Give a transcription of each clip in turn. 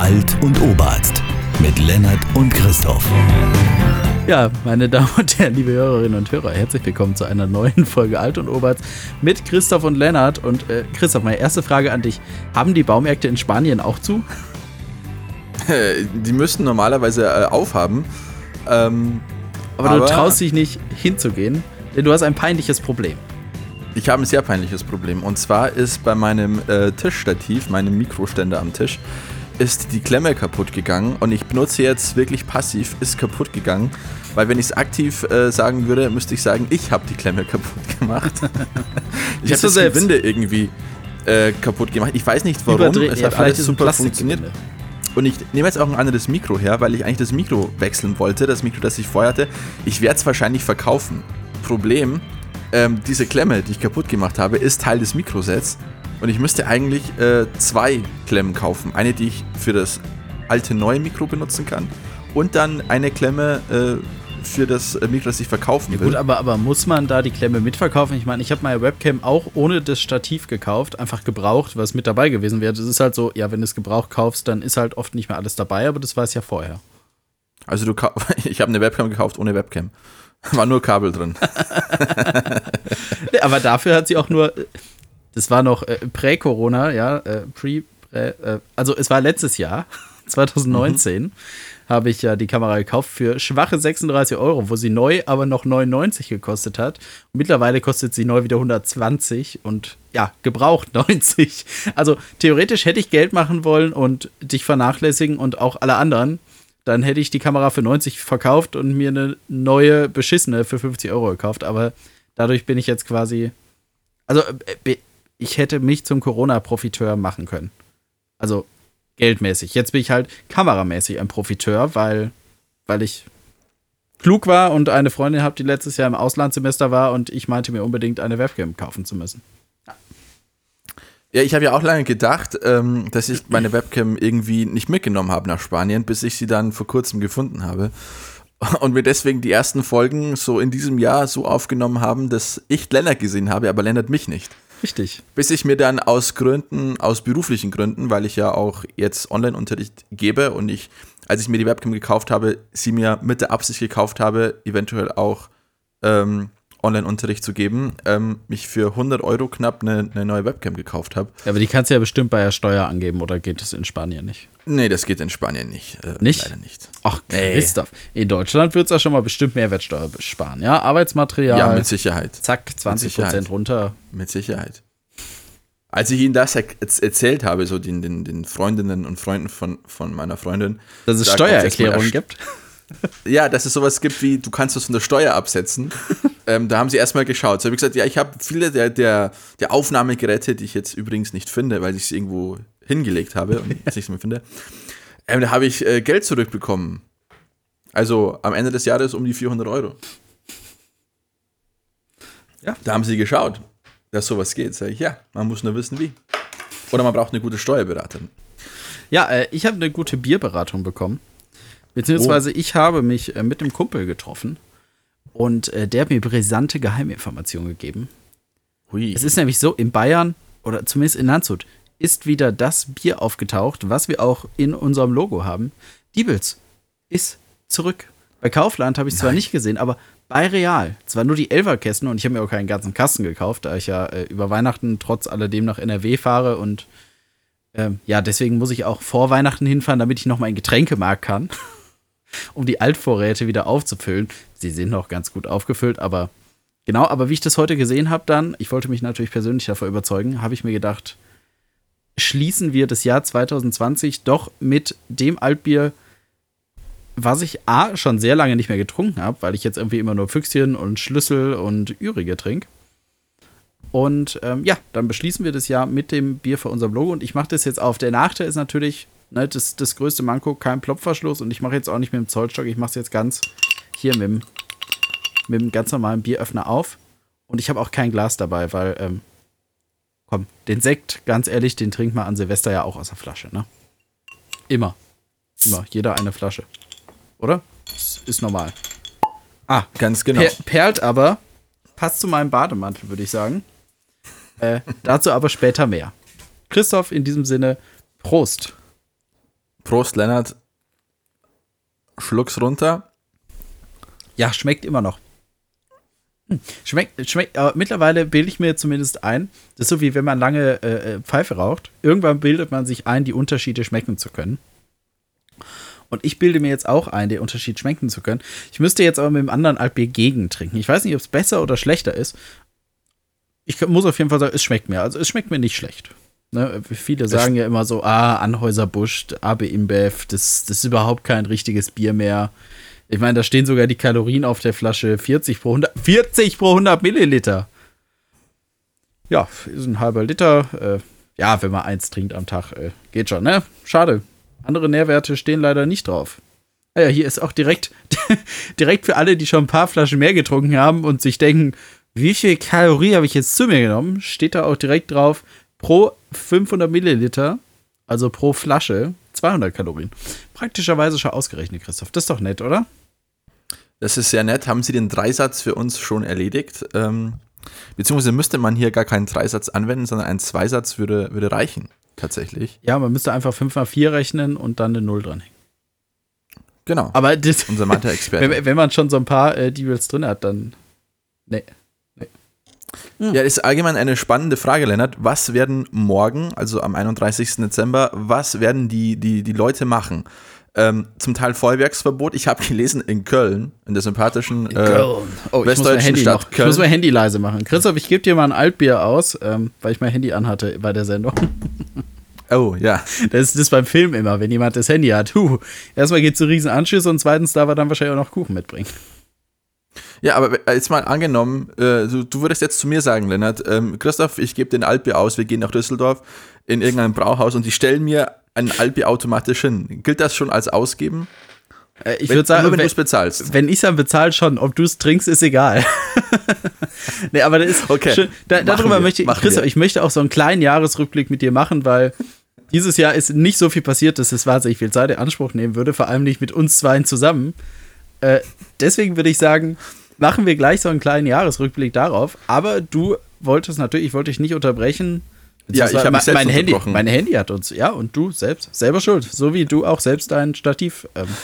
Alt- und Oberarzt mit Lennart und Christoph. Ja, meine Damen und Herren, liebe Hörerinnen und Hörer, herzlich willkommen zu einer neuen Folge Alt- und Oberarzt mit Christoph und Lennart. Und Christoph, meine erste Frage an dich. Haben die Baumärkte in Spanien auch zu? Die müssten normalerweise aufhaben. Aber du traust dich nicht hinzugehen, denn du hast ein peinliches Problem. Ich habe ein sehr peinliches Problem. Und zwar ist bei meinem Tischstativ, meinem Mikroständer am Tisch, ist die Klemme kaputt gegangen. Und ich benutze jetzt wirklich passiv, ist kaputt gegangen. Weil wenn ich es aktiv sagen würde, müsste ich sagen, ich habe die Klemme kaputt gemacht. Ich habe das Gewinde irgendwie kaputt gemacht. Ich weiß nicht warum. Es hat alles super funktioniert. Und ich nehme jetzt auch ein anderes Mikro her, weil ich eigentlich das Mikro wechseln wollte. Das Mikro, das ich vorher hatte. Ich werde es wahrscheinlich verkaufen. Problem, diese Klemme, die ich kaputt gemacht habe, ist Teil des Mikrosets. Und ich müsste eigentlich 2 Klemmen kaufen. Eine, die ich für das alte neue Mikro benutzen kann. Und dann eine Klemme für das Mikro, das ich verkaufen will. Ja gut, aber muss man da die Klemme mitverkaufen? Ich meine, ich habe meine Webcam auch ohne das Stativ gekauft, einfach gebraucht, was mit dabei gewesen wäre. Das ist halt so, ja, wenn du es gebraucht kaufst, dann ist halt oft nicht mehr alles dabei, aber das war es ja vorher. Also ich habe eine Webcam gekauft ohne Webcam. War nur Kabel drin. Aber dafür hat sie auch nur, das war noch Prä-Corona, ja, also es war letztes Jahr, 2019, habe ich ja die Kamera gekauft für schwache 36 €, wo sie neu aber noch 99 gekostet hat. Und mittlerweile kostet sie neu wieder 120 und ja, gebraucht 90. Also theoretisch hätte ich Geld machen wollen und dich vernachlässigen und auch alle anderen. Dann hätte ich die Kamera für 90 verkauft und mir eine neue, beschissene für 50 € gekauft. Aber dadurch bin ich jetzt quasi, also ich hätte mich zum Corona-Profiteur machen können. Also geldmäßig. Jetzt bin ich halt kameramäßig ein Profiteur, weil ich klug war und eine Freundin habe, die letztes Jahr im Auslandssemester war und ich meinte mir unbedingt eine Webcam kaufen zu müssen. Ja, ich habe ja auch lange gedacht, dass ich meine Webcam irgendwie nicht mitgenommen habe nach Spanien, bis ich sie dann vor kurzem gefunden habe. Und wir deswegen die ersten Folgen so in diesem Jahr so aufgenommen haben, dass ich Lennart gesehen habe, aber Lennart mich nicht. Richtig. Bis ich mir dann aus beruflichen Gründen, weil ich ja auch jetzt Online-Unterricht gebe und als ich mir die Webcam gekauft habe, sie mir mit der Absicht gekauft habe, eventuell auch Online-Unterricht zu geben, mich für 100 € knapp eine neue Webcam gekauft habe. Ja, aber die kannst du ja bestimmt bei der Steuer angeben, oder geht das in Spanien nicht? Nee, das geht in Spanien nicht. Nicht? Leider nicht. Ach, Christoph. In Deutschland wird es ja schon mal bestimmt Mehrwertsteuer sparen, ja? Arbeitsmaterial. Ja, mit Sicherheit. Zack, 20% runter. Mit Sicherheit. Als ich ihnen das erzählt habe, so den Freundinnen und Freunden von meiner Freundin. Dass es Steuererklärungen gibt? Ja, dass es sowas gibt wie, du kannst das von der Steuer absetzen. Da haben sie erstmal geschaut. So habe ich gesagt, ja, ich habe viele der Aufnahmegeräte, die ich jetzt übrigens nicht finde, weil ich sie irgendwo hingelegt habe und es nicht mehr finde. Da habe ich Geld zurückbekommen. Also am Ende des Jahres um die 400 €. Ja, da haben sie geschaut, dass sowas geht. Sag ich, ja, man muss nur wissen, wie. Oder man braucht eine gute Steuerberaterin. Ja, ich habe eine gute Bierberatung bekommen. Beziehungsweise ich habe mich mit einem Kumpel getroffen und der hat mir brisante Geheiminformationen gegeben. Hui. Es ist nämlich so, in Bayern oder zumindest in Landshut ist wieder das Bier aufgetaucht, was wir auch in unserem Logo haben. Diebels ist zurück. Bei Kaufland habe ich es zwar nicht gesehen, aber bei Real. Zwar nur die 11er-Kästen und ich habe mir auch keinen ganzen Kasten gekauft, da ich ja über Weihnachten trotz alledem nach NRW fahre und ja, deswegen muss ich auch vor Weihnachten hinfahren, damit ich noch mal in den Getränkemarkt kann, um die Altvorräte wieder aufzufüllen. Sie sind noch ganz gut aufgefüllt, aber genau, aber wie ich das heute gesehen habe dann, ich wollte mich natürlich persönlich davor überzeugen, habe ich mir gedacht, schließen wir das Jahr 2020 doch mit dem Altbier, was ich schon sehr lange nicht mehr getrunken habe, weil ich jetzt irgendwie immer nur Füchschen und Schlüssel und Ürige trinke. Und ja, dann beschließen wir das Jahr mit dem Bier für unser Logo und ich mache das jetzt auf. Der Nachteil ist natürlich, ne, das größte Manko, kein Plopverschluss und ich mache jetzt auch nicht mit dem Zollstock, ich mache es jetzt ganz hier mit dem ganz normalen Bieröffner auf und ich habe auch kein Glas dabei, weil, komm, den Sekt, ganz ehrlich, den trinkt man an Silvester ja auch aus der Flasche, ne? Immer, jeder eine Flasche, oder? Das ist normal. Ah, ganz genau. Perlt aber, passt zu meinem Bademantel, würde ich sagen. Dazu aber später mehr. Christoph, in diesem Sinne, Prost. Prost, Lennart. Schluck's runter. Ja, schmeckt immer noch. Schmeckt, aber mittlerweile bilde ich mir zumindest ein, das ist so wie wenn man lange Pfeife raucht. Irgendwann bildet man sich ein, die Unterschiede schmecken zu können. Und ich bilde mir jetzt auch ein, den Unterschied schmecken zu können. Ich müsste jetzt aber mit dem anderen Altbier gegentrinken. Ich weiß nicht, ob es besser oder schlechter ist. Ich muss auf jeden Fall sagen, es schmeckt mir. Also es schmeckt mir nicht schlecht. Ne? Viele sagen ja immer so, Anheuser-Busch, AB InBev, das ist überhaupt kein richtiges Bier mehr. Ich meine, da stehen sogar die Kalorien auf der Flasche 40 pro 100 Milliliter. Ja, ist ein halber Liter. Ja, wenn man 1 trinkt am Tag, geht schon, ne? Schade. Andere Nährwerte stehen leider nicht drauf. Ja, hier ist auch direkt für alle, die schon ein paar Flaschen mehr getrunken haben und sich denken, wie viel Kalorien habe ich jetzt zu mir genommen, steht da auch direkt drauf, pro 500 Milliliter, also pro Flasche, 200 Kalorien. Praktischerweise schon ausgerechnet, Christoph. Das ist doch nett, oder? Das ist sehr nett. Haben Sie den Dreisatz für uns schon erledigt? Beziehungsweise müsste man hier gar keinen Dreisatz anwenden, sondern ein Zweisatz würde reichen, tatsächlich. Ja, man müsste einfach 5 mal 4 rechnen und dann eine 0 dranhängen. Genau. Aber das, unser Mathe-Experte. wenn man schon so ein paar Deals drin hat, dann nee. Ja, das ist allgemein eine spannende Frage, Lennart. Was werden morgen, also am 31. Dezember, was werden die Leute machen? Zum Teil Feuerwerksverbot. Ich habe gelesen, in Köln, in der sympathischen westdeutschen Stadt Köln. Ich muss mein Handy leise machen. Christoph, ich gebe dir mal ein Altbier aus, weil ich mein Handy anhatte bei der Sendung. Oh, ja. Das ist beim Film immer, wenn jemand das Handy hat. Erstmal geht es zu riesen Anschüsse und zweitens darf er dann wahrscheinlich auch noch Kuchen mitbringen. Ja, aber jetzt mal angenommen, du würdest jetzt zu mir sagen, Lennart, Christoph, ich gebe dir ein Altbier aus, wir gehen nach Düsseldorf in irgendein Brauhaus und die stellen mir ein Altbier automatisch hin. Gilt das schon als Ausgeben? Ich würde sagen, nur wenn du es bezahlst. Wenn ich es dann bezahle, schon. Ob du es trinkst, ist egal. Nee, aber das ist okay. Schön. Darüber möchte ich, Christoph, ich möchte auch so einen kleinen Jahresrückblick mit dir machen, weil dieses Jahr ist nicht so viel passiert, dass es wahnsinnig viel Zeit in Anspruch nehmen würde, vor allem nicht mit uns zweien zusammen. Deswegen würde ich sagen, machen wir gleich so einen kleinen Jahresrückblick darauf. Aber du wolltest natürlich, ich wollte dich nicht unterbrechen. Ja, ich habe mich selbst unterbrochen. Mein Handy hat uns, ja, und du selber schuld. So wie du auch selbst dein Stativ,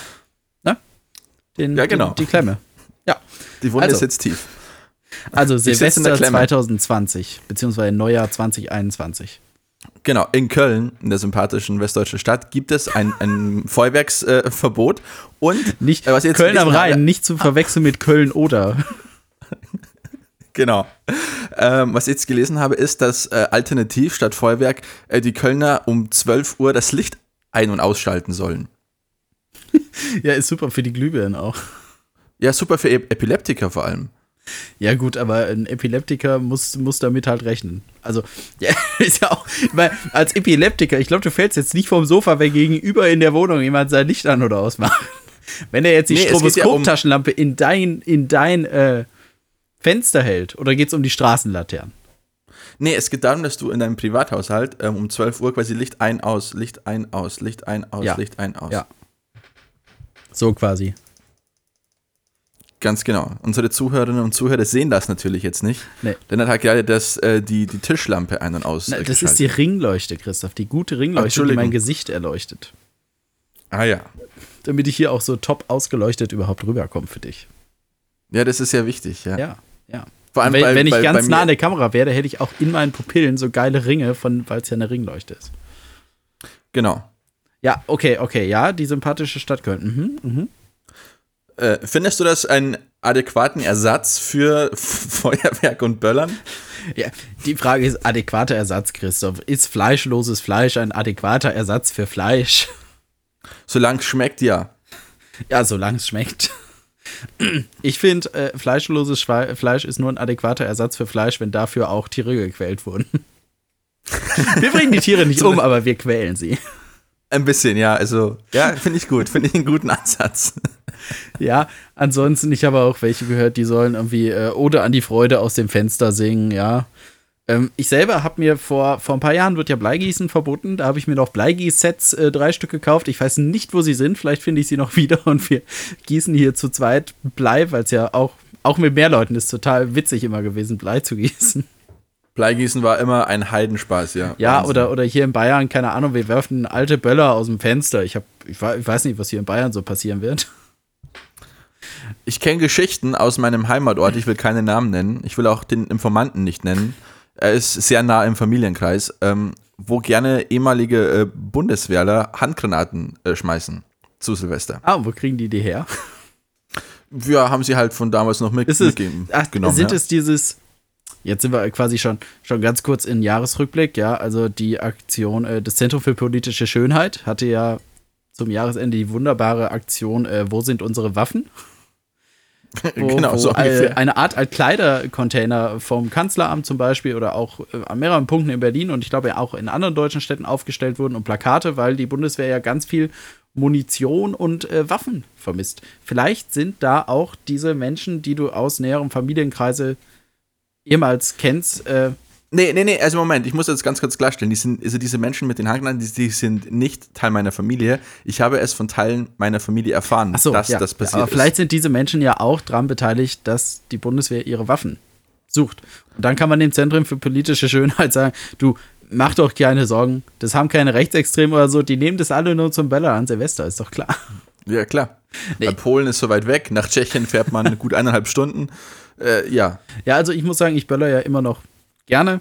genau. Die Klemme. Ja. Die Wunde ist jetzt tief. Also Silvester 2020, beziehungsweise Neujahr 2021. Genau, in Köln, in der sympathischen westdeutschen Stadt, gibt es ein Feuerwerksverbot und nicht Köln am Rhein, nicht zu verwechseln mit Köln-Oder. Genau. Was ich jetzt gelesen habe, ist, dass alternativ statt Feuerwerk die Kölner um 12 Uhr das Licht ein- und ausschalten sollen. Ja, ist super für die Glühbirnen auch. Ja, super für Epileptiker vor allem. Ja gut, aber ein Epileptiker muss damit halt rechnen. Also, ja, ist ja auch, weil als Epileptiker, ich glaube, du fällst jetzt nicht vom Sofa, wenn gegenüber in der Wohnung jemand sein Licht an- oder ausmacht. Wenn er jetzt die Stroboskop-Taschenlampe in dein Fenster hält, oder geht es um die Straßenlaternen? Nee, es geht darum, dass du in deinem Privathaushalt um 12 Uhr quasi Licht ein, aus, Licht ein, aus, Licht ein, aus, Licht ein, aus. Ja. So quasi. Ganz genau. Unsere Zuhörerinnen und Zuhörer sehen das natürlich jetzt nicht. Nee. Denn er hat gerade die Tischlampe ein- und aus. Das ist die Ringleuchte, Christoph. Die gute Ringleuchte, die mein Gesicht erleuchtet. Ah ja. Damit ich hier auch so top ausgeleuchtet überhaupt rüberkomme für dich. Ja, das ist sehr wichtig, ja. Ja. Vor allem, wenn ich ganz nah an der Kamera wäre, hätte ich auch in meinen Pupillen so geile Ringe, weil es ja eine Ringleuchte ist. Genau. Ja, okay, ja, die sympathische Stadt Köln. Findest du das einen adäquaten Ersatz für Feuerwerk und Böllern? Ja, die Frage ist adäquater Ersatz, Christoph. Ist fleischloses Fleisch ein adäquater Ersatz für Fleisch? Solange es schmeckt, ja. Ja, solange es schmeckt. Ich finde, fleischloses Fleisch ist nur ein adäquater Ersatz für Fleisch, wenn dafür auch Tiere gequält wurden. Wir bringen die Tiere nicht um, aber wir quälen sie. Ein bisschen, ja. Also, ja, finde ich gut. Finde ich einen guten Ansatz. Ja, ansonsten, ich habe auch welche gehört, die sollen irgendwie Ode an die Freude aus dem Fenster singen, ja. Ich selber habe mir vor ein paar Jahren, wird ja Bleigießen verboten, da habe ich mir noch Bleigieß-Sets 3 Stück gekauft. Ich weiß nicht, wo sie sind, vielleicht finde ich sie noch wieder und wir gießen hier zu zweit Blei, weil es ja auch mit mehr Leuten ist total witzig immer gewesen, Blei zu gießen. Bleigießen war immer ein Heidenspaß, ja. Ja, oder hier in Bayern, keine Ahnung, wir werfen alte Böller aus dem Fenster. Ich habe Ich weiß nicht, was hier in Bayern so passieren wird. Ich kenne Geschichten aus meinem Heimatort, ich will keine Namen nennen, ich will auch den Informanten nicht nennen. Er ist sehr nah im Familienkreis, wo gerne ehemalige Bundeswehrler Handgranaten schmeißen zu Silvester. Ah, und wo kriegen die her? Ja, haben sie halt von damals noch mitgenommen. Sind es dieses, jetzt sind wir quasi schon ganz kurz in Jahresrückblick, ja, also die Aktion, das Zentrum für politische Schönheit hatte ja zum Jahresende die wunderbare Aktion, wo sind unsere Waffen? Genau, so ungefähr. Eine Art Altkleidercontainer vom Kanzleramt zum Beispiel oder auch an mehreren Punkten in Berlin und ich glaube ja auch in anderen deutschen Städten aufgestellt wurden und Plakate, weil die Bundeswehr ja ganz viel Munition und Waffen vermisst. Vielleicht sind da auch diese Menschen, die du aus näherem Familienkreise ehemals kennst. Nee, also Moment, ich muss jetzt ganz kurz klarstellen, diese Menschen mit den Handgranaten, die sind nicht Teil meiner Familie. Ich habe es von Teilen meiner Familie erfahren, dass das passiert ist. Aber vielleicht sind diese Menschen ja auch daran beteiligt, dass die Bundeswehr ihre Waffen sucht. Und dann kann man dem Zentrum für politische Schönheit sagen, du, mach doch keine Sorgen, das haben keine Rechtsextremen oder so, die nehmen das alle nur zum Böller an Silvester, ist doch klar. Ja, klar. Nee. Polen ist so weit weg, nach Tschechien fährt man gut 1,5 Stunden. Ja. Ja, also ich muss sagen, ich böller ja immer noch gerne.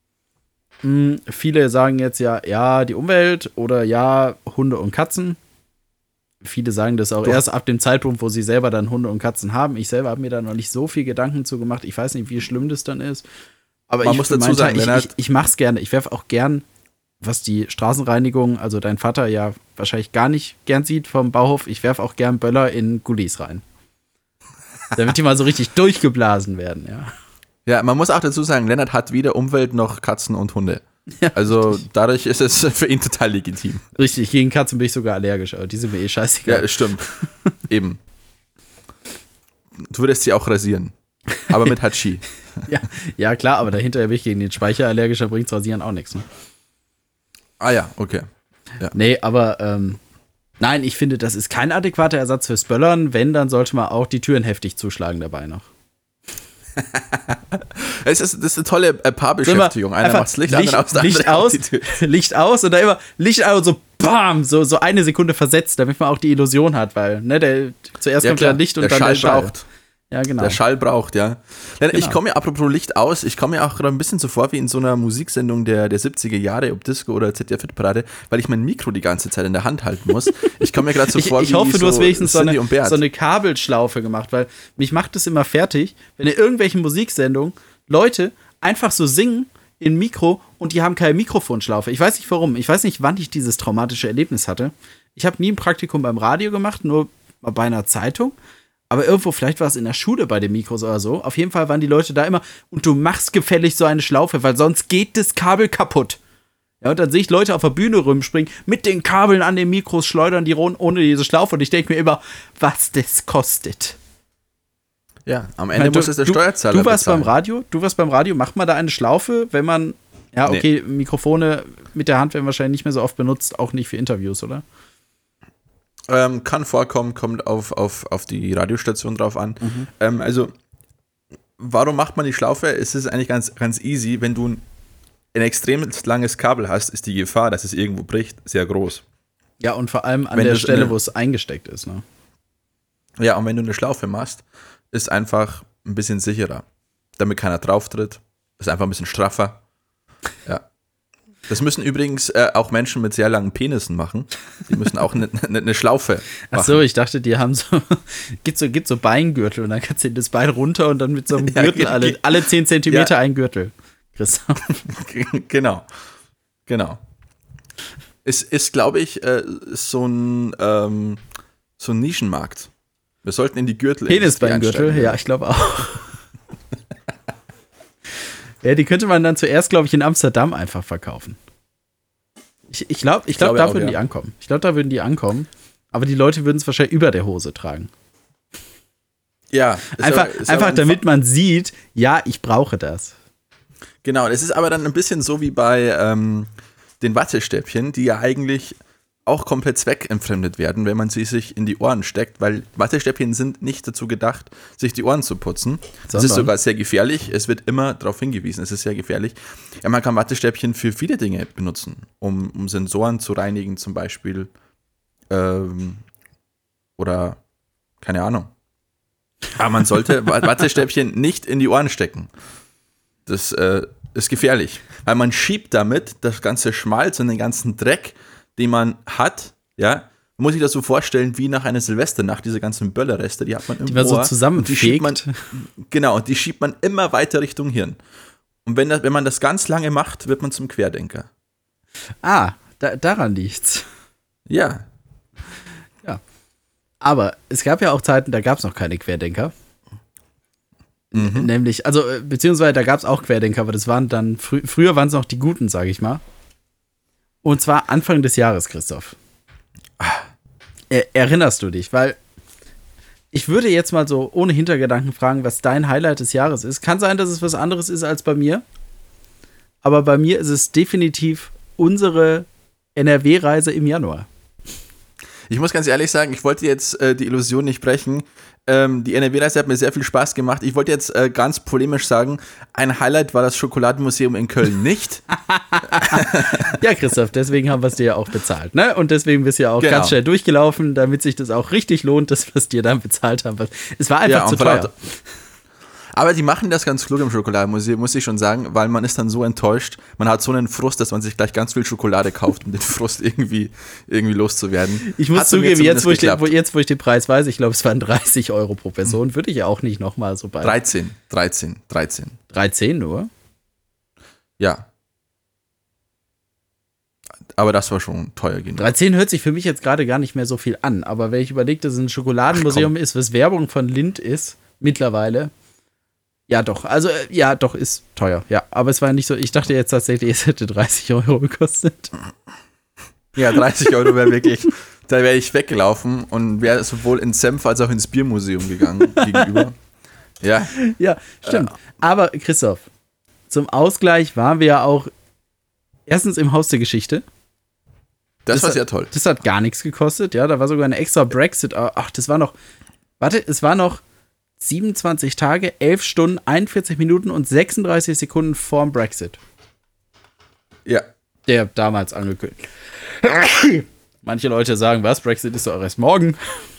Viele sagen jetzt ja, die Umwelt oder ja, Hunde und Katzen. Viele sagen das auch erst ab dem Zeitpunkt, wo sie selber dann Hunde und Katzen haben. Ich selber habe mir da noch nicht so viel Gedanken zu gemacht. Ich weiß nicht, wie schlimm das dann ist. Aber man muss dazu sagen, ich mache es gerne. Ich werfe auch gern, was die Straßenreinigung, also dein Vater ja wahrscheinlich gar nicht gern sieht vom Bauhof, ich werfe auch gern Böller in Gullis rein. Damit die mal so richtig durchgeblasen werden, ja. Ja, man muss auch dazu sagen, Lennart hat weder Umwelt noch Katzen und Hunde. Ja, also richtig. Dadurch ist es für ihn total legitim. Richtig, gegen Katzen bin ich sogar allergisch, aber die sind mir eh scheißegal. Ja, stimmt. Eben. Du würdest sie auch rasieren. Aber mit Hatschi. Ja, klar, aber dahinter bin ich gegen den Speicher allergisch, da bringt Rasieren auch nichts. Ne? Ah ja, okay. Ja. Nee, aber nein, ich finde, das ist kein adäquater Ersatz fürs Böllern. Wenn, dann sollte man auch die Türen heftig zuschlagen dabei noch. Das ist eine tolle Paarbeschäftigung. Einer macht das Licht an, Licht aus und dann immer Licht aus und so bam, so eine Sekunde versetzt, damit man auch die Illusion hat, weil zuerst kommt ja Licht und dann der Schall. Braucht. Ja, genau. Der Schall braucht, ja. Genau. Ich komme mir, apropos Licht aus, ich komme mir auch gerade ein bisschen so vor wie in so einer Musiksendung der 70er Jahre, ob Disco oder ZDF-Parade, weil ich mein Mikro die ganze Zeit in der Hand halten muss. Ich komme mir gerade so vor wie ich hoffe, du hast wenigstens so Cindy und Bert. eine Kabelschlaufe gemacht, weil mich macht es immer fertig, wenn in irgendwelchen Musiksendungen Leute einfach so singen in Mikro und die haben keine Mikrofonschlaufe. Ich weiß nicht warum. Ich weiß nicht, wann ich dieses traumatische Erlebnis hatte. Ich habe nie ein Praktikum beim Radio gemacht, nur bei einer Zeitung. Aber irgendwo, vielleicht war es in der Schule bei den Mikros oder so. Auf jeden Fall waren die Leute da immer, und du machst gefällig so eine Schlaufe, weil sonst geht das Kabel kaputt. Ja, und dann sehe ich Leute auf der Bühne rumspringen, mit den Kabeln an den Mikros schleudern die rum ohne diese Schlaufe. Und ich denke mir immer, was das kostet. Ja, am Ende muss es der Steuerzahler bezahlen. Du warst beim Radio, macht man da eine Schlaufe, wenn man, ja, okay, nee. Mikrofone mit der Hand werden wahrscheinlich nicht mehr so oft benutzt, auch nicht für Interviews, oder? Kann vorkommen, kommt auf die Radiostation drauf an. Also, warum macht man die Schlaufe? Es ist eigentlich ganz, ganz easy. Wenn du ein extrem langes Kabel hast, ist die Gefahr, dass es irgendwo bricht, sehr groß. Ja, und vor allem an der Stelle, wo es eingesteckt ist. Ne? Ja, und wenn du eine Schlaufe machst, ist einfach ein bisschen sicherer. Damit keiner drauf tritt. Ist einfach ein bisschen straffer. Ja. Das müssen übrigens auch Menschen mit sehr langen Penissen machen. Die müssen auch eine Schlaufe machen. Ach so, ich dachte, die haben gibt so Beingürtel und dann kannst du das Bein runter und dann mit so einem Gürtel alle 10 Zentimeter ein Gürtel. Christoph. Genau. Es ist, glaube ich, so ein Nischenmarkt. Wir sollten in die Gürtel. Penisbeingürtel, ja, ich glaube auch. Ja, die könnte man dann zuerst, glaube ich, in Amsterdam einfach verkaufen. Ich glaube, da würden die ankommen. Ich glaube, da würden die ankommen. Aber die Leute würden es wahrscheinlich über der Hose tragen. Ja. Einfach damit man sieht, ja, ich brauche das. Genau, es ist aber dann ein bisschen so wie bei den Wattestäbchen, die ja eigentlich auch komplett zweckentfremdet werden, wenn man sie sich in die Ohren steckt, weil Wattestäbchen sind nicht dazu gedacht, sich die Ohren zu putzen. Das ist sogar sehr gefährlich. Es wird immer darauf hingewiesen, es ist sehr gefährlich. Ja, man kann Wattestäbchen für viele Dinge benutzen, um Sensoren zu reinigen zum Beispiel. Oder keine Ahnung. Aber man sollte Wattestäbchen nicht in die Ohren stecken. Das ist gefährlich. Weil man schiebt damit das ganze Schmalz und den ganzen Dreck, den man hat, ja, man muss sich das so vorstellen, wie nach einer Silvesternacht, diese ganzen Böllerreste, die hat man im Die man so Ohr. zusammenfegt. Genau, und die schiebt man immer weiter Richtung Hirn. Und wenn man das ganz lange macht, wird man zum Querdenker. Daran liegt's. Ja. Ja. Aber es gab ja auch Zeiten, da gab es noch keine Querdenker. Nämlich, also, beziehungsweise da gab es auch Querdenker, aber das waren dann, früher waren es noch die Guten, sage ich mal. Und zwar Anfang des Jahres, Christoph. Erinnerst du dich? Weil ich würde jetzt mal so ohne Hintergedanken fragen, was dein Highlight des Jahres ist. Kann sein, dass es was anderes ist als bei mir. Aber bei mir ist es definitiv unsere NRW-Reise im Januar. Ich muss ganz ehrlich sagen, ich wollte jetzt die Illusion nicht brechen. Die NRW-Reise hat mir sehr viel Spaß gemacht. Ich wollte jetzt ganz polemisch sagen, ein Highlight war das Schokoladenmuseum in Köln nicht. Ja, Christoph, deswegen haben wir es dir ja auch bezahlt, ne? Und deswegen bist du ja auch ganz schnell durchgelaufen, damit sich das auch richtig lohnt, dass wir es dir dann bezahlt haben. Es war einfach zu teuer. Aber die machen das ganz klug im Schokoladenmuseum, muss ich schon sagen, weil man ist dann so enttäuscht. Man hat so einen Frust, dass man sich gleich ganz viel Schokolade kauft, um den Frust irgendwie loszuwerden. Ich muss zugeben, jetzt wo ich den Preis weiß, ich glaube, es waren 30 Euro pro Person, würde ich ja auch nicht nochmal so bei. 13 nur? Ja. Aber das war schon teuer genug. 13 hört sich für mich jetzt gerade gar nicht mehr so viel an, aber wenn ich überlege, dass es ein Schokoladenmuseum ist, was Werbung von Lindt ist, mittlerweile. Ja, doch. Also, ja, doch, ist teuer. Ja, aber es war nicht so, ich dachte jetzt tatsächlich, es hätte 30 Euro gekostet. Ja, 30 Euro wäre wirklich, da wäre ich weggelaufen und wäre sowohl ins Senf als auch ins Biermuseum gegangen gegenüber. Ja. Ja, stimmt. Aber, Christoph, zum Ausgleich waren wir ja auch erstens im Haus der Geschichte. Das war sehr toll. Das hat gar nichts gekostet, ja, da war sogar eine extra Brexit. Ach, es war noch 27 Tage, 11 Stunden, 41 Minuten und 36 Sekunden vorm Brexit. Ja. Der damals angekündigt. Manche Leute sagen, was, Brexit ist doch erst morgen.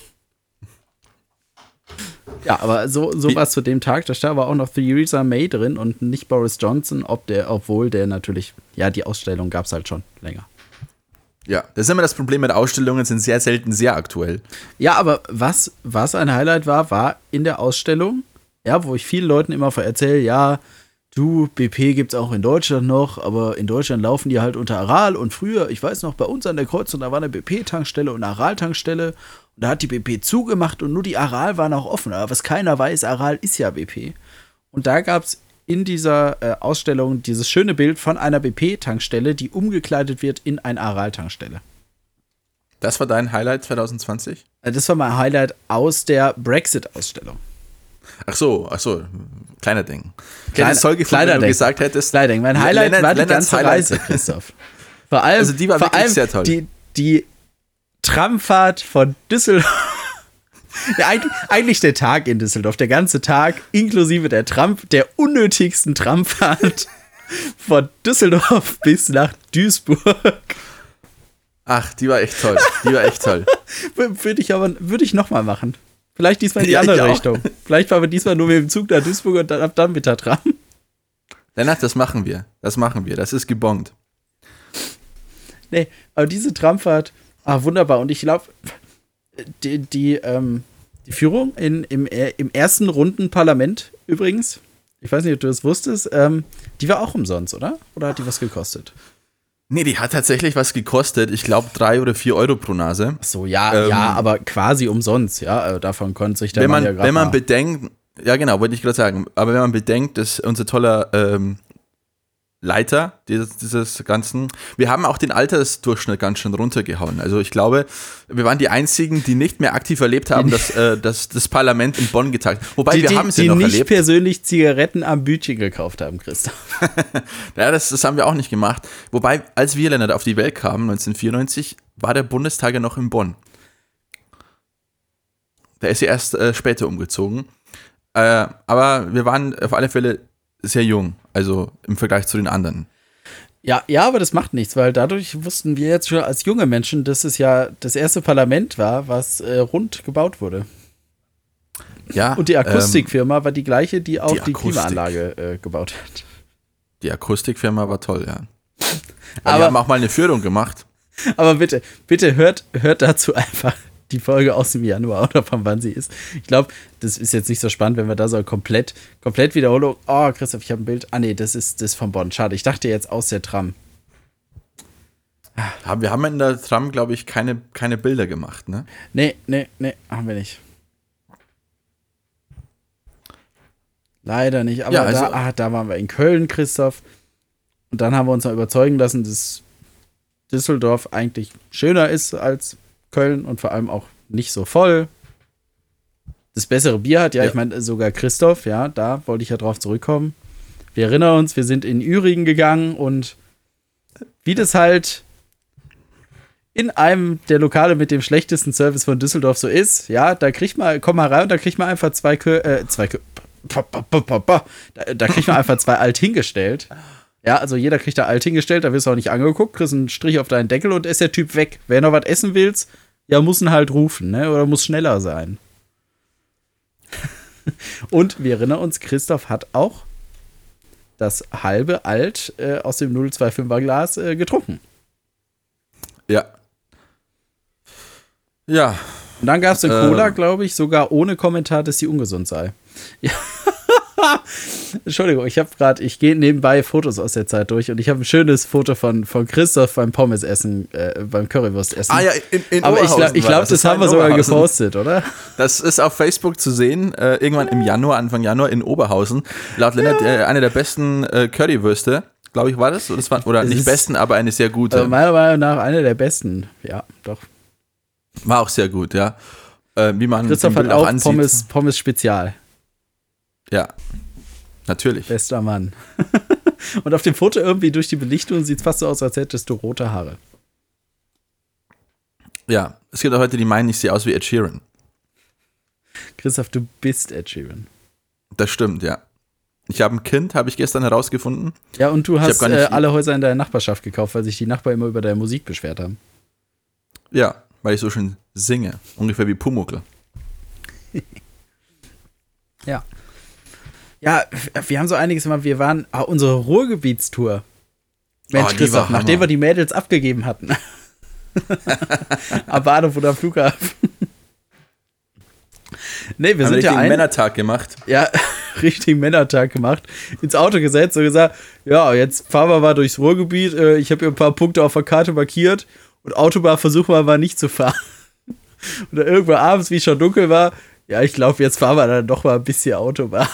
Ja, aber so war es zu dem Tag. Da stand aber auch noch Theresa May drin und nicht Boris Johnson, obwohl der natürlich, ja, die Ausstellung gab es halt schon länger. Ja, das ist immer das Problem mit Ausstellungen, sind sehr selten sehr aktuell. Ja, aber was ein Highlight war in der Ausstellung, ja, wo ich vielen Leuten immer erzähle, ja, du, BP gibt's auch in Deutschland noch, aber in Deutschland laufen die halt unter Aral und früher, ich weiß noch, bei uns an der Kreuzung, da war eine BP-Tankstelle und eine Aral-Tankstelle und da hat die BP zugemacht und nur die Aral war noch offen, aber was keiner weiß, Aral ist ja BP. Und da gab's in dieser Ausstellung dieses schöne Bild von einer BP-Tankstelle, die umgekleidet wird in eine Aral-Tankstelle. Das war dein Highlight 2020? Das war mein Highlight aus der Brexit-Ausstellung. Ach so, kleiner Ding. Wenn du gesagt hättest. Kleiner Ding. Mein Highlight war die ganze Reise, Christoph. Vor allem, also die war wirklich sehr toll. Die Tramfahrt von Düsseldorf. Ja, eigentlich der Tag in Düsseldorf, der ganze Tag, inklusive der unnötigsten Tramfahrt von Düsseldorf bis nach Duisburg. Ach, die war echt toll. Würde ich nochmal machen. Vielleicht diesmal in die andere Richtung. Vielleicht fahren wir diesmal nur mit dem Zug nach Duisburg und dann mit der Tram. Lennart, das machen wir. Das ist gebongt. Nee, aber diese Tramfahrt, wunderbar. Und ich glaube, die Führung im ersten Rundenparlament übrigens, ich weiß nicht, ob du das wusstest, die war auch umsonst, oder? Oder hat die was gekostet? Nee, die hat tatsächlich was gekostet. Ich glaube 3 oder 4 Euro pro Nase. Ach so, ja, aber quasi umsonst, ja. Davon konnte sich der Mann ja gerade wenn man bedenkt, ja genau, wollte ich gerade sagen, aber wenn man bedenkt, dass unser toller Leiter dieses Ganzen, wir haben auch den Altersdurchschnitt ganz schön runtergehauen. Also ich glaube, wir waren die Einzigen, die nicht mehr aktiv erlebt haben, dass das Parlament in Bonn getagt hat. Wobei wir haben es ja noch erlebt. Die nicht persönlich Zigaretten am Bütchen gekauft haben, Christoph. Ja, das haben wir auch nicht gemacht. Wobei, als wir Lennart auf die Welt kamen, 1994, war der Bundestag ja noch in Bonn. Der ist ja erst später umgezogen. Aber wir waren auf alle Fälle sehr jung, also im Vergleich zu den anderen. Ja, aber das macht nichts, weil dadurch wussten wir jetzt schon als junge Menschen, dass es ja das erste Parlament war, was rund gebaut wurde. Ja. Und die Akustikfirma war die gleiche, die auch die Akustik. Klimaanlage gebaut hat. Die Akustikfirma war toll, ja. Aber- wir haben auch mal eine Führung gemacht. Aber bitte hört dazu einfach die Folge aus dem Januar oder von wann sie ist. Ich glaube, das ist jetzt nicht so spannend, wenn wir da so komplett Wiederholung. Oh, Christoph, ich habe ein Bild. Ah, nee, das ist von Bonn. Schade, ich dachte jetzt aus der Tram. Wir haben in der Tram, glaube ich, keine Bilder gemacht, ne? Nee, haben wir nicht. Leider nicht. Aber Ja, also- da waren wir in Köln, Christoph. Und dann haben wir uns mal überzeugen lassen, dass Düsseldorf eigentlich schöner ist als Köln und vor allem auch nicht so voll. Das bessere Bier hat, Ja. ich meine, sogar Christoph, ja, da wollte ich ja drauf zurückkommen. Wir erinnern uns, wir sind in Ürigen gegangen und wie das halt in einem der Lokale mit dem schlechtesten Service von Düsseldorf so ist, ja, komm mal rein und da kriegt man einfach da kriegt man einfach 2 Alt hingestellt. Ja, also jeder kriegt da Alt hingestellt, da wirst du auch nicht angeguckt, kriegst einen Strich auf deinen Deckel und ist der Typ weg. Wer noch was essen willst, ja, muss ihn halt rufen, ne? Oder muss schneller sein. Und wir erinnern uns, Christoph hat auch das halbe Alt aus dem 025er Glas getrunken. Ja. Ja. Und dann gab es eine Cola, glaube ich, sogar ohne Kommentar, dass sie ungesund sei. Ja. Entschuldigung, ich gehe nebenbei Fotos aus der Zeit durch und ich habe ein schönes Foto von Christoph beim Pommesessen, beim Currywurstessen. Ah ja, in Aber Oberhausen ich war glaube, das war haben in wir sogar Oberhausen. gepostet, oder? Das ist auf Facebook zu sehen, irgendwann im Januar, Anfang Januar in Oberhausen. Laut Lennart eine der besten Currywürste, glaube ich, war das? Oder Es nicht ist- besten, aber eine sehr gute. Also meiner Meinung nach eine der besten. Ja, doch. War auch sehr gut, ja. Wie man Christoph im hat Bild auch ansieht. Pommes Spezial. Ja, natürlich. Bester Mann. Und auf dem Foto irgendwie durch die Belichtung sieht es fast so aus, als hättest du rote Haare. Ja, es gibt auch Leute, die meinen, ich sehe aus wie Ed Sheeran. Christoph, du bist Ed Sheeran. Das stimmt, ja. Ich habe ein Kind, habe ich gestern herausgefunden. Ja, und du hab hast gar nicht- alle Häuser in deiner Nachbarschaft gekauft, weil sich die Nachbarn immer über deine Musik beschwert haben. Ja, weil ich so schön singe. Ungefähr wie Pumuckl. Ja. Ja, wir haben so einiges gemacht. Wir waren unsere Ruhrgebietstour. Mensch, Oh, die Christoph, war nachdem Hammer. wir die Mädels abgegeben hatten. Am Bahnhof oder am Flughafen. Nee, wir Haben sind ja einen Männertag gemacht. Ja, richtig Männertag gemacht, ins Auto gesetzt und gesagt, ja, jetzt fahren wir mal durchs Ruhrgebiet, ich habe hier ein paar Punkte auf der Karte markiert und Autobahn versuchen wir mal nicht zu fahren. Und dann irgendwann abends, wie es schon dunkel war, ja, ich glaube, jetzt fahren wir dann doch mal ein bisschen Autobahn.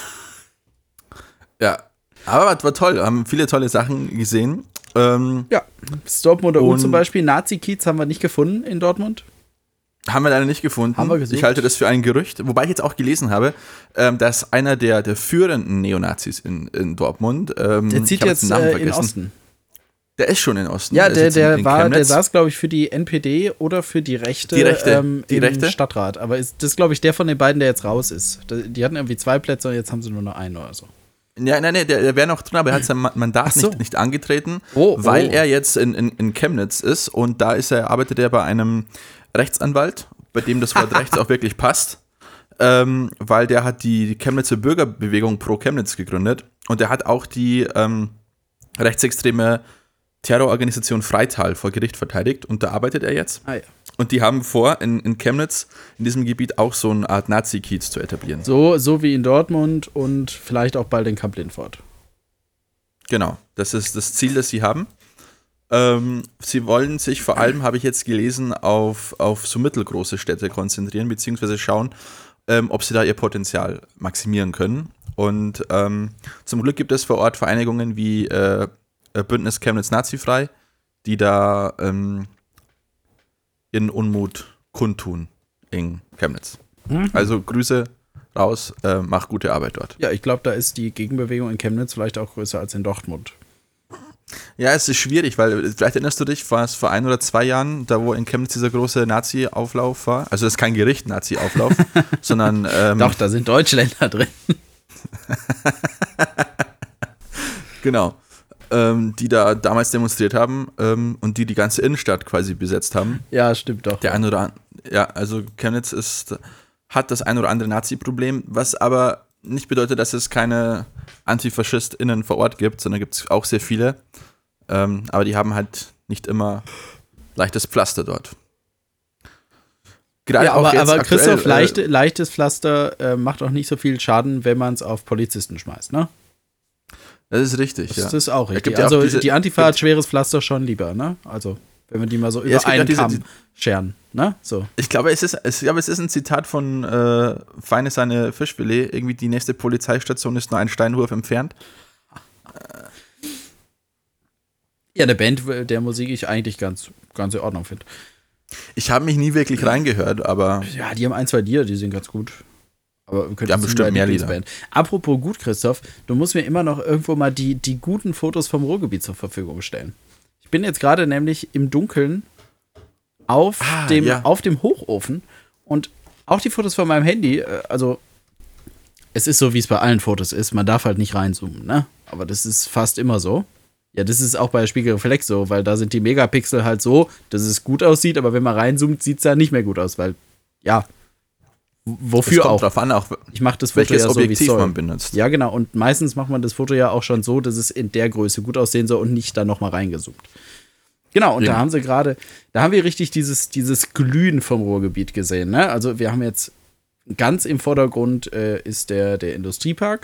Ja, aber war toll. Haben viele tolle Sachen gesehen. Ja, Dortmunder U Und- zum Beispiel, Nazi-Kiez haben wir nicht gefunden in Dortmund. Haben wir leider nicht gefunden. Haben wir gesucht. Ich halte das für ein Gerücht. Wobei ich jetzt auch gelesen habe, dass einer der führenden Neonazis in Dortmund, Der ich zieht habe jetzt den Namen in vergessen. Osten. Der ist schon in Osten. Ja, ist jetzt in der Chemnitz. saß, glaube ich, für die NPD oder für die Rechte, Die Rechte. im Die Rechte? Stadtrat. Aber das ist, glaube ich, der von den beiden, der jetzt raus ist. Die hatten irgendwie 2 Plätze und jetzt haben sie nur noch einen oder so. Ja, nein, der wäre noch drin, aber er hat sein Mandat Ach so. nicht angetreten, Oh, weil oh. er jetzt in Chemnitz ist und da arbeitet er bei einem Rechtsanwalt, bei dem das Wort rechts auch wirklich passt, weil der hat die Chemnitzer Bürgerbewegung pro Chemnitz gegründet und der hat auch die rechtsextreme Terrororganisation Freital vor Gericht verteidigt und da arbeitet er jetzt. Ah ja. Und die haben vor, in Chemnitz, in diesem Gebiet, auch so eine Art Nazi-Kiez zu etablieren. So wie in Dortmund und vielleicht auch bald in Kamp-Lindfort. Genau, das ist das Ziel, das sie haben. Sie wollen sich vor allem, habe ich jetzt gelesen, auf so mittelgroße Städte konzentrieren, beziehungsweise schauen, ob sie da ihr Potenzial maximieren können. Und zum Glück gibt es vor Ort Vereinigungen wie Bündnis Chemnitz Nazifrei, die da ihren Unmut kundtun in Chemnitz. Also Grüße raus, mach gute Arbeit dort. Ja, ich glaube, da ist die Gegenbewegung in Chemnitz vielleicht auch größer als in Dortmund. Ja, es ist schwierig, weil vielleicht erinnerst du dich, war es vor 1 oder 2 Jahren, da wo in Chemnitz dieser große Nazi-Auflauf war. Also das ist kein Gericht-Nazi-Auflauf, sondern Doch, da sind Deutschländer drin. genau. die da damals demonstriert haben und die ganze Innenstadt quasi besetzt haben. Ja, stimmt doch. Der ein oder andere, ja, also Chemnitz hat das ein oder andere Nazi-Problem, was aber nicht bedeutet, dass es keine AntifaschistInnen vor Ort gibt, sondern gibt es auch sehr viele. Aber die haben halt nicht immer leichtes Pflaster dort. Gerade ja, aber Christoph, leichtes Pflaster macht auch nicht so viel Schaden, wenn man es auf Polizisten schmeißt, ne? Das ist richtig, das ist auch richtig. Also die Antifa hat schweres Pflaster schon lieber, ne? Also wenn wir die mal so über einen Kamm scheren, ne? So. Ich glaube, es ist ein Zitat von Feine seine Fischfilet. Irgendwie die nächste Polizeistation ist nur ein Steinwurf entfernt. Ja, eine Band, der Musik ich eigentlich ganz in Ordnung finde. Ich habe mich nie wirklich reingehört, aber... Ja, die haben 1, 2 Lieder, die sind ganz gut. Aber wir haben bestimmt mehr Lieder. Apropos gut, Christoph, du musst mir immer noch irgendwo mal die guten Fotos vom Ruhrgebiet zur Verfügung stellen. Ich bin jetzt gerade nämlich im Dunkeln auf dem Hochofen und auch die Fotos von meinem Handy, also es ist so, wie es bei allen Fotos ist, man darf halt nicht reinzoomen, ne? Aber das ist fast immer so. Ja, das ist auch bei Spiegelreflex so, weil da sind die Megapixel halt so, dass es gut aussieht, aber wenn man reinzoomt, sieht es da nicht mehr gut aus, weil, ja, wofür es kommt auch. Drauf an, auch ich mache das Foto welches ja so, Objektiv wie es man benutzt. Ja, genau, und meistens macht man das Foto ja auch schon so, dass es in der Größe gut aussehen soll und nicht da nochmal reingezoomt. Genau, und da haben wir richtig dieses Glühen vom Ruhrgebiet gesehen, ne? Also wir haben jetzt ganz im Vordergrund ist der Industriepark.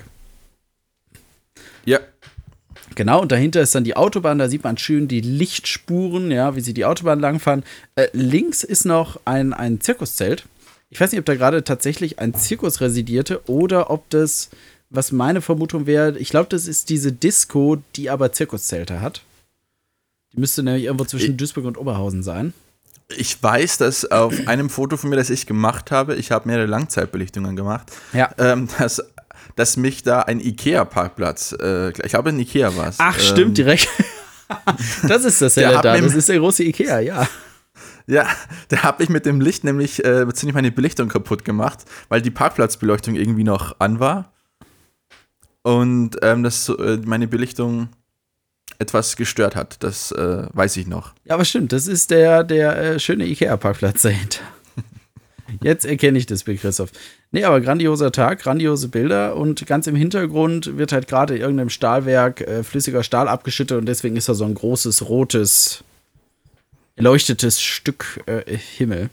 Ja. Genau, und dahinter ist dann die Autobahn, da sieht man schön die Lichtspuren, ja, wie sie die Autobahn langfahren. Links ist noch ein Zirkuszelt. Ich weiß nicht, ob da gerade tatsächlich ein Zirkus residierte oder ob das, was meine Vermutung wäre, ich glaube, das ist diese Disco, die aber Zirkuszelte hat. Die müsste nämlich irgendwo zwischen Duisburg und Oberhausen sein. Ich weiß, dass auf einem Foto von mir, das ich gemacht habe, ich habe mehrere Langzeitbelichtungen gemacht, ja. Dass mich da ein Ikea-Parkplatz, ich glaube in Ikea war es. Ach, stimmt, direkt. Das ist das ja da, das ist der große Ikea, ja. Ja, da habe ich mit dem Licht nämlich ziemlich meine Belichtung kaputt gemacht, weil die Parkplatzbeleuchtung irgendwie noch an war und meine Belichtung etwas gestört hat, das weiß ich noch. Ja, aber stimmt, das ist der schöne Ikea-Parkplatz dahinter. Jetzt erkenne ich das Bild, Christoph. Nee, aber grandioser Tag, grandiose Bilder und ganz im Hintergrund wird halt gerade in irgendeinem Stahlwerk flüssiger Stahl abgeschüttet und deswegen ist da so ein großes, rotes, erleuchtetes Stück Himmel.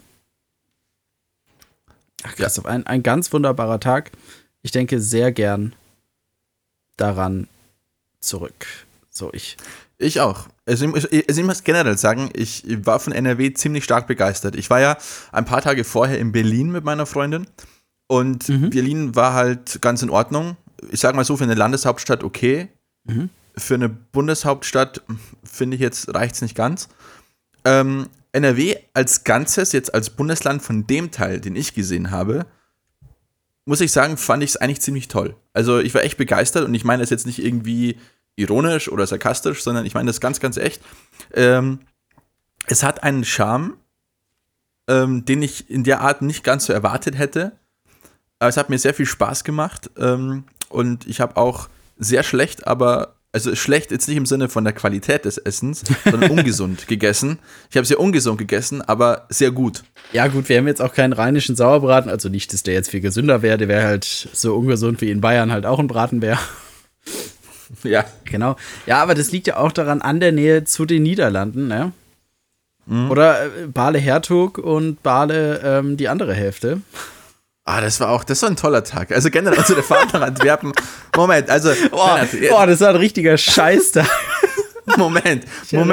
Ach, Christoph, ein ganz wunderbarer Tag. Ich denke sehr gern daran zurück. So, Ich auch. Also ich muss generell sagen, ich war von NRW ziemlich stark begeistert. Ich war ja ein paar Tage vorher in Berlin mit meiner Freundin und Berlin war halt ganz in Ordnung. Ich sag mal so, für eine Landeshauptstadt okay. Für eine Bundeshauptstadt finde ich jetzt reicht's nicht ganz. NRW als Ganzes, jetzt als Bundesland von dem Teil, den ich gesehen habe, muss ich sagen, fand ich es eigentlich ziemlich toll. Also ich war echt begeistert und ich meine das jetzt nicht irgendwie ironisch oder sarkastisch, sondern ich meine das ganz, ganz echt. Es hat einen Charme, den ich in der Art nicht ganz so erwartet hätte. Aber es hat mir sehr viel Spaß gemacht und ich habe auch sehr schlecht, aber also schlecht jetzt nicht im Sinne von der Qualität des Essens, sondern ungesund gegessen. Ich habe sehr ungesund gegessen, aber sehr gut. Ja gut, wir haben jetzt auch keinen rheinischen Sauerbraten, also nicht, dass der jetzt viel gesünder wäre, der wäre halt so ungesund wie in Bayern halt auch ein Braten wäre. Ja. Genau. Ja, aber das liegt ja auch daran an der Nähe zu den Niederlanden, ne? Oder Bale-Hertog und Bale die andere Hälfte. Das war ein toller Tag. Also generell zu der Fahrt nach Antwerpen. Moment, also. Das war ein richtiger Scheißtag. Moment.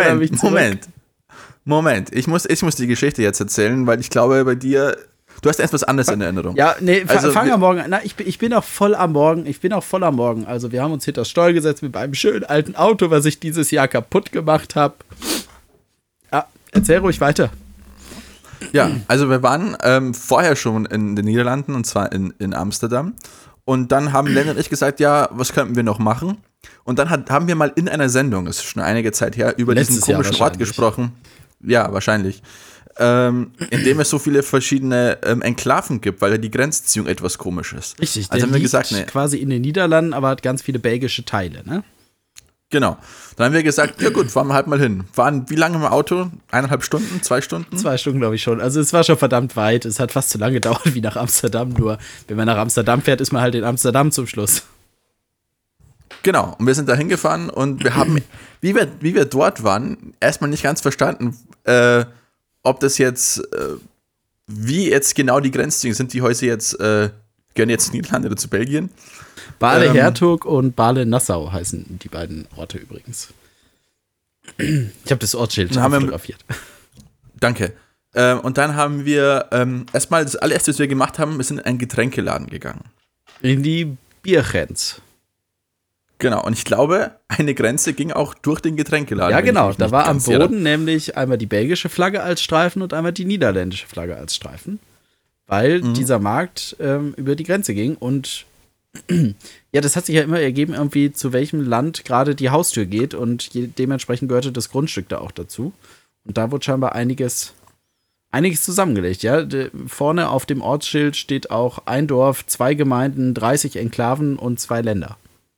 Ich muss die Geschichte jetzt erzählen, weil ich glaube, bei dir, du hast etwas anderes in Erinnerung. Ja, nee, fang am Morgen an. Na, ich bin auch voll am Morgen. Also wir haben uns hinter das Steuer gesetzt mit einem schönen alten Auto, was ich dieses Jahr kaputt gemacht habe. Ja, erzähl ruhig weiter. Ja, also wir waren vorher schon in den Niederlanden und zwar in Amsterdam. Und dann haben Len und ich gesagt, ja, was könnten wir noch machen? Und dann haben wir mal in einer Sendung, das ist schon einige Zeit her, über diesen komischen Ort gesprochen. Ja, wahrscheinlich. In dem es so viele verschiedene Enklaven gibt, weil ja die Grenzziehung etwas komisch ist. Richtig, also der liegt quasi in den Niederlanden, aber hat ganz viele belgische Teile, ne? Genau. Dann haben wir gesagt, ja gut, fahren wir halt mal hin. Waren wie lange im Auto? 1,5 Stunden? 2 Stunden? 2 Stunden, glaube ich schon. Also es war schon verdammt weit. Es hat fast so lange gedauert wie nach Amsterdam. Nur wenn man nach Amsterdam fährt, ist man halt in Amsterdam zum Schluss. Genau. Und wir sind da hingefahren und wir haben, wie wir dort waren, erstmal nicht ganz verstanden, ob das jetzt, wie jetzt genau die Grenzdinge sind. Die Häuser jetzt, gehören jetzt zu Niederlande oder zu Belgien. Bale-Hertog und Bale-Nassau heißen die beiden Orte übrigens. Ich habe das Ortsschild fotografiert. Danke. Und dann haben wir erstmal das allererste, was wir gemacht haben, wir sind in einen Getränkeladen gegangen. In die Biergrenz. Genau, und ich glaube, eine Grenze ging auch durch den Getränkeladen. Ja, genau. Da war am Boden nämlich einmal die belgische Flagge als Streifen und einmal die niederländische Flagge als Streifen. Weil dieser Markt über die Grenze ging und ja, das hat sich ja immer ergeben, irgendwie zu welchem Land gerade die Haustür geht und dementsprechend gehörte das Grundstück da auch dazu. Und da wurde scheinbar einiges zusammengelegt, ja. Vorne auf dem Ortsschild steht auch ein Dorf, 2 Gemeinden, 30 Enklaven und 2 Länder.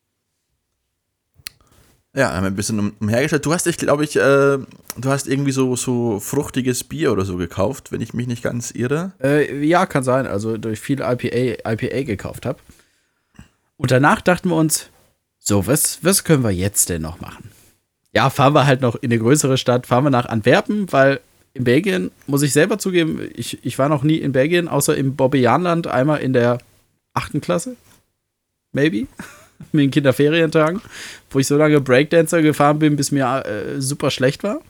Ja, haben wir ein bisschen umhergeschaut. Du hast dich, glaube ich, du hast irgendwie so fruchtiges Bier oder so gekauft, wenn ich mich nicht ganz irre. Ja, kann sein. Also durch viel IPA gekauft habe. Und danach dachten wir uns, so, was können wir jetzt denn noch machen? Ja, fahren wir halt noch in eine größere Stadt, fahren wir nach Antwerpen, weil in Belgien, muss ich selber zugeben, ich war noch nie in Belgien, außer im Bobbejaanland, einmal in der 8. Klasse. Maybe. Mit den Kinderferientagen, wo ich so lange Breakdancer gefahren bin, bis mir super schlecht war.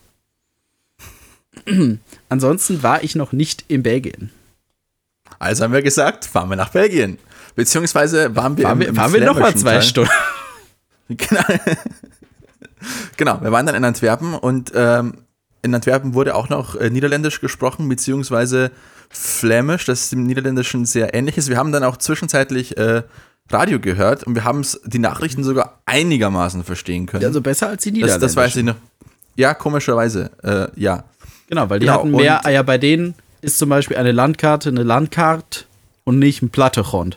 Ansonsten war ich noch nicht in Belgien. Also haben wir gesagt, fahren wir nach Belgien. Beziehungsweise waren wir fahren wir nochmal 2 Stunden. Genau, wir waren dann in Antwerpen und in Antwerpen wurde auch noch Niederländisch gesprochen, beziehungsweise Flämisch, das dem Niederländischen sehr ähnlich ist. Wir haben dann auch zwischenzeitlich Radio gehört und wir haben die Nachrichten sogar einigermaßen verstehen können. Also besser als die Niederländischen. Das weiß ich noch. Ja, komischerweise, ja. Genau, weil die hatten mehr, ja, bei denen ist zum Beispiel eine Landkarte und nicht ein Plattegrund.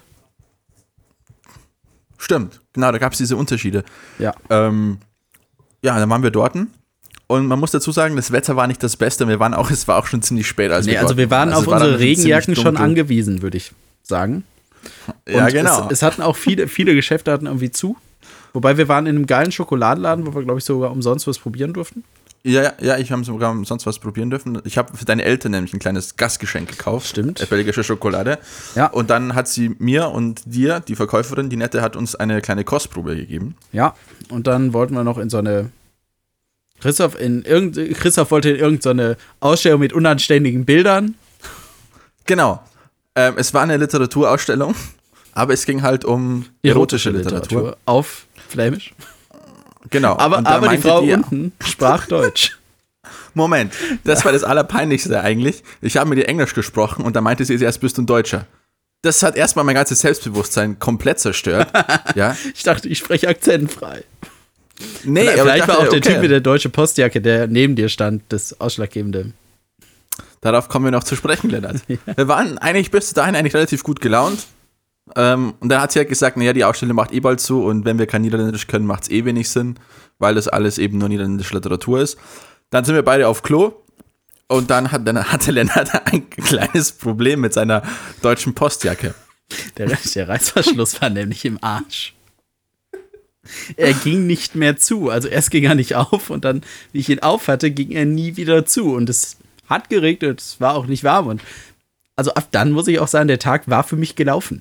Stimmt, genau, da gab es diese Unterschiede. Ja. Ja, dann waren wir dort und man muss dazu sagen, das Wetter war nicht das Beste. Es war auch schon ziemlich spät, als wir also wir waren auf unsere Regenjacken schon angewiesen, würde ich sagen. Und ja, genau. Es hatten auch viele Geschäfte hatten irgendwie zu. Wobei wir waren in einem geilen Schokoladenladen, wo wir, glaube ich, sogar umsonst was probieren durften. Ja, ich habe sogar umsonst was probieren dürfen. Ich habe für deine Eltern nämlich ein kleines Gastgeschenk gekauft. Stimmt. Belgische Schokolade. Ja. Und dann hat sie mir und dir, die Verkäuferin, die Nette, hat uns eine kleine Kostprobe gegeben. Ja, und dann wollten wir noch in so eine Christoph wollte in irgendeine Ausstellung mit unanständigen Bildern. Genau. Es war eine Literaturausstellung, aber es ging halt um erotische Literatur. Auf Flämisch. Genau. Aber die Frau unten sprach Deutsch. Moment, das war das Allerpeinlichste eigentlich. Ich habe mit ihr Englisch gesprochen und da meinte sie erst, bist du ein Deutscher. Das hat erstmal mein ganzes Selbstbewusstsein komplett zerstört. Ja? Ich dachte, ich spreche akzentfrei. Nee, aber vielleicht war auch der Typ mit der deutschen Postjacke, der neben dir stand, das Ausschlaggebende. Darauf kommen wir noch zu sprechen, Lennart. Ja. Wir waren bis dahin eigentlich relativ gut gelaunt. Und dann hat sie halt gesagt, naja, die Ausstellung macht eh bald zu und wenn wir kein Niederländisch können, macht es eh wenig Sinn, weil das alles eben nur niederländische Literatur ist. Dann sind wir beide auf Klo und dann hatte Lennart ein kleines Problem mit seiner deutschen Postjacke. Der Reißverschluss war nämlich im Arsch. Er ging nicht mehr zu. Also erst ging er nicht auf und dann, wie ich ihn auf hatte, ging er nie wieder zu. Und es hat geregnet, es war auch nicht warm. Und also ab dann muss ich auch sagen, der Tag war für mich gelaufen.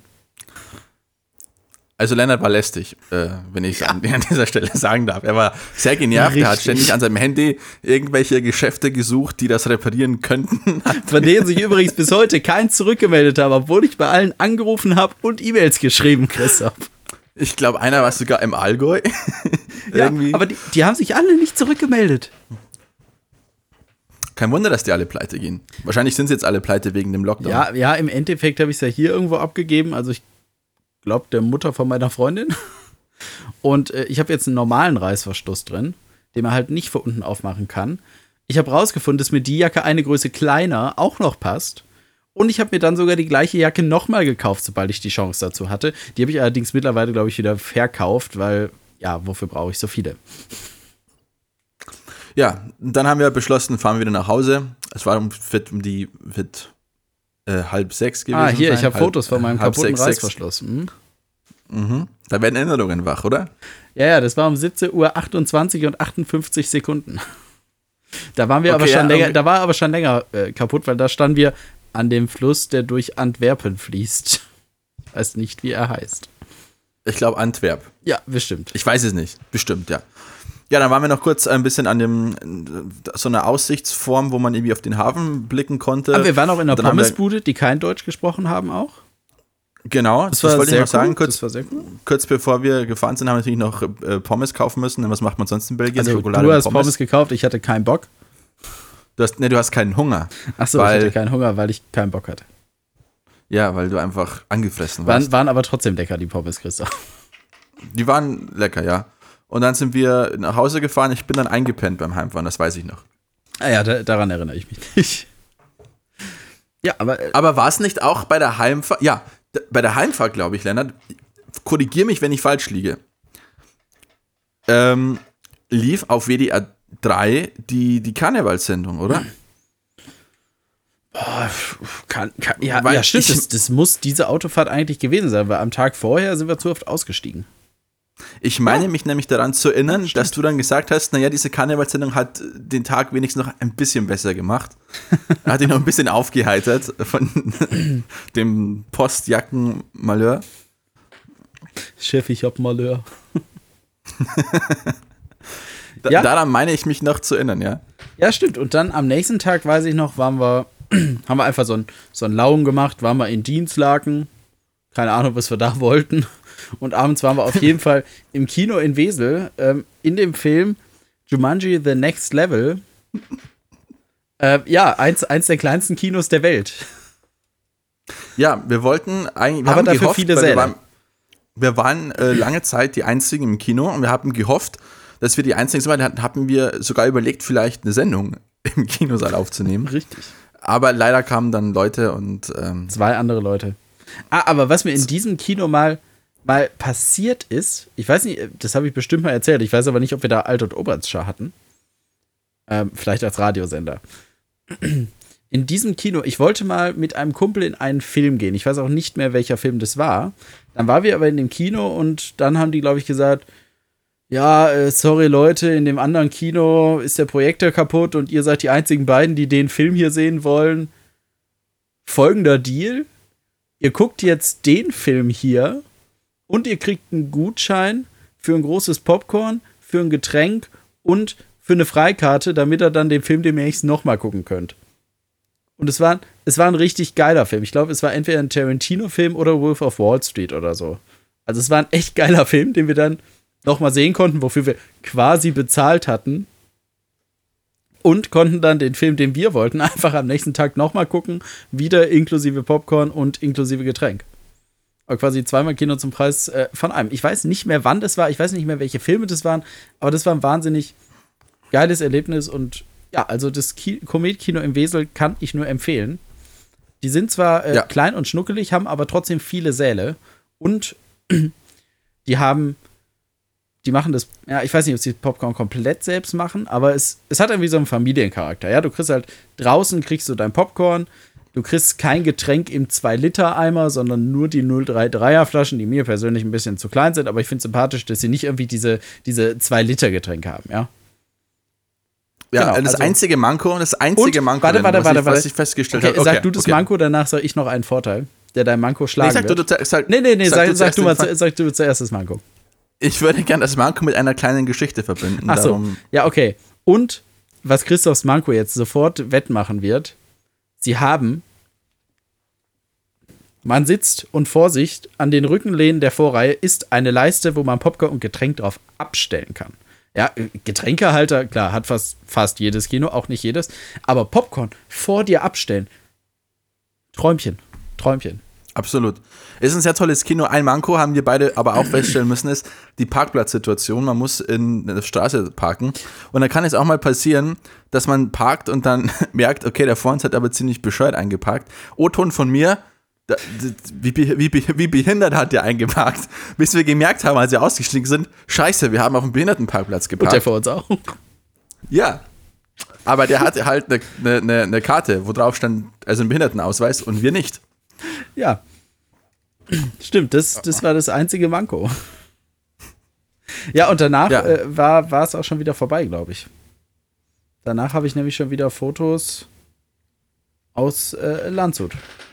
Also Lennart war lästig, wenn ich an dieser Stelle sagen darf. Er war sehr genervt, er hat ständig an seinem Handy irgendwelche Geschäfte gesucht, die das reparieren könnten. Von denen sich übrigens bis heute keins zurückgemeldet habe, obwohl ich bei allen angerufen habe und E-Mails geschrieben, Christoph. Ich glaube, einer war sogar im Allgäu. Ja, aber die haben sich alle nicht zurückgemeldet. Kein Wunder, dass die alle pleite gehen. Wahrscheinlich sind sie jetzt alle pleite wegen dem Lockdown. Ja, im Endeffekt habe ich es ja hier irgendwo abgegeben. Also ich glaube, der Mutter von meiner Freundin. Und ich habe jetzt einen normalen Reißverschluss drin, den man halt nicht von unten aufmachen kann. Ich habe rausgefunden, dass mir die Jacke eine Größe kleiner auch noch passt. Und ich habe mir dann sogar die gleiche Jacke nochmal gekauft, sobald ich die Chance dazu hatte. Die habe ich allerdings mittlerweile, glaube ich, wieder verkauft, weil ja, wofür brauche ich so viele? Ja, dann haben wir beschlossen, fahren wir wieder nach Hause. Es war wird 5:30 gewesen. Ah, hier, sein. ich habe Fotos von meinem kaputten 5:30, 6. Reißverschluss. Da werden Erinnerungen wach, oder? Ja, das war um 17:28 und 58 Sekunden. Da waren wir Okay, aber schon ja, länger, da war aber schon länger kaputt, weil da standen wir an dem Fluss, der durch Antwerpen fließt. Ich weiß nicht, wie er heißt. Ich glaube Antwerp. Ja, bestimmt. Ich weiß es nicht. Bestimmt, ja. Ja, dann waren wir noch kurz ein bisschen an so einer Aussichtsform, wo man irgendwie auf den Hafen blicken konnte. Aber wir waren auch in einer Dann haben wir- Pommesbude, die kein Deutsch gesprochen haben auch. Genau, das wollte ich noch sagen. Das war sehr cool. Kurz bevor wir gefahren sind, haben wir natürlich noch Pommes kaufen müssen. Denn was macht man sonst in Belgien? Also Schokolade du und hast Pommes gekauft, ich hatte keinen Bock. Du hast keinen Hunger. Achso, ich Weil- hatte keinen Hunger, weil ich keinen Bock hatte. Ja, weil du einfach angefressen warst. Waren aber trotzdem lecker, die Pommes, Christoph. Die waren lecker, ja. Und dann sind wir nach Hause gefahren. Ich bin dann eingepennt beim Heimfahren, das weiß ich noch. Ah ja, daran erinnere ich mich nicht. Ja, aber Aber war es nicht auch bei der Heimfahrt? Ja, bei der Heimfahrt, glaube ich, Lennart, korrigier mich, wenn ich falsch liege. Lief auf WDR 3 die Karnevalssendung, oder? ja, Weil ja, stimmt. ich- Das muss diese Autofahrt eigentlich gewesen sein, weil am Tag vorher sind wir zu oft ausgestiegen. Ich meine mich nämlich daran zu erinnern, dass du dann gesagt hast, naja, diese Karnevalssendung hat den Tag wenigstens noch ein bisschen besser gemacht. Hat ihn noch ein bisschen aufgeheitert von dem Postjacken-Malheur. Chef, ich hab Malheur. Ja. Daran meine ich mich noch zu erinnern, ja. Ja, stimmt. Und dann am nächsten Tag, weiß ich noch, haben wir einfach so ein Launen gemacht, waren wir in Dienstlaken. Keine Ahnung, was wir da wollten. Und abends waren wir auf jeden Fall im Kino in Wesel, in dem Film Jumanji The Next Level. Ja, eins der kleinsten Kinos der Welt. Ja, wir wollten eigentlich, wir Aber haben dafür gehofft, viele weil Säle. wir waren lange Zeit die Einzigen im Kino und wir haben gehofft, dass wir die Einzigen sind, weil da hatten wir sogar überlegt, vielleicht eine Sendung im Kinosaal aufzunehmen. Richtig. Aber leider kamen dann Leute und 2 andere Leute. Aber was mir in diesem Kino mal passiert ist, ich weiß nicht, das habe ich bestimmt mal erzählt, ich weiß aber nicht, ob wir da Alt- und Oberstschar hatten. Vielleicht als Radiosender. In diesem Kino, ich wollte mal mit einem Kumpel in einen Film gehen. Ich weiß auch nicht mehr, welcher Film das war. Dann waren wir aber in dem Kino und dann haben die, glaube ich, gesagt, ja, sorry Leute, in dem anderen Kino ist der Projektor kaputt und ihr seid die einzigen beiden, die den Film hier sehen wollen. Folgender Deal: Ihr guckt jetzt den Film hier und ihr kriegt einen Gutschein für ein großes Popcorn, für ein Getränk und für eine Freikarte, damit ihr dann den Film demnächst nochmal gucken könnt. Und es war ein richtig geiler Film. Ich glaube, es war entweder ein Tarantino-Film oder Wolf of Wall Street oder so. Also es war ein echt geiler Film, den wir dann nochmal sehen konnten, wofür wir quasi bezahlt hatten. Und konnten dann den Film, den wir wollten, einfach am nächsten Tag nochmal gucken. Wieder inklusive Popcorn und inklusive Getränk. Aber quasi 2-mal Kino zum Preis von einem. Ich weiß nicht mehr, wann das war. Ich weiß nicht mehr, welche Filme das waren. Aber das war ein wahnsinnig geiles Erlebnis. Und ja, also das Komet-Kino im Wesel kann ich nur empfehlen. Die sind zwar klein und schnuckelig, haben aber trotzdem viele Säle. Und die machen das, ja, ich weiß nicht, ob sie Popcorn komplett selbst machen, aber es hat irgendwie so einen Familiencharakter. Ja, du kriegst halt draußen kriegst du dein Popcorn, du kriegst kein Getränk im 2-Liter-Eimer, sondern nur die 0,33er-Flaschen, die mir persönlich ein bisschen zu klein sind, aber ich finde es sympathisch, dass sie nicht irgendwie diese 2-Liter-Getränke haben, ja. ja, Genau, das also- einzige Manko, Warte. was ich festgestellt Okay, habe. sag du das Manko, danach sag ich noch einen Vorteil, der dein Manko schlagen Nee, wird. sag Sag du zuerst das Manko. Ich würde gerne das Manko mit einer kleinen Geschichte verbinden. Ach so, Darum, ja, okay. Und was Christophs Manko jetzt sofort wettmachen wird, man sitzt und vor sich an den Rückenlehnen der Vorreihe ist eine Leiste, wo man Popcorn und Getränk drauf abstellen kann. Ja, Getränkehalter, klar, hat fast jedes Kino, auch nicht jedes, aber Popcorn vor dir abstellen. Träumchen. absolut. Ist ein sehr tolles Kino. Ein Manko haben wir beide aber auch feststellen müssen, ist die Parkplatzsituation. Man muss in der Straße parken. Und da kann es auch mal passieren, dass man parkt und dann merkt, okay, der vor uns hat aber ziemlich bescheuert eingeparkt. O-Ton von mir, Wie behindert hat der eingeparkt, bis wir gemerkt haben, als wir ausgestiegen sind, scheiße, wir haben auf dem Behindertenparkplatz geparkt. Und der vor uns auch. Ja, aber der hatte halt eine Karte, wo drauf stand, also ein Behindertenausweis und wir nicht. Ja, stimmt, das war das einzige Manko. Ja, und danach war es auch schon wieder vorbei, glaube ich. Danach habe ich nämlich schon wieder Fotos aus Landshut.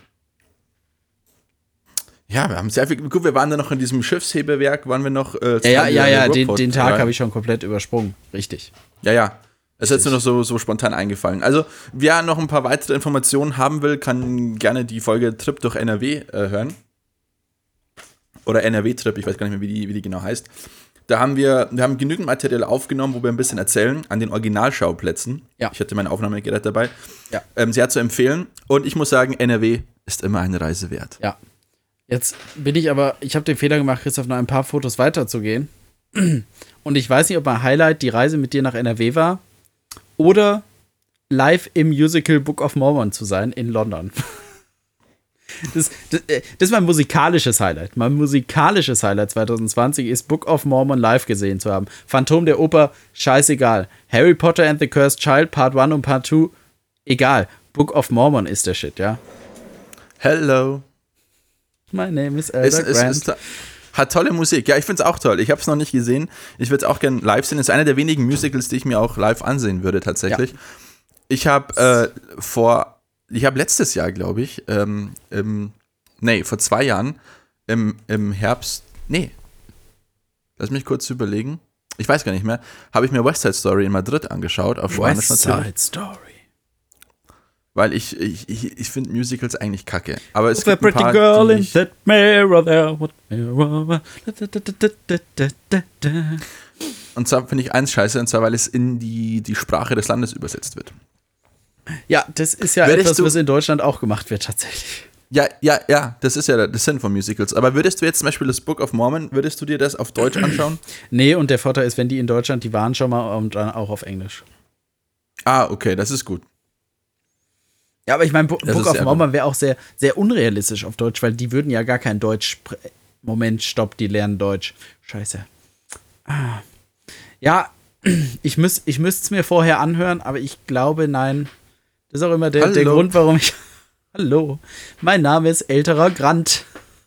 Ja, wir haben sehr viel. Gut, wir waren dann noch in diesem Schiffshebewerk, waren wir noch. Den Tag habe ich schon komplett übersprungen. Richtig. Ja. Es ist jetzt nur noch so spontan eingefallen. Also, wer noch ein paar weitere Informationen haben will, kann gerne die Folge Trip durch NRW hören. Oder NRW-Trip, ich weiß gar nicht mehr, wie die genau heißt. Da haben wir haben genügend Material aufgenommen, wo wir ein bisschen erzählen, an den Originalschauplätzen. Ja. Ich hatte mein Aufnahmegerät dabei. Ja. Sehr zu empfehlen. Und ich muss sagen, NRW ist immer eine Reise wert. Ja. Jetzt ich habe den Fehler gemacht, Christoph, noch ein paar Fotos weiterzugehen. Und ich weiß nicht, ob mein Highlight die Reise mit dir nach NRW war oder live im Musical Book of Mormon zu sein in London. Das ist mein musikalisches Highlight. Mein musikalisches Highlight 2020 ist Book of Mormon live gesehen zu haben. Phantom der Oper, scheißegal. Harry Potter and the Cursed Child, Part 1 und Part 2, egal. Book of Mormon ist der Shit, ja. Hello. My name is Elder Grant. Hat tolle Musik. Ja, ich finde es auch toll. Ich habe es noch nicht gesehen. Ich würde es auch gerne live sehen. Es ist einer der wenigen Musicals, die ich mir auch live ansehen würde, tatsächlich. Ja. Ich habe letztes Jahr, glaube ich, vor 2 Jahren, im Herbst, lass mich kurz überlegen. Ich weiß gar nicht mehr. Habe ich mir West Side Story in Madrid angeschaut, auf Spanisch natürlich. West Side Story. Weil ich finde Musicals eigentlich kacke. Aber es gibt ein paar, girl in that mirror there, what mirror. Und zwar finde ich eins scheiße, und zwar, weil es in die Sprache des Landes übersetzt wird. Ja, das ist ja etwas, was in Deutschland auch gemacht wird, tatsächlich. Ja, das ist ja der Sinn von Musicals. Aber würdest du jetzt zum Beispiel das Book of Mormon, würdest du dir das auf Deutsch anschauen? Nee, und der Vorteil ist, wenn die in Deutschland, die waren schon mal und dann auch auf Englisch. Ah, okay, das ist gut. Ja, aber ich meine, Book of Mormon wäre auch sehr, sehr unrealistisch auf Deutsch, weil die würden ja gar kein Deutsch. Moment, stopp, die lernen Deutsch. Scheiße. Ja, ich müsste es mir vorher anhören, aber ich glaube, nein. Das ist auch immer der Grund, warum ich. Hallo, mein Name ist Älterer Grant.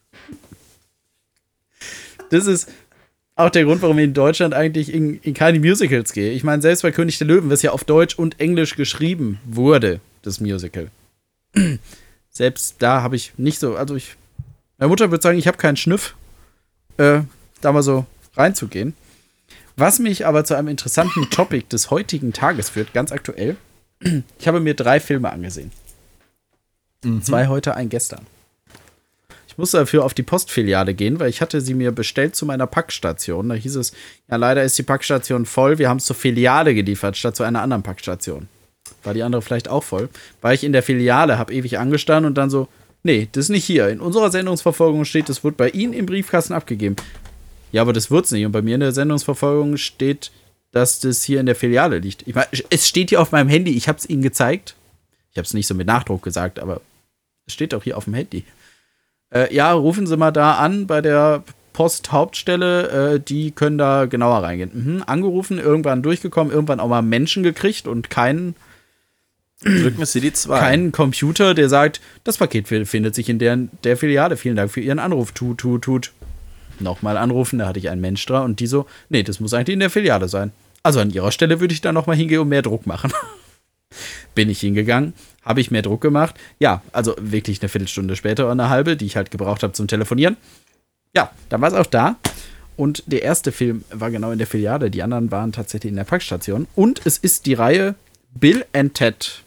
Das ist auch der Grund, warum ich in Deutschland eigentlich in keine Musicals gehe. Ich meine, selbst bei König der Löwen, was ja auf Deutsch und Englisch geschrieben wurde, das Musical. Selbst da habe ich nicht so, meine Mutter würde sagen, ich habe keinen Schnüff, da mal so reinzugehen. Was mich aber zu einem interessanten Topic des heutigen Tages führt, ganz aktuell. Ich habe mir 3 Filme angesehen. 2 heute, ein gestern. Ich musste dafür auf die Postfiliale gehen, weil ich hatte sie mir bestellt zu meiner Packstation. Da hieß es, ja, leider ist die Packstation voll, wir haben es zur Filiale geliefert, statt zu einer anderen Packstation. War die andere vielleicht auch voll? War ich in der Filiale, habe ewig angestanden und dann so, nee, das ist nicht hier. In unserer Sendungsverfolgung steht, das wird bei Ihnen im Briefkasten abgegeben. Ja, aber das wird's nicht. Und bei mir in der Sendungsverfolgung steht, dass das hier in der Filiale liegt. Ich meine, es steht hier auf meinem Handy. Ich habe es Ihnen gezeigt. Ich habe es nicht so mit Nachdruck gesagt, aber es steht auch hier auf dem Handy. Ja, rufen Sie mal da an bei der Posthauptstelle. Die können da genauer reingehen. Angerufen, irgendwann durchgekommen, irgendwann auch mal Menschen gekriegt und keinen Drücken Sie die 2. Kein Computer, der sagt, das Paket findet sich in der Filiale. Vielen Dank für Ihren Anruf. Tut. Nochmal anrufen, da hatte ich einen Mensch dran und die so, nee, das muss eigentlich in der Filiale sein. Also an Ihrer Stelle würde ich da nochmal hingehen und mehr Druck machen. Bin ich hingegangen, habe ich mehr Druck gemacht. Ja, also wirklich eine Viertelstunde später oder eine halbe, die ich halt gebraucht habe zum Telefonieren. Ja, dann war es auch da. Und der erste Film war genau in der Filiale, die anderen waren tatsächlich in der Packstation. Und es ist die Reihe Bill and Ted.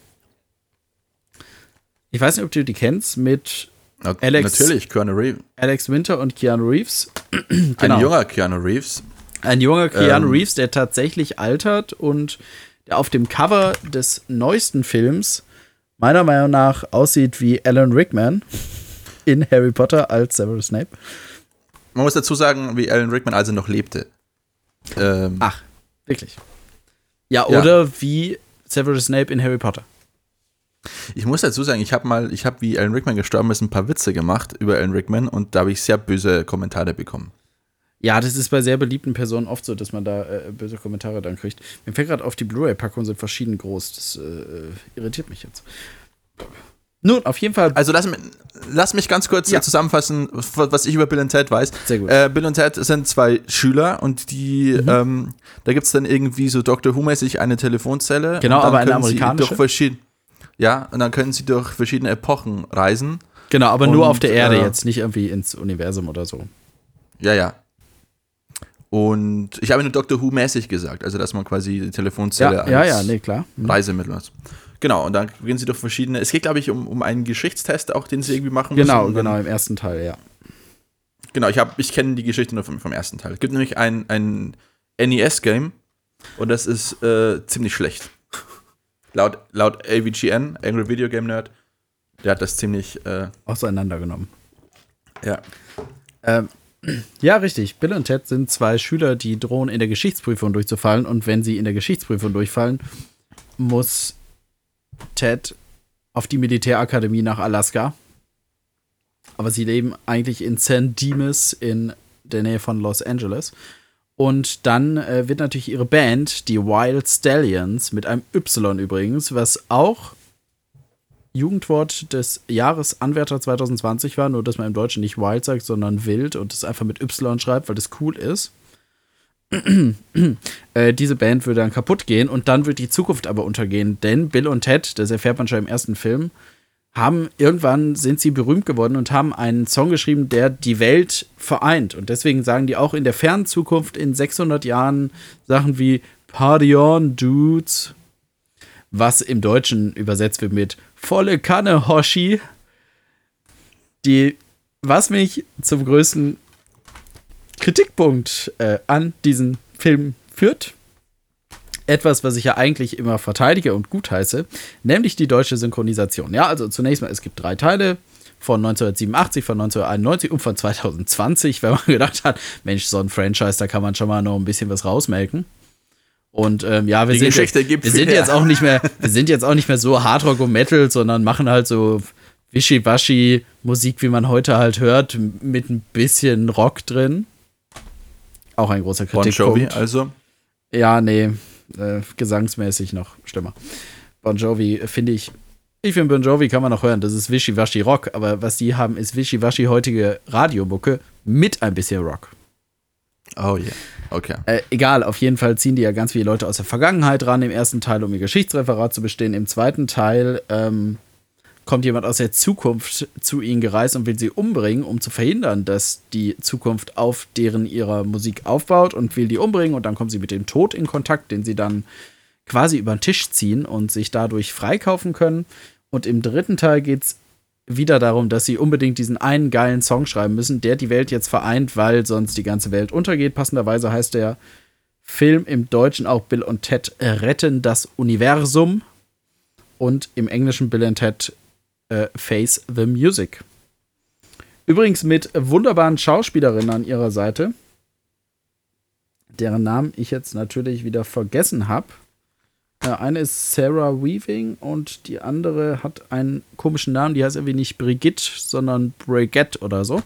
Ich weiß nicht, ob du die kennst, mit natürlich, Keanu Reeves. Alex Winter und Keanu Reeves. Genau. Ein junger Keanu Reeves. Ein junger Keanu Reeves, der tatsächlich altert und der auf dem Cover des neuesten Films meiner Meinung nach aussieht wie Alan Rickman in Harry Potter als Severus Snape. Man muss dazu sagen, wie Alan Rickman also noch lebte. Ach, wirklich? Ja, oder wie Severus Snape in Harry Potter. Ich muss dazu sagen, ich habe wie Alan Rickman gestorben ist, ein paar Witze gemacht über Alan Rickman und da habe ich sehr böse Kommentare bekommen. Ja, das ist bei sehr beliebten Personen oft so, dass man da böse Kommentare dann kriegt. Mir fällt gerade auf, die Blu-ray-Packungen sind verschieden groß. Das irritiert mich jetzt. Nun, auf jeden Fall. Also lass mich ganz kurz zusammenfassen, was ich über Bill und Ted weiß. Sehr gut. Bill und Ted sind zwei Schüler und die, da gibt es dann irgendwie so Doctor Who-mäßig eine Telefonzelle. Genau, und dann aber eine können sie amerikanische. und dann können sie durch verschiedene Epochen reisen. Genau, aber und, nur auf der Erde jetzt, nicht irgendwie ins Universum oder so. Ja. Und ich habe nur Doctor Who-mäßig gesagt, also dass man quasi die Telefonzelle als klar. Reisemittel hat. Genau, und dann gehen sie durch verschiedene, es geht, glaube ich, um einen Geschichtstest auch, den sie irgendwie machen müssen. Genau, im ersten Teil, ja. Genau, ich kenne die Geschichte nur vom ersten Teil. Es gibt nämlich ein NES-Game und das ist ziemlich schlecht. Laut AVGN, Angry Video Game Nerd, der hat das ziemlich auseinandergenommen. Ja. Ja, richtig. Bill und Ted sind zwei Schüler, die drohen, in der Geschichtsprüfung durchzufallen. Und wenn sie in der Geschichtsprüfung durchfallen, muss Ted auf die Militärakademie nach Alaska. Aber sie leben eigentlich in San Dimas in der Nähe von Los Angeles. Und dann wird natürlich ihre Band, die Wild Stallions, mit einem Y übrigens, was auch Jugendwort des Jahres Anwärter 2020 war, nur dass man im Deutschen nicht wild sagt, sondern wild und es einfach mit Y schreibt, weil das cool ist. Diese Band würde dann kaputt gehen und dann wird die Zukunft aber untergehen, denn Bill und Ted, das erfährt man schon im ersten Film, irgendwann sind sie berühmt geworden und haben einen Song geschrieben, der die Welt vereint. Und deswegen sagen die auch in der fernen Zukunft in 600 Jahren Sachen wie Party on, Dudes, was im Deutschen übersetzt wird mit volle Kanne, Hoshi. Was mich zum größten Kritikpunkt an diesen Film führt. Etwas, was ich ja eigentlich immer verteidige und gutheiße, nämlich die deutsche Synchronisation. Ja, also zunächst mal, es gibt 3 Teile von 1987, von 1991 und von 2020, weil man gedacht hat, Mensch, so ein Franchise, da kann man schon mal noch ein bisschen was rausmelken. Und wir sind jetzt auch nicht mehr so Hardrock und Metal, sondern machen halt so Wischiwaschi Musik, wie man heute halt hört, mit ein bisschen Rock drin. Auch ein großer Kritikpunkt. Bon Jovi also? Ja, nee, gesangsmäßig noch schlimmer. Bon Jovi finde ich Bon Jovi kann man noch hören, das ist Wischiwaschi Rock, aber was die haben, ist Wischiwaschi heutige Radiomucke mit ein bisschen Rock. Oh yeah, okay. Egal, auf jeden Fall ziehen die ja ganz viele Leute aus der Vergangenheit ran im ersten Teil, um ihr Geschichtsreferat zu bestehen. Im zweiten Teil kommt jemand aus der Zukunft zu ihnen gereist und will sie umbringen, um zu verhindern, dass die Zukunft auf deren ihrer Musik aufbaut und will die umbringen. Und dann kommen sie mit dem Tod in Kontakt, den sie dann quasi über den Tisch ziehen und sich dadurch freikaufen können. Und im dritten Teil geht es wieder darum, dass sie unbedingt diesen einen geilen Song schreiben müssen, der die Welt jetzt vereint, weil sonst die ganze Welt untergeht. Passenderweise heißt der Film im Deutschen auch Bill und Ted retten das Universum und im Englischen Bill und Ted Face the Music. Übrigens mit wunderbaren Schauspielerinnen an ihrer Seite, deren Namen ich jetzt natürlich wieder vergessen habe. Eine ist Sarah Weaving und die andere hat einen komischen Namen, die heißt irgendwie nicht Brigitte, sondern Brigitte oder so.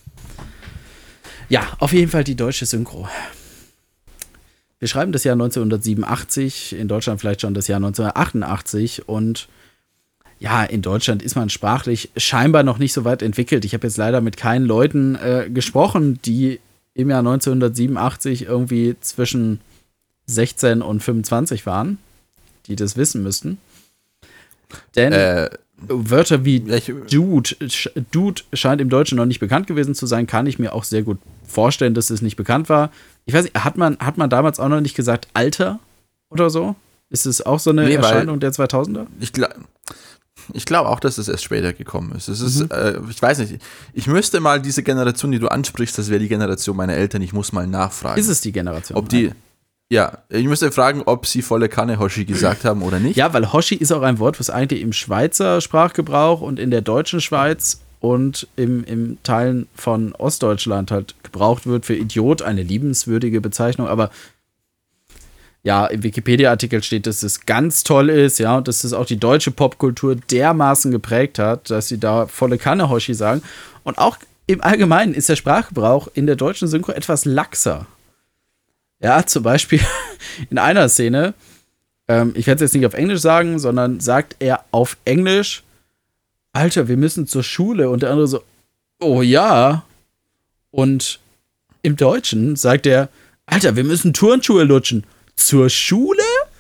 Ja, auf jeden Fall die deutsche Synchro. Wir schreiben das Jahr 1987, in Deutschland vielleicht schon das Jahr 1988 und ja, in Deutschland ist man sprachlich scheinbar noch nicht so weit entwickelt. Ich habe jetzt leider mit keinen Leuten gesprochen, die im Jahr 1987 irgendwie zwischen 16 und 25 waren, die das wissen müssten. Denn Wörter wie Dude scheint im Deutschen noch nicht bekannt gewesen zu sein, kann ich mir auch sehr gut vorstellen, dass es nicht bekannt war. Ich weiß nicht, hat man damals auch noch nicht gesagt Alter oder so? Ist es auch so eine Erscheinung der 2000er? Ich glaube auch, dass es erst später gekommen ist. Es ist, ich weiß nicht, ich müsste mal diese Generation, die du ansprichst, das wäre die Generation meiner Eltern, ich muss mal nachfragen. Ist es die Generation? Ob die, ja, ich müsste fragen, ob sie volle Kanne Hoshi gesagt haben oder nicht. Ja, weil Hoshi ist auch ein Wort, was eigentlich im Schweizer Sprachgebrauch und in der deutschen Schweiz und im Teilen von Ostdeutschland halt gebraucht wird für Idiot, eine liebenswürdige Bezeichnung, aber ja, im Wikipedia-Artikel steht, dass es ganz toll ist, ja, und dass es auch die deutsche Popkultur dermaßen geprägt hat, dass sie da volle Kanne Hoshi sagen. Und auch im Allgemeinen ist der Sprachgebrauch in der deutschen Synchro etwas laxer. Ja, zum Beispiel in einer Szene, ich werde es jetzt nicht auf Englisch sagen, sondern sagt er auf Englisch, Alter, wir müssen zur Schule. Und der andere so, oh ja. Und im Deutschen sagt er, Alter, wir müssen Turnschuhe lutschen. Zur Schule?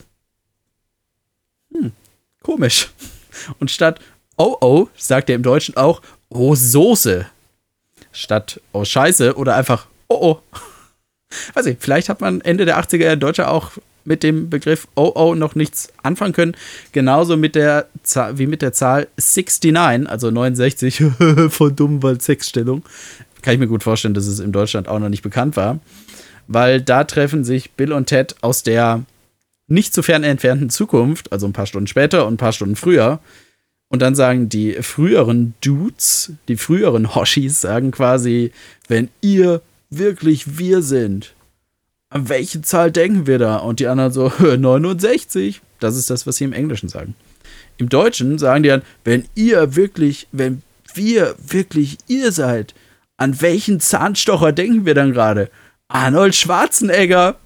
Komisch. Und statt oh, sagt er im Deutschen auch, oh, Soße. Statt oh, Scheiße oder einfach oh. Weiß ich, vielleicht hat man Ende der 80er in Deutschland auch mit dem Begriff oh noch nichts anfangen können. Genauso mit der wie mit der Zahl 69, also 69, voll dumm, weil Sexstellung. Kann ich mir gut vorstellen, dass es in Deutschland auch noch nicht bekannt war. Weil da treffen sich Bill und Ted aus der nicht zu fern entfernten Zukunft, also ein paar Stunden später und ein paar Stunden früher. Und dann sagen die früheren Dudes, die früheren Hoshis, sagen quasi, wenn ihr wirklich wir sind, an welche Zahl denken wir da? Und die anderen so, 69. Das ist das, was sie im Englischen sagen. Im Deutschen sagen die dann, wenn wir wirklich ihr seid, an welchen Zahnstocher denken wir dann gerade? Arnold Schwarzenegger.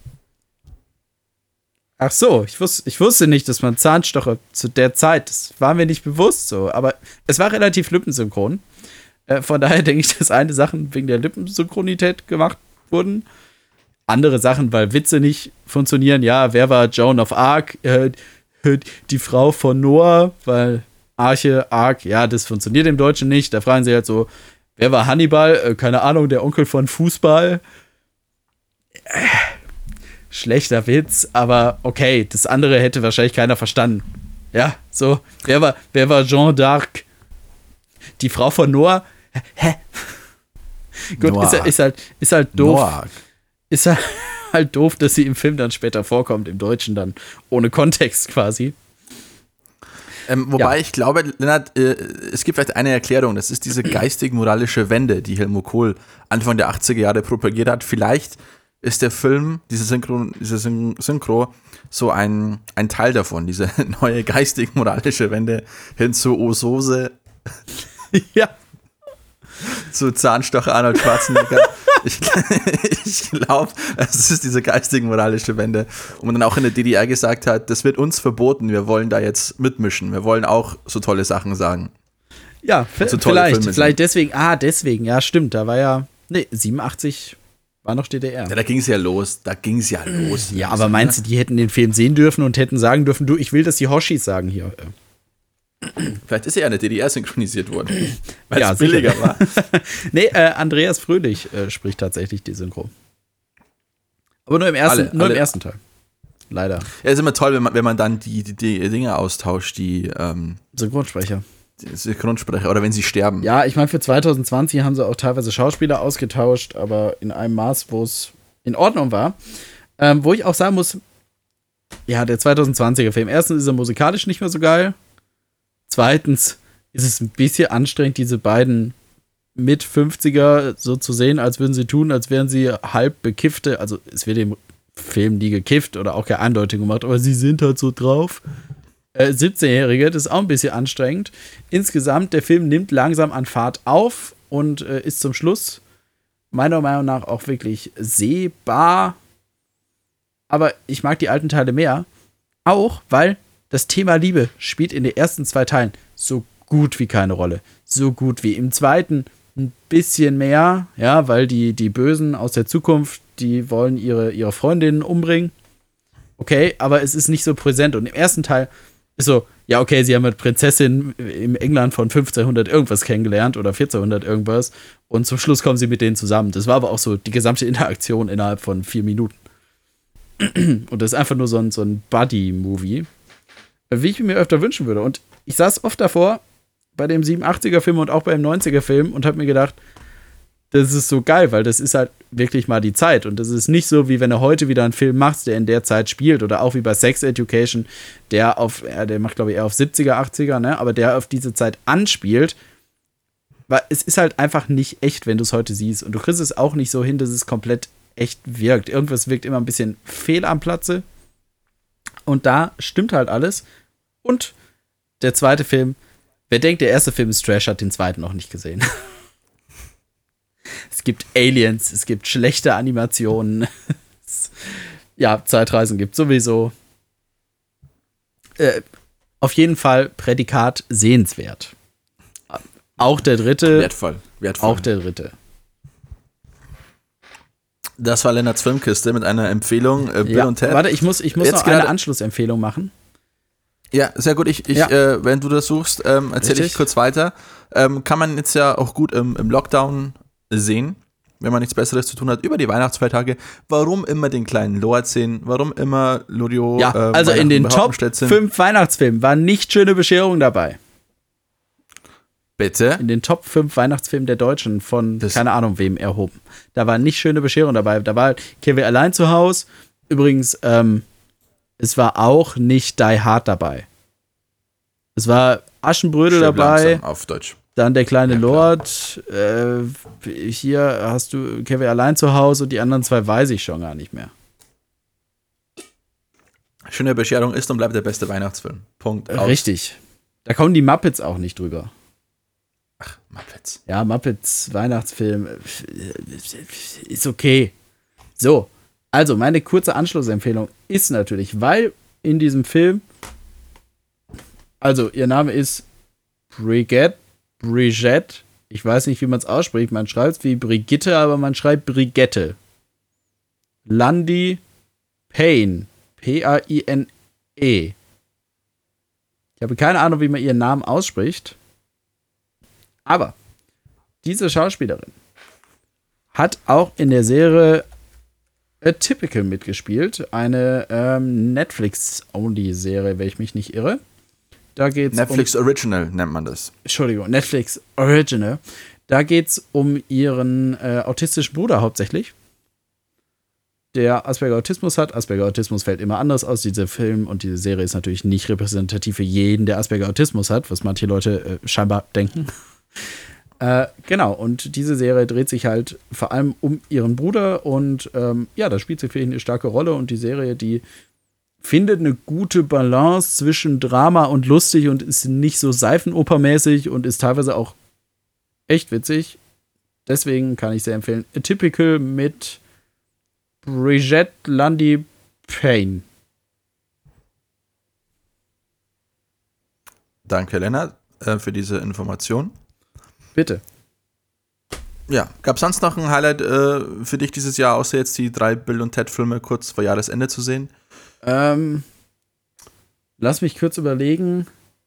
Ach so, ich wusste nicht, dass man Zahnstocher zu der Zeit, das war mir nicht bewusst so, aber es war relativ lippensynchron. Von daher denke ich, dass eine Sachen wegen der Lippensynchronität gemacht wurden. Andere Sachen, weil Witze nicht funktionieren. Ja, wer war Joan of Arc? Die Frau von Noah, weil Ark, ja, das funktioniert im Deutschen nicht. Da fragen sie halt so, wer war Hannibal? Keine Ahnung, der Onkel von Fußball. Schlechter Witz, aber okay, das andere hätte wahrscheinlich keiner verstanden. Ja, so, wer war Jeanne d'Arc? Die Frau von Noah? Hä? Gut, ist halt doof. Noah. Ist halt doof, dass sie im Film dann später vorkommt, im Deutschen dann ohne Kontext quasi. Wobei ich glaube, Lennart, es gibt vielleicht eine Erklärung. Das ist diese geistig-moralische Wende, die Helmut Kohl Anfang der 80er Jahre propagiert hat. Vielleicht ist der Film, diese Synchro, so ein Teil davon, diese neue geistig-moralische Wende hin zu Soße. Ja. Zu Zahnstocher Arnold Schwarzenegger. Ich glaube, es ist diese geistig-moralische Wende, wo man dann auch in der DDR gesagt hat, das wird uns verboten, wir wollen da jetzt mitmischen, wir wollen auch so tolle Sachen sagen. Ja, vielleicht deswegen, ja stimmt, da war ja, 87 war noch DDR. Ja, da ging es ja los. Ja, aber meinst du, die hätten den Film sehen dürfen und hätten sagen dürfen, du, ich will, dass die Hoshis sagen hier. Vielleicht ist er ja in der DDR synchronisiert worden, weil es billiger war. Andreas Fröhlich spricht tatsächlich die Synchro. Aber nur im ersten Teil. Leider. Ja, ist immer toll, wenn man dann die Dinge austauscht, die Synchronsprecher. Oder wenn sie sterben. Ja, ich meine, für 2020 haben sie auch teilweise Schauspieler ausgetauscht, aber in einem Maß, wo es in Ordnung war. Wo ich auch sagen muss, ja, der 2020er Film. Erstens ist er musikalisch nicht mehr so geil. Zweitens ist es ein bisschen anstrengend, diese beiden mit 50er so zu sehen, als würden sie tun, als wären sie halb bekiffte. Also es wird im Film nie gekifft oder auch keine Andeutung gemacht, aber sie sind halt so drauf. 17-Jährige, das ist auch ein bisschen anstrengend. Insgesamt, der Film nimmt langsam an Fahrt auf und ist zum Schluss meiner Meinung nach auch wirklich sehbar. Aber ich mag die alten Teile mehr. Auch, weil das Thema Liebe spielt in den ersten 2 Teilen so gut wie keine Rolle. So gut wie im zweiten ein bisschen mehr, ja, weil die Bösen aus der Zukunft, die wollen ihre Freundinnen umbringen. Okay, aber es ist nicht so präsent. Und im ersten Teil ist so, ja, okay, sie haben eine Prinzessin im England von 1500 irgendwas kennengelernt oder 1400 irgendwas und zum Schluss kommen sie mit denen zusammen. Das war aber auch so die gesamte Interaktion innerhalb von 4 Minuten. Und das ist einfach nur so ein Buddy-Movie, wie ich mir öfter wünschen würde. Und ich saß oft davor bei dem 87er-Film und auch beim 90er-Film und habe mir gedacht, das ist so geil, weil das ist halt wirklich mal die Zeit. Und das ist nicht so, wie wenn du heute wieder einen Film machst, der in der Zeit spielt. Oder auch wie bei Sex Education, der macht, glaube ich, eher auf 70er, 80er, ne? Aber der auf diese Zeit anspielt. Weil es ist halt einfach nicht echt, wenn du es heute siehst. Und du kriegst es auch nicht so hin, dass es komplett echt wirkt. Irgendwas wirkt immer ein bisschen fehl am Platze. Und da stimmt halt alles. Und der zweite Film, wer denkt, der erste Film ist Trash, hat den zweiten noch nicht gesehen. Es gibt Aliens, es gibt schlechte Animationen. Ja, Zeitreisen gibt sowieso. Auf jeden Fall Prädikat sehenswert. Auch der dritte. Wertvoll. Auch der dritte. Das war Lennarts Filmkiste mit einer Empfehlung. Bill und Ted. Warte, ich muss noch eine Anschlussempfehlung machen. Ja, sehr gut. Wenn du das suchst, erzähle ich kurz weiter. Kann man jetzt ja auch gut im Lockdown sehen, wenn man nichts Besseres zu tun hat, über die Weihnachtsfeiertage. Warum immer den kleinen Lord sehen? Warum immer Lodio? Ja, also in den Top 5 Weihnachtsfilmen war nicht Schöne Bescherung dabei. Bitte? In den Top 5 Weihnachtsfilmen der Deutschen von keine Ahnung wem erhoben. Da war nicht Schöne Bescherung dabei. Da war Kevin allein zu Hause. Übrigens, es war auch nicht Die Hard dabei. Es war Aschenbrödel dabei. Auf Deutsch. Dann der kleine Lord. Hier hast du Kevin allein zu Hause und die anderen 2 weiß ich schon gar nicht mehr. Schöne Bescherung ist und bleibt der beste Weihnachtsfilm. Punkt. Aus. Richtig. Da kommen die Muppets auch nicht drüber. Ach, Muppets. Ja, Muppets Weihnachtsfilm ist okay. So, also meine kurze Anschlussempfehlung ist natürlich, weil in diesem Film, also ihr Name ist Brigitte, ich weiß nicht, wie man es ausspricht, man schreibt es wie Brigitte, aber man schreibt Brigitte. Lundy Payne, Paine. Ich habe keine Ahnung, wie man ihren Namen ausspricht. Aber diese Schauspielerin hat auch in der Serie Atypical mitgespielt. Eine Netflix-Only-Serie, wenn ich mich nicht irre. Da geht's Netflix Original nennt man das. Entschuldigung, Netflix Original. Da geht es um ihren autistischen Bruder hauptsächlich, der Asperger-Autismus hat. Asperger-Autismus fällt immer anders aus. Dieser Film und diese Serie ist natürlich nicht repräsentativ für jeden, der Asperger-Autismus hat, was manche Leute scheinbar denken. Genau, und diese Serie dreht sich halt vor allem um ihren Bruder und da spielt sie für ihn eine starke Rolle und die Serie, die findet eine gute Balance zwischen Drama und lustig und ist nicht so seifenopermäßig und ist teilweise auch echt witzig. Deswegen kann ich sehr empfehlen. Atypical mit Brigitte Lundy Payne. Danke, Lennart, für diese Information. Bitte. Ja, gab es sonst noch ein Highlight für dich dieses Jahr, außer jetzt die 3 Bill und Ted-Filme kurz vor Jahresende zu sehen? Lass mich kurz überlegen.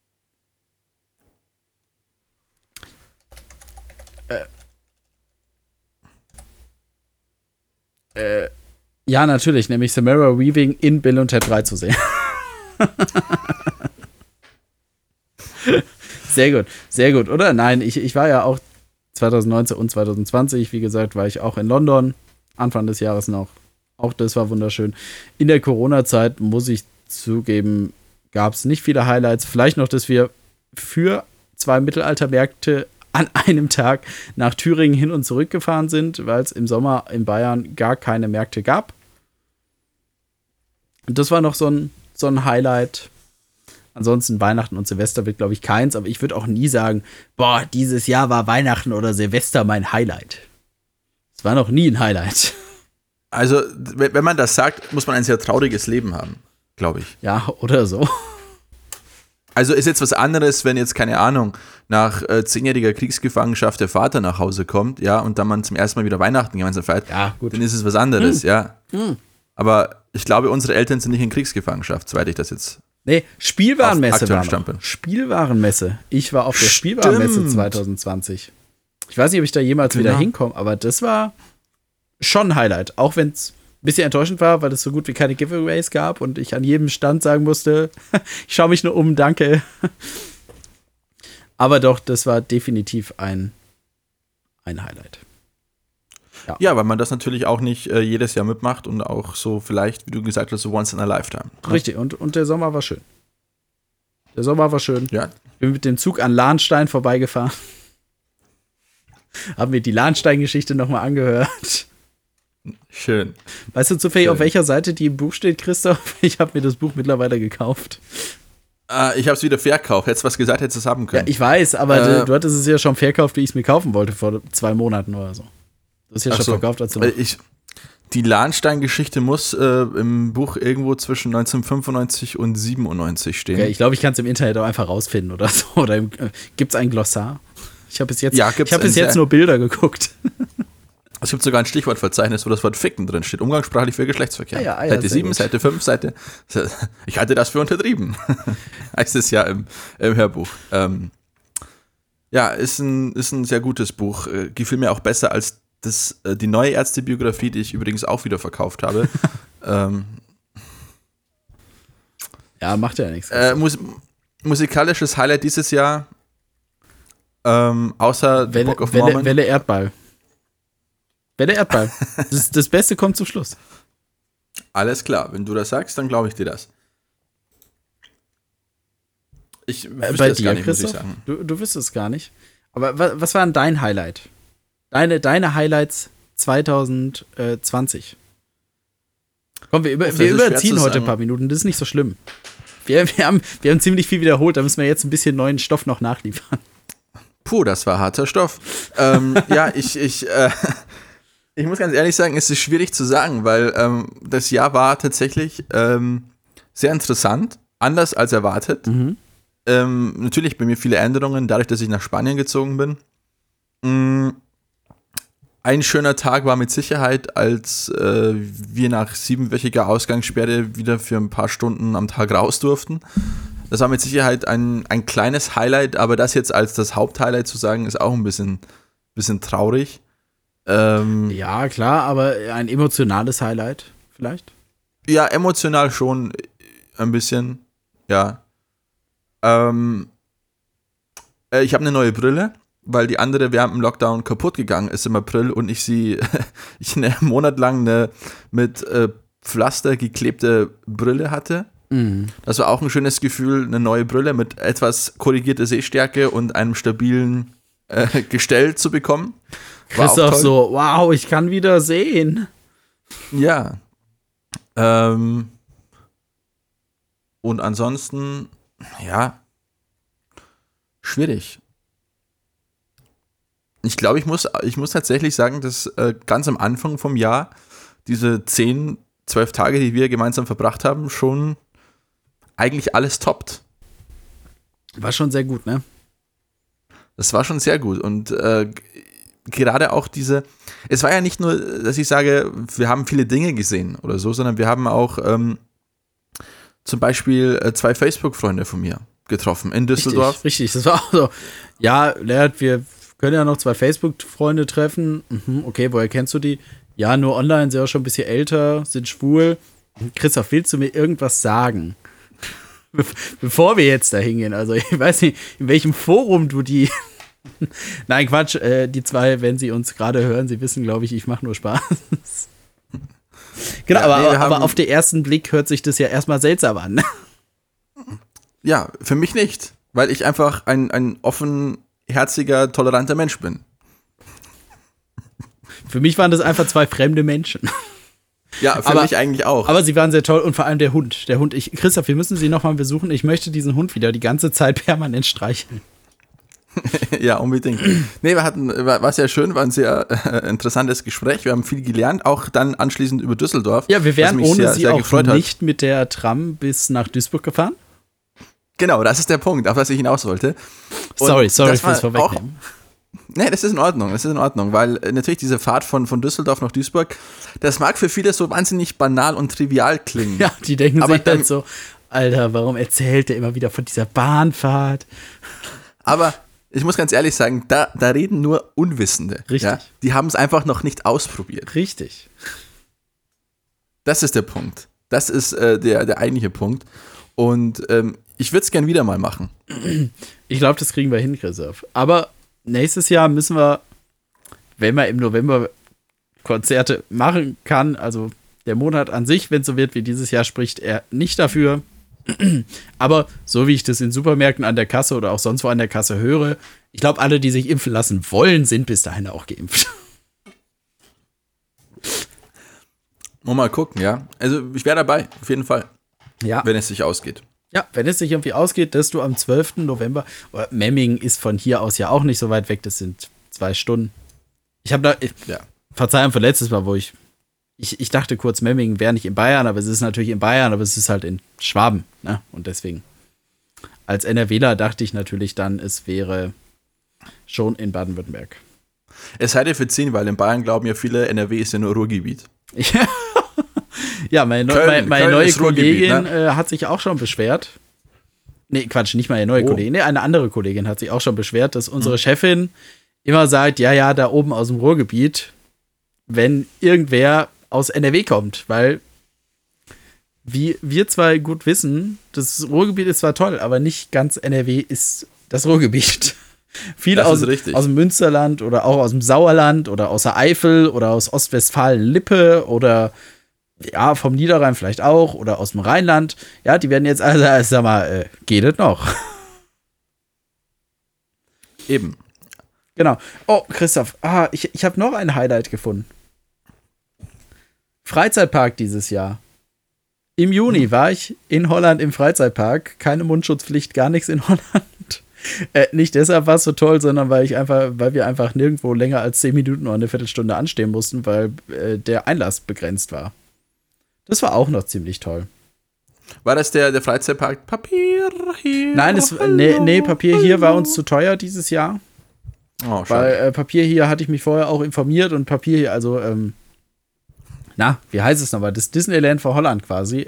Ja, natürlich, nämlich Samara Weaving in Bill und Ted 3 zu sehen. Sehr gut, oder? Nein, ich war ja auch 2019 und 2020, wie gesagt, war ich auch in London, Anfang des Jahres noch. Auch das war wunderschön. In der Corona-Zeit, muss ich zugeben, gab es nicht viele Highlights. Vielleicht noch, dass wir für 2 Mittelaltermärkte an einem Tag nach Thüringen hin und zurück gefahren sind, weil es im Sommer in Bayern gar keine Märkte gab. Und das war noch so ein Highlight. Ansonsten Weihnachten und Silvester wird, glaube ich, keins, aber ich würde auch nie sagen, boah, dieses Jahr war Weihnachten oder Silvester mein Highlight. Es war noch nie ein Highlight. Also, wenn man das sagt, muss man ein sehr trauriges Leben haben, glaube ich. Ja, oder so. Also ist jetzt was anderes, wenn jetzt, keine Ahnung, nach 10-jähriger Kriegsgefangenschaft der Vater nach Hause kommt, ja, und dann man zum ersten Mal wieder Weihnachten gemeinsam feiert, ja, gut. Dann ist es was anderes, ja. Aber ich glaube, unsere Eltern sind nicht in Kriegsgefangenschaft, soweit ich das jetzt. Nee, Spielwarenmesse war noch. Spielwarenmesse. Ich war auf der Spielwarenmesse 2020. Ich weiß nicht, ob ich da jemals wieder hinkomme, aber das war schon ein Highlight. Auch wenn es ein bisschen enttäuschend war, weil es so gut wie keine Giveaways gab und ich an jedem Stand sagen musste, ich schaue mich nur um, danke. Aber doch, das war definitiv ein Highlight. Ja, weil man das natürlich auch nicht jedes Jahr mitmacht und auch so vielleicht, wie du gesagt hast, so once in a lifetime. Ne? Richtig, und der Sommer war schön. Ja. Bin mit dem Zug an Lahnstein vorbeigefahren. Haben wir die Lahnstein-Geschichte nochmal angehört. Schön. Weißt du zufällig, auf welcher Seite die im Buch steht, Christoph? Ich habe mir das Buch mittlerweile gekauft. Ich habe es wieder verkauft. Hättest du was gesagt, hättest du es haben können. Ja, ich weiß, aber du hattest es ja schon verkauft, wie ich es mir kaufen wollte, vor 2 Monaten oder so. Du hast ja schon verkauft, als du Die Lahnstein-Geschichte muss im Buch irgendwo zwischen 1995 und 97 stehen. Okay, ich glaube, ich kann es im Internet auch einfach rausfinden oder so. Oder gibt es ein Glossar? Ich habe bis jetzt nur Bilder geguckt. Es gibt sogar ein Stichwortverzeichnis, wo das Wort Ficken drin steht. Umgangssprachlich für Geschlechtsverkehr. Seite 7, gut. Seite 5, Seite. Ich halte das für untertrieben. Heißt es ja im Hörbuch. Ist ein sehr gutes Buch. Gefiel mir auch besser als die neue Ärztebiografie, die ich übrigens auch wieder verkauft habe. Ja, macht ja nichts. Musikalisches Highlight dieses Jahr, außer Book of Mormon. Welle Erdball. Welle Erdball. Das Beste kommt zum Schluss. Alles klar, wenn du das sagst, dann glaube ich dir das. Ich wüsste bei es dir, gar nicht, Christoph? muss ich sagen. Du wüsstest es gar nicht. Aber was war denn dein Highlight? Deine Highlights 2020. Komm, wir überziehen heute ein paar Minuten, das ist nicht so schlimm. Wir haben ziemlich viel wiederholt, da müssen wir jetzt ein bisschen neuen Stoff noch nachliefern. Puh, das war harter Stoff. Ich muss ganz ehrlich sagen, es ist schwierig zu sagen, weil das Jahr war tatsächlich sehr interessant, anders als erwartet. Mhm. Natürlich bei mir viele Änderungen, dadurch, dass ich nach Spanien gezogen bin. Ein schöner Tag war mit Sicherheit, als wir nach 7-wöchiger Ausgangssperre wieder für ein paar Stunden am Tag raus durften. Das war mit Sicherheit ein kleines Highlight, aber das jetzt als das Haupthighlight zu sagen, ist auch ein bisschen traurig. Ja, klar, aber ein emotionales Highlight vielleicht? Ja, emotional schon ein bisschen, ja. Ich habe eine neue Brille, weil die andere während dem Lockdown kaputt gegangen ist im April und ich einen Monat lang eine mit Pflaster geklebte Brille hatte. Mhm. Das war auch ein schönes Gefühl, eine neue Brille mit etwas korrigierter Sehstärke und einem stabilen Gestell zu bekommen. War Christoph auch toll. so, wow, ich kann wieder sehen. Ja. Und ansonsten, ja, schwierig. Ich glaube, ich muss tatsächlich sagen, dass ganz am Anfang vom Jahr diese 10-12 Tage, die wir gemeinsam verbracht haben, schon eigentlich alles toppt. War schon sehr gut, ne? Das war schon sehr gut und gerade auch es war ja nicht nur, dass ich sage, wir haben viele Dinge gesehen oder so, sondern wir haben auch zum Beispiel 2 Facebook-Freunde von mir getroffen in Düsseldorf. Richtig, das war auch so. Ja, Lennart, wir können ja noch 2 Facebook-Freunde treffen. Mhm, okay, woher kennst du die? Ja, nur online, sind auch schon ein bisschen älter, sind schwul. Christoph, willst du mir irgendwas sagen? Bevor wir jetzt da hingehen, also ich weiß nicht, in welchem Forum du die. Nein, Quatsch, die 2, wenn sie uns gerade hören, sie wissen, glaube ich mache nur Spaß. Genau, ja, aber auf den ersten Blick hört sich das ja erstmal seltsam an. Ja, für mich nicht, weil ich einfach ein offenherziger, toleranter Mensch bin. Für mich waren das einfach 2 fremde Menschen. Ja, für mich eigentlich auch. Aber sie waren sehr toll und vor allem der Hund. Christoph, wir müssen sie nochmal besuchen. Ich möchte diesen Hund wieder die ganze Zeit permanent streicheln. Ja, unbedingt. Nee, war sehr schön, war ein sehr interessantes Gespräch. Wir haben viel gelernt, auch dann anschließend über Düsseldorf. Ja, wir wären ohne sehr, sie sehr auch nicht mit der Tram bis nach Duisburg gefahren. Genau, das ist der Punkt, auf was ich hinaus wollte. Und sorry fürs Vorwegnehmen. Nee, das ist in Ordnung, weil natürlich diese Fahrt von Düsseldorf nach Duisburg, das mag für viele so wahnsinnig banal und trivial klingen. Ja, die denken sich dann so, Alter, warum erzählt der immer wieder von dieser Bahnfahrt? Aber ich muss ganz ehrlich sagen, da reden nur Unwissende. Richtig. Ja? Die haben es einfach noch nicht ausprobiert. Richtig. Das ist der Punkt. Das ist der eigentliche Punkt. Und ich würde es gern wieder mal machen. Ich glaube, das kriegen wir hin, Christoph. Aber nächstes Jahr müssen wir, wenn man im November Konzerte machen kann, also der Monat an sich, wenn es so wird wie dieses Jahr, spricht er nicht dafür. Aber so wie ich das in Supermärkten an der Kasse oder auch sonst wo an der Kasse höre, ich glaube, alle, die sich impfen lassen wollen, sind bis dahin auch geimpft. Mal gucken, ja. Also ich wäre dabei, auf jeden Fall. Ja. Wenn es sich ausgeht. Ja, wenn es sich irgendwie ausgeht, dass du am 12. November, oder Memmingen ist von hier aus ja auch nicht so weit weg, das sind 2 Stunden. Ich habe Verzeihung für letztes Mal, wo ich dachte kurz, Memmingen wäre nicht in Bayern, aber es ist natürlich in Bayern, aber es ist halt in Schwaben, ne? Und deswegen, als NRWler dachte ich natürlich dann, es wäre schon in Baden-Württemberg. Es sei dir verziehen, weil in Bayern glauben ja viele, NRW ist ja nur Ruhrgebiet. Ja, meine Köln neue ist Ruhrgebiet, Kollegin hat sich auch schon beschwert. Nee, Quatsch, nicht meine neue Kollegin. Nee, eine andere Kollegin hat sich auch schon beschwert, dass unsere Chefin immer sagt, ja, da oben aus dem Ruhrgebiet, wenn irgendwer aus NRW kommt, weil wie wir zwei gut wissen, das Ruhrgebiet ist zwar toll, aber nicht ganz NRW ist das Ruhrgebiet. Viele aus dem Münsterland oder auch aus dem Sauerland oder aus der Eifel oder aus Ostwestfalen-Lippe oder ja, vom Niederrhein vielleicht auch oder aus dem Rheinland. Ja, die werden jetzt alle, sag mal, geht das noch? Eben. Genau. Oh, Christoph, ich habe noch ein Highlight gefunden. Freizeitpark dieses Jahr. Im Juni war ich in Holland im Freizeitpark. Keine Mundschutzpflicht, gar nichts in Holland. Nicht deshalb war es so toll, sondern weil wir einfach nirgendwo länger als 10 Minuten oder eine Viertelstunde anstehen mussten, weil der Einlass begrenzt war. Das war auch noch ziemlich toll. War das der Freizeitpark Papier hier? Nein, Papier hier war uns zu teuer dieses Jahr. Oh, weil Papier hier hatte ich mich vorher auch informiert und Papier hier, also, wie heißt es nochmal? Das Disneyland für Holland quasi.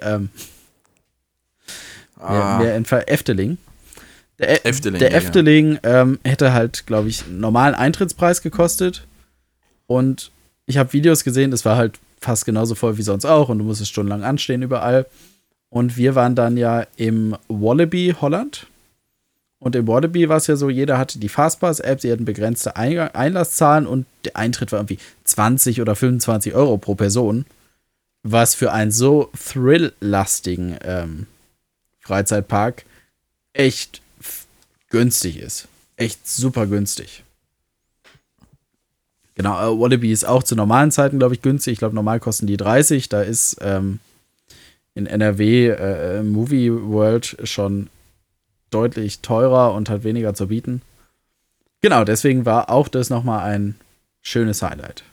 Mehr in Efteling. Der Efteling hätte halt, glaube ich, einen normalen Eintrittspreis gekostet. Und ich habe Videos gesehen, das war halt fast genauso voll wie sonst auch. Und du musstest stundenlang anstehen überall. Und wir waren dann ja im Wallaby Holland. Und im Wallaby war es ja so, jeder hatte die Fastpass-App, sie hatten begrenzte Einlasszahlen und der Eintritt war irgendwie 20 oder 25 Euro pro Person. Was für einen so thrill-lastigen Freizeitpark echt günstig ist. Echt super günstig. Genau, Wallaby ist auch zu normalen Zeiten, glaube ich, günstig. Ich glaube, normal kosten die 30. Da ist in NRW Movie World schon deutlich teurer und hat weniger zu bieten. Genau, deswegen war auch das nochmal ein schönes Highlight.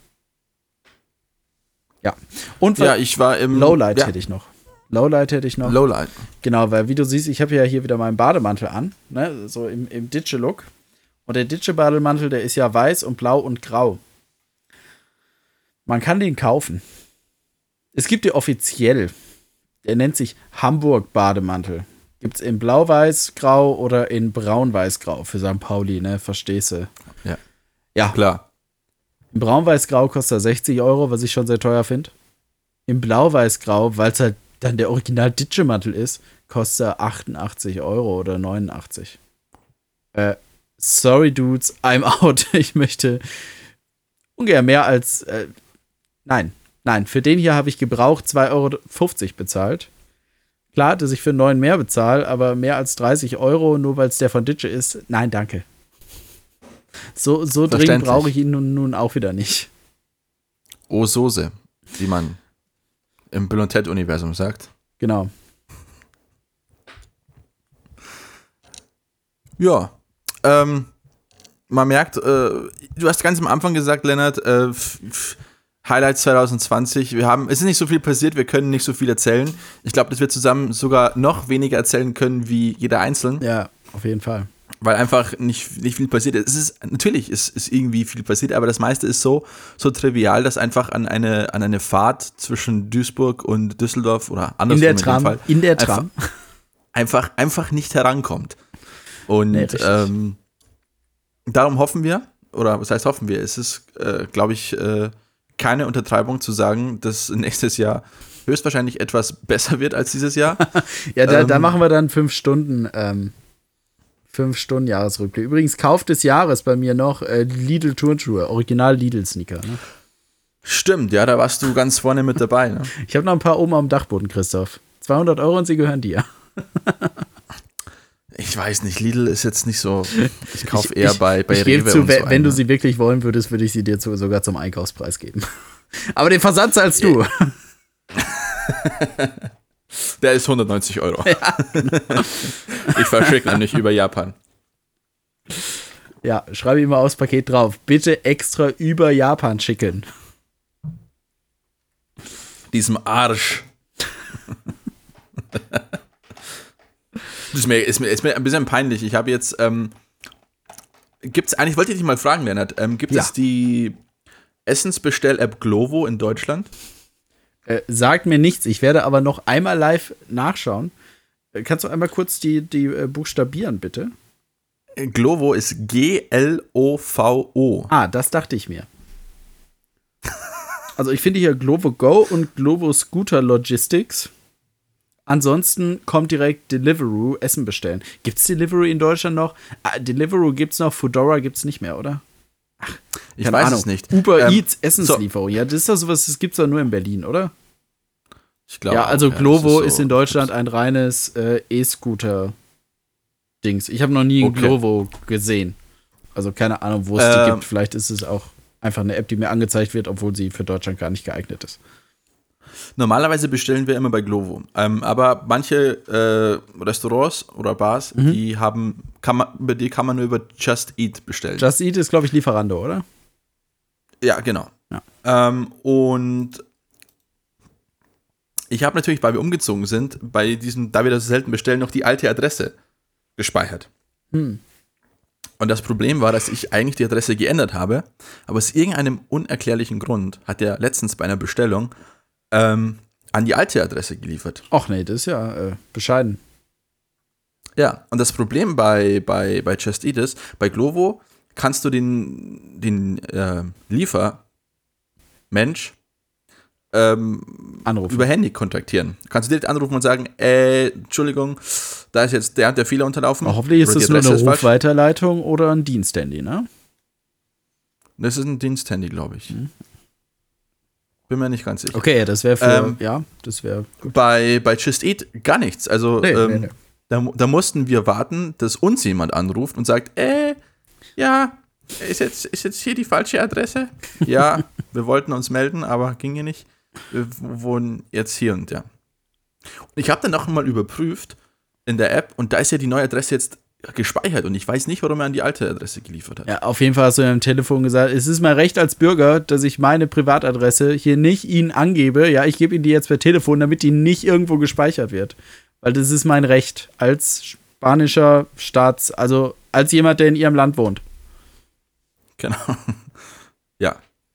Ja. Und ich war im Lowlight hätte ich noch. Lowlight. Genau, weil wie du siehst, ich habe ja hier wieder meinen Bademantel an, ne, so im Ditsche-Look. Und der Ditsche-Bademantel, der ist ja weiß und blau und grau. Man kann den kaufen. Es gibt den offiziell. Der nennt sich Hamburg-Bademantel. Gibt's in blau-weiß-grau oder in braun-weiß-grau für St. Pauli, ne, verstehst du? Ja. Klar. In braun-weiß-grau kostet er 60 Euro, was ich schon sehr teuer finde. Im blau-weiß-grau, weil es halt dann der Original-Ditsche-Mantel ist, kostet er 88 Euro oder 89. Sorry, Dudes, I'm out. Ich möchte ungefähr mehr als Nein, für den hier habe ich gebraucht 2,50 Euro bezahlt. Klar, dass ich für einen neuen mehr bezahle, aber mehr als 30 Euro, nur weil es der von Ditsche ist, nein, danke. So dringend brauche ich ihn nun auch wieder nicht. Oh, Soße, wie man im Bill und Ted-Universum sagt. Genau. Ja. Man merkt, du hast ganz am Anfang gesagt, Lennart, Highlights 2020. Es ist nicht so viel passiert, wir können nicht so viel erzählen. Ich glaube, dass wir zusammen sogar noch weniger erzählen können wie jeder einzeln. Ja, auf jeden Fall. Weil einfach nicht viel passiert ist. Natürlich ist irgendwie viel passiert, aber das meiste ist so trivial, dass einfach an eine Fahrt zwischen Duisburg und Düsseldorf oder andersrum in der Tram einfach nicht herankommt. Und darum hoffen wir, oder was heißt hoffen wir, es ist, glaube ich, keine Untertreibung zu sagen, dass nächstes Jahr höchstwahrscheinlich etwas besser wird als dieses Jahr. Ja, da machen wir dann 5 Stunden Jahresrückblick. Übrigens, Kauf des Jahres bei mir noch Lidl Turnschuhe, Original Lidl Sneaker. Ne? Stimmt, ja, da warst du ganz vorne mit dabei. Ne? Ich habe noch ein paar oben am Dachboden, Christoph. 200 Euro und sie gehören dir. Ich weiß nicht, Lidl ist jetzt nicht so, ich kaufe eher bei ich Rewe zu, und so. Wenn du sie wirklich wollen würdest, würde ich sie dir sogar zum Einkaufspreis geben. Aber den Versand zahlst du. Der ist 190 Euro. Ja, genau. Ich verschicke nämlich über Japan. Ja, schreibe ihm mal aufs Paket drauf. Bitte extra über Japan schicken. Diesem Arsch. ist mir ein bisschen peinlich. Ich habe jetzt, gibt's eigentlich, wollte ich dich mal fragen, Lennart, gibt es die Essensbestell-App Glovo in Deutschland? Sagt mir nichts. Ich werde aber noch einmal live nachschauen. Kannst du einmal kurz die buchstabieren, bitte? Glovo ist Glovo. Ah, das dachte ich mir. Also ich finde hier Glovo Go und Glovo Scooter Logistics. Ansonsten kommt direkt Deliveroo Essen bestellen. Gibt's Deliveroo in Deutschland noch? Deliveroo gibt's noch, Foodora gibt's nicht mehr, oder? Ach, ich weiß es nicht. Uber Eats Essenslieferung. Ja, das ist doch sowas, das gibt's doch nur in Berlin, oder? Ich glaube. Ja, also Glovo ist in Deutschland ein reines E-Scooter-Dings. Ich habe noch nie ein Glovo gesehen. Also keine Ahnung, wo es die gibt. Vielleicht ist es auch einfach eine App, die mir angezeigt wird, obwohl sie für Deutschland gar nicht geeignet ist. Normalerweise bestellen wir immer bei Glovo. Aber manche Restaurants oder Bars, die über die kann man nur über Just Eat bestellen. Just Eat ist, glaube ich, Lieferando, oder? Ja, genau. Ja. Und ich habe natürlich, weil wir umgezogen sind, da wir das selten bestellen, noch die alte Adresse gespeichert. Und das Problem war, dass ich eigentlich die Adresse geändert habe, aber aus irgendeinem unerklärlichen Grund hat der letztens bei einer Bestellung an die alte Adresse geliefert. Ach nee, das ist ja bescheiden. Ja, und das Problem bei Just Eat ist, bei Glovo kannst du den Liefermensch anrufen. Über Handy kontaktieren. Kannst du direkt anrufen und sagen, Entschuldigung, da ist jetzt der und der Fehler unterlaufen. Hoffentlich ist das nur eine Rufweiterleitung oder ein Diensthandy, ne? Das ist ein Diensthandy, glaube ich. Bin mir nicht ganz sicher. Okay, das wäre das wäre gut. Bei Just Eat gar nichts. Also nee. Da mussten wir warten, dass uns jemand anruft und sagt, ja, ist jetzt hier die falsche Adresse? Ja, wir wollten uns melden, aber ging ja nicht. Wir wohnen jetzt hier und ja. Und ich habe dann noch mal überprüft in der App und da ist ja die neue Adresse jetzt gespeichert und ich weiß nicht, warum er an die alte Adresse geliefert hat. Ja, auf jeden Fall hast du am Telefon gesagt, es ist mein Recht als Bürger, dass ich meine Privatadresse hier nicht Ihnen angebe. Ja, ich gebe Ihnen die jetzt per Telefon, damit die nicht irgendwo gespeichert wird. Weil das ist mein Recht als spanischer also als jemand, der in Ihrem Land wohnt. Genau. Ja.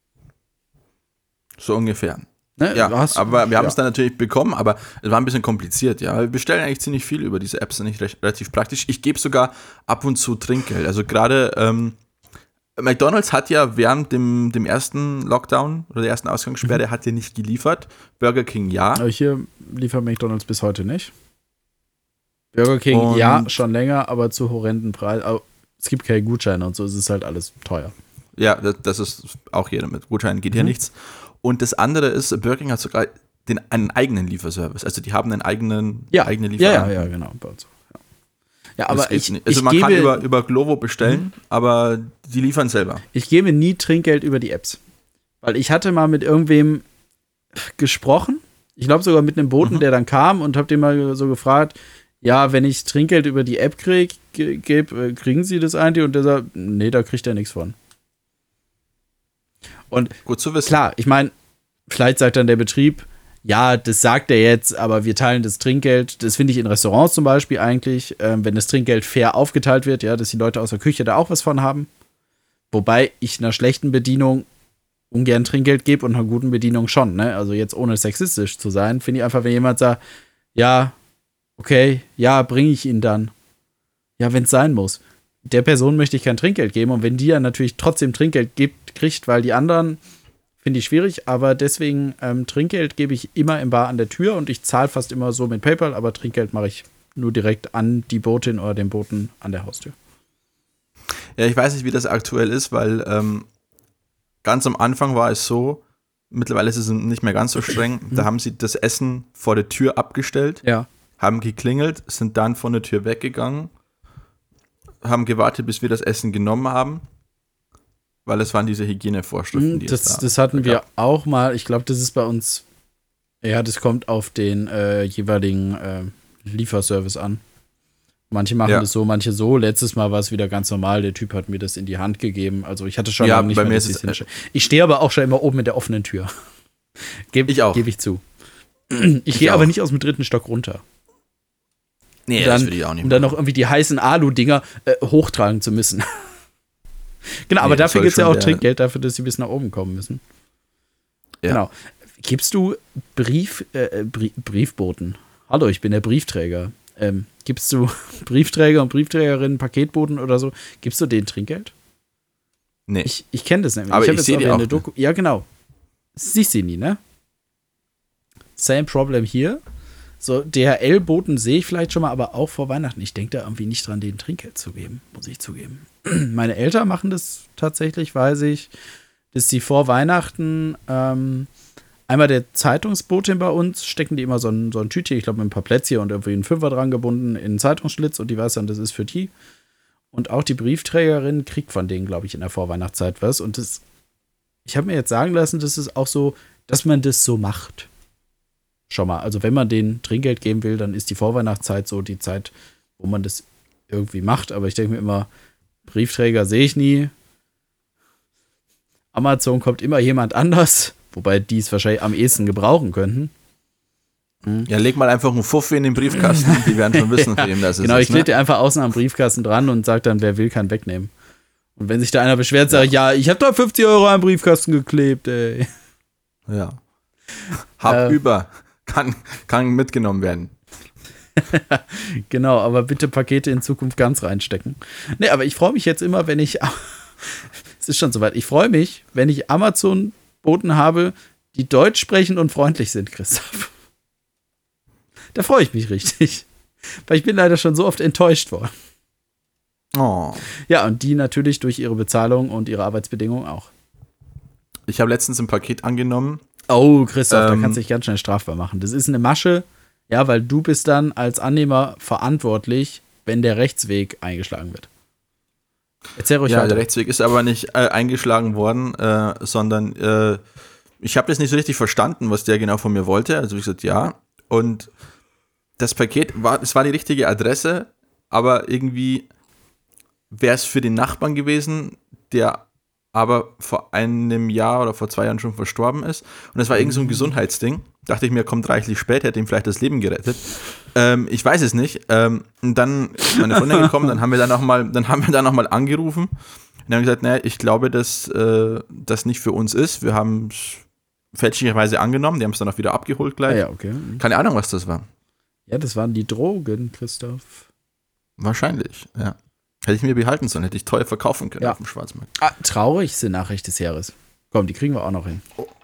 So ungefähr. Ne, ja, aber wir haben es dann natürlich bekommen, aber es war ein bisschen kompliziert, ja. Wir bestellen eigentlich ziemlich viel über diese Apps, sind nicht relativ praktisch. Ich gebe sogar ab und zu Trinkgeld. Also gerade McDonald's hat ja während dem ersten Lockdown oder der ersten Ausgangssperre hat ja nicht geliefert. Burger King ja. Aber hier liefert McDonald's bis heute nicht. Burger King ja, schon länger, aber zu horrenden Preisen. Es gibt keine Gutscheine und so, es ist halt alles teuer. Ja, das ist auch hier mit Gutscheinen geht hier nichts. Und das andere ist, Burger King hat sogar einen eigenen Lieferservice. Also die haben einen eigene Lieferanten. Ja, genau. Ja, aber man kann über Glovo bestellen, aber die liefern selber. Ich gebe nie Trinkgeld über die Apps. Weil ich hatte mal mit irgendwem gesprochen, ich glaube sogar mit einem Boten, der dann kam und hab den mal so gefragt, ja, wenn ich Trinkgeld über die App gebe, kriegen Sie das eigentlich? Und der sagt, nee, da kriegt er nichts von. Und gut zu wissen. Klar, ich meine, vielleicht sagt dann der Betrieb, ja, das sagt er jetzt, aber wir teilen das Trinkgeld. Das finde ich in Restaurants zum Beispiel eigentlich, wenn das Trinkgeld fair aufgeteilt wird, ja, dass die Leute aus der Küche da auch was von haben. Wobei ich einer schlechten Bedienung ungern Trinkgeld gebe und einer guten Bedienung schon, ne? Also jetzt ohne sexistisch zu sein, finde ich einfach, wenn jemand sagt, ja, okay, ja, bringe ich ihn dann. Ja, wenn es sein muss. Der Person möchte ich kein Trinkgeld geben und wenn die ja natürlich trotzdem Trinkgeld kriegt, weil die anderen, finde ich schwierig, aber deswegen Trinkgeld gebe ich immer im Bar an der Tür und ich zahle fast immer so mit PayPal, aber Trinkgeld mache ich nur direkt an die Botin oder den Boten an der Haustür. Ja, ich weiß nicht, wie das aktuell ist, weil ganz am Anfang war es so, mittlerweile ist es nicht mehr ganz so streng, da haben sie das Essen vor der Tür abgestellt, haben geklingelt, sind dann von der Tür weggegangen, haben gewartet, bis wir das Essen genommen haben, weil es waren diese Hygienevorschriften, die das hatten wir auch mal. Ich glaube, das ist bei uns Ja, das kommt auf den jeweiligen Lieferservice an. Manche machen das so, manche so. Letztes Mal war es wieder ganz normal. Der Typ hat mir das in die Hand gegeben. Also ich hatte schon lange nicht bei mehr, mir dass ist ich's ich stehe aber auch schon immer oben mit der offenen Tür. Ich auch. Gebe ich zu. Ich gehe aber nicht aus dem 3. Stock runter. Nee, das würde ich auch nicht Um dann noch irgendwie die heißen Alu-Dinger hochtragen zu müssen. Genau, aber das dafür soll gibt es ja schon auch Trinkgeld, dafür, dass sie bis nach oben kommen müssen. Ja. Genau. Gibst du Briefboten? Hallo, ich bin der Briefträger. Gibst du Briefträger und Briefträgerinnen, Paketboten oder so, gibst du denen Trinkgeld? Nee. Ich kenne das nämlich. Aber ich ich sehe die auch. Doku. Ja, genau. Siehst sie nie, ne? Same problem hier. So, DHL-Boten sehe ich vielleicht schon mal, aber auch vor Weihnachten. Ich denke da irgendwie nicht dran, denen Trinkgeld zu geben, muss ich zugeben. Meine Eltern machen das tatsächlich, weiß ich, dass sie vor Weihnachten einmal der Zeitungsbotin bei uns, stecken die immer so ein Tütchen, ich glaube mit ein paar Plätzchen und irgendwie einen Fünfer dran gebunden in einen Zeitungsschlitz und die weiß dann, das ist für die. Und auch die Briefträgerin kriegt von denen, glaube ich, in der Vorweihnachtszeit was. Und ich habe mir jetzt sagen lassen, das ist auch so, dass man das so macht. Schon mal. Also wenn man denen Trinkgeld geben will, dann ist die Vorweihnachtszeit so die Zeit, wo man das irgendwie macht. Aber ich denke mir immer, Briefträger sehe ich nie. Amazon kommt immer jemand anders, wobei die es wahrscheinlich am ehesten gebrauchen könnten. Ja, leg mal einfach einen Fuffi in den Briefkasten, die werden schon wissen, für wem das ist. Genau, ich klebe dir einfach außen am Briefkasten dran und sage dann, wer will, kann wegnehmen. Und wenn sich da einer beschwert, sage ich, ja, ich habe da 50 € am Briefkasten geklebt, ey. Ja. Hab über. Kann mitgenommen werden. Genau, aber bitte Pakete in Zukunft ganz reinstecken. Nee, aber ich freue mich jetzt immer, wenn ich es ist schon soweit, ich freue mich, wenn ich Amazon-Boten habe, die deutsch sprechen und freundlich sind, Christoph. Da freue ich mich richtig. Weil ich bin leider schon so oft enttäuscht worden. Oh. Ja, und die natürlich durch ihre Bezahlung und ihre Arbeitsbedingungen auch. Ich habe letztens ein Paket angenommen. Oh, Christoph, da kannst du dich ganz schnell strafbar machen. Das ist eine Masche, ja, weil du bist dann als Annehmer verantwortlich, wenn der Rechtsweg eingeschlagen wird. Erzähl ruhig weiter. Der Rechtsweg ist aber nicht eingeschlagen worden, sondern ich habe das nicht so richtig verstanden, was der genau von mir wollte. Also ich gesagt, ja. Und das Paket es war die richtige Adresse, aber irgendwie wäre es für den Nachbarn gewesen, der aber vor einem Jahr oder vor 2 Jahren schon verstorben ist. Und das war irgend so ein Gesundheitsding. Dachte ich mir, kommt reichlich spät, hätte ihm vielleicht das Leben gerettet. Ich weiß es nicht. Und dann ist meine Freundin gekommen, dann haben wir da noch mal angerufen. Und haben gesagt, naja, ich glaube, dass das nicht für uns ist. Wir haben es fälschlicherweise angenommen. Die haben es dann auch wieder abgeholt gleich. Ja, okay. Keine Ahnung, was das war. Ja, das waren die Drogen, Christoph. Wahrscheinlich, ja. Hätte ich mir behalten sollen, hätte ich teuer verkaufen können auf dem Schwarzmarkt. Traurigste Nachricht des Jahres. Komm, die kriegen wir auch noch hin.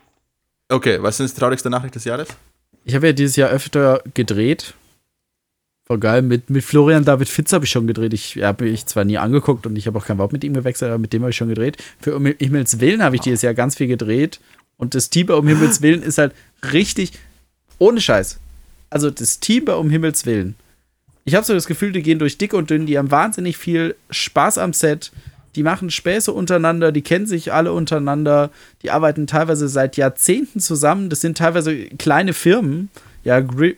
Okay, was ist die traurigste Nachricht des Jahres? Ich habe ja dieses Jahr öfter gedreht. Voll geil. Mit Florian David Fitz habe ich schon gedreht. Ich habe mich zwar nie angeguckt und ich habe auch kein Wort mit ihm gewechselt, aber mit dem habe ich schon gedreht. Für Um Himmels Willen habe ich dieses Jahr ganz viel gedreht. Und das Team bei Um Himmels Willen ist halt richtig, ohne Scheiß. Also das Team bei Um Himmels Willen. Ich habe so das Gefühl, die gehen durch dick und dünn, die haben wahnsinnig viel Spaß am Set, die machen Späße untereinander, die kennen sich alle untereinander, die arbeiten teilweise seit Jahrzehnten zusammen, das sind teilweise kleine Firmen, ja,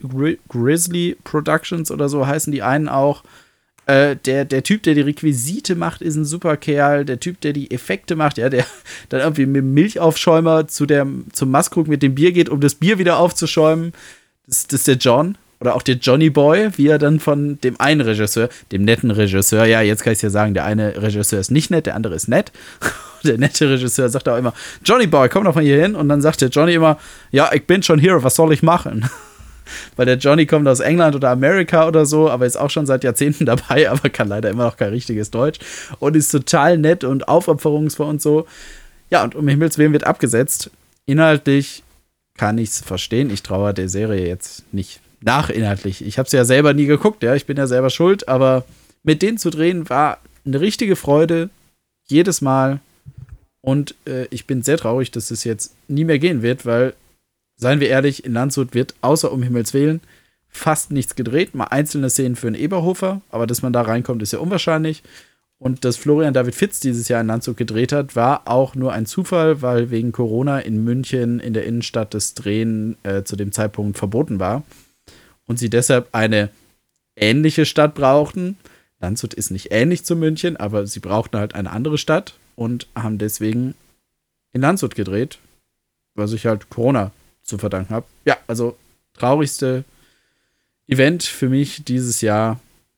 Grizzly Productions oder so heißen die einen auch. Der Typ, der die Requisite macht, ist ein super Kerl, der Typ, der die Effekte macht, ja, der dann irgendwie mit dem Milchaufschäumer zum Maßkrug mit dem Bier geht, um das Bier wieder aufzuschäumen, das ist der John. Oder auch der Johnny Boy, wie er dann von dem einen Regisseur, dem netten Regisseur, ja, jetzt kann ich es ja sagen, der eine Regisseur ist nicht nett, der andere ist nett. Der nette Regisseur sagt auch immer, Johnny Boy, komm doch mal hier hin. Und dann sagt der Johnny immer, ja, ich bin schon hier, was soll ich machen? Weil der Johnny kommt aus England oder Amerika oder so, aber ist auch schon seit Jahrzehnten dabei, aber kann leider immer noch kein richtiges Deutsch. Und ist total nett und aufopferungsvoll und so. Ja, und Um Himmels Willen wird abgesetzt. Inhaltlich kann ich es verstehen. Ich traue der Serie jetzt nicht inhaltlich. Ich habe es ja selber nie geguckt, ja, ich bin ja selber schuld, aber mit denen zu drehen war eine richtige Freude, jedes Mal. Und ich bin sehr traurig, dass es jetzt nie mehr gehen wird, weil, seien wir ehrlich, in Landshut wird außer Um Himmels Willen fast nichts gedreht, mal einzelne Szenen für einen Eberhofer, aber dass man da reinkommt, ist ja unwahrscheinlich. Und dass Florian David Fitz dieses Jahr in Landshut gedreht hat, war auch nur ein Zufall, weil wegen Corona in München in der Innenstadt das Drehen zu dem Zeitpunkt verboten war. Und sie deshalb eine ähnliche Stadt brauchten. Landshut ist nicht ähnlich zu München, aber sie brauchten halt eine andere Stadt und haben deswegen in Landshut gedreht, was ich halt Corona zu verdanken habe. Ja, also traurigste Event für mich dieses Jahr,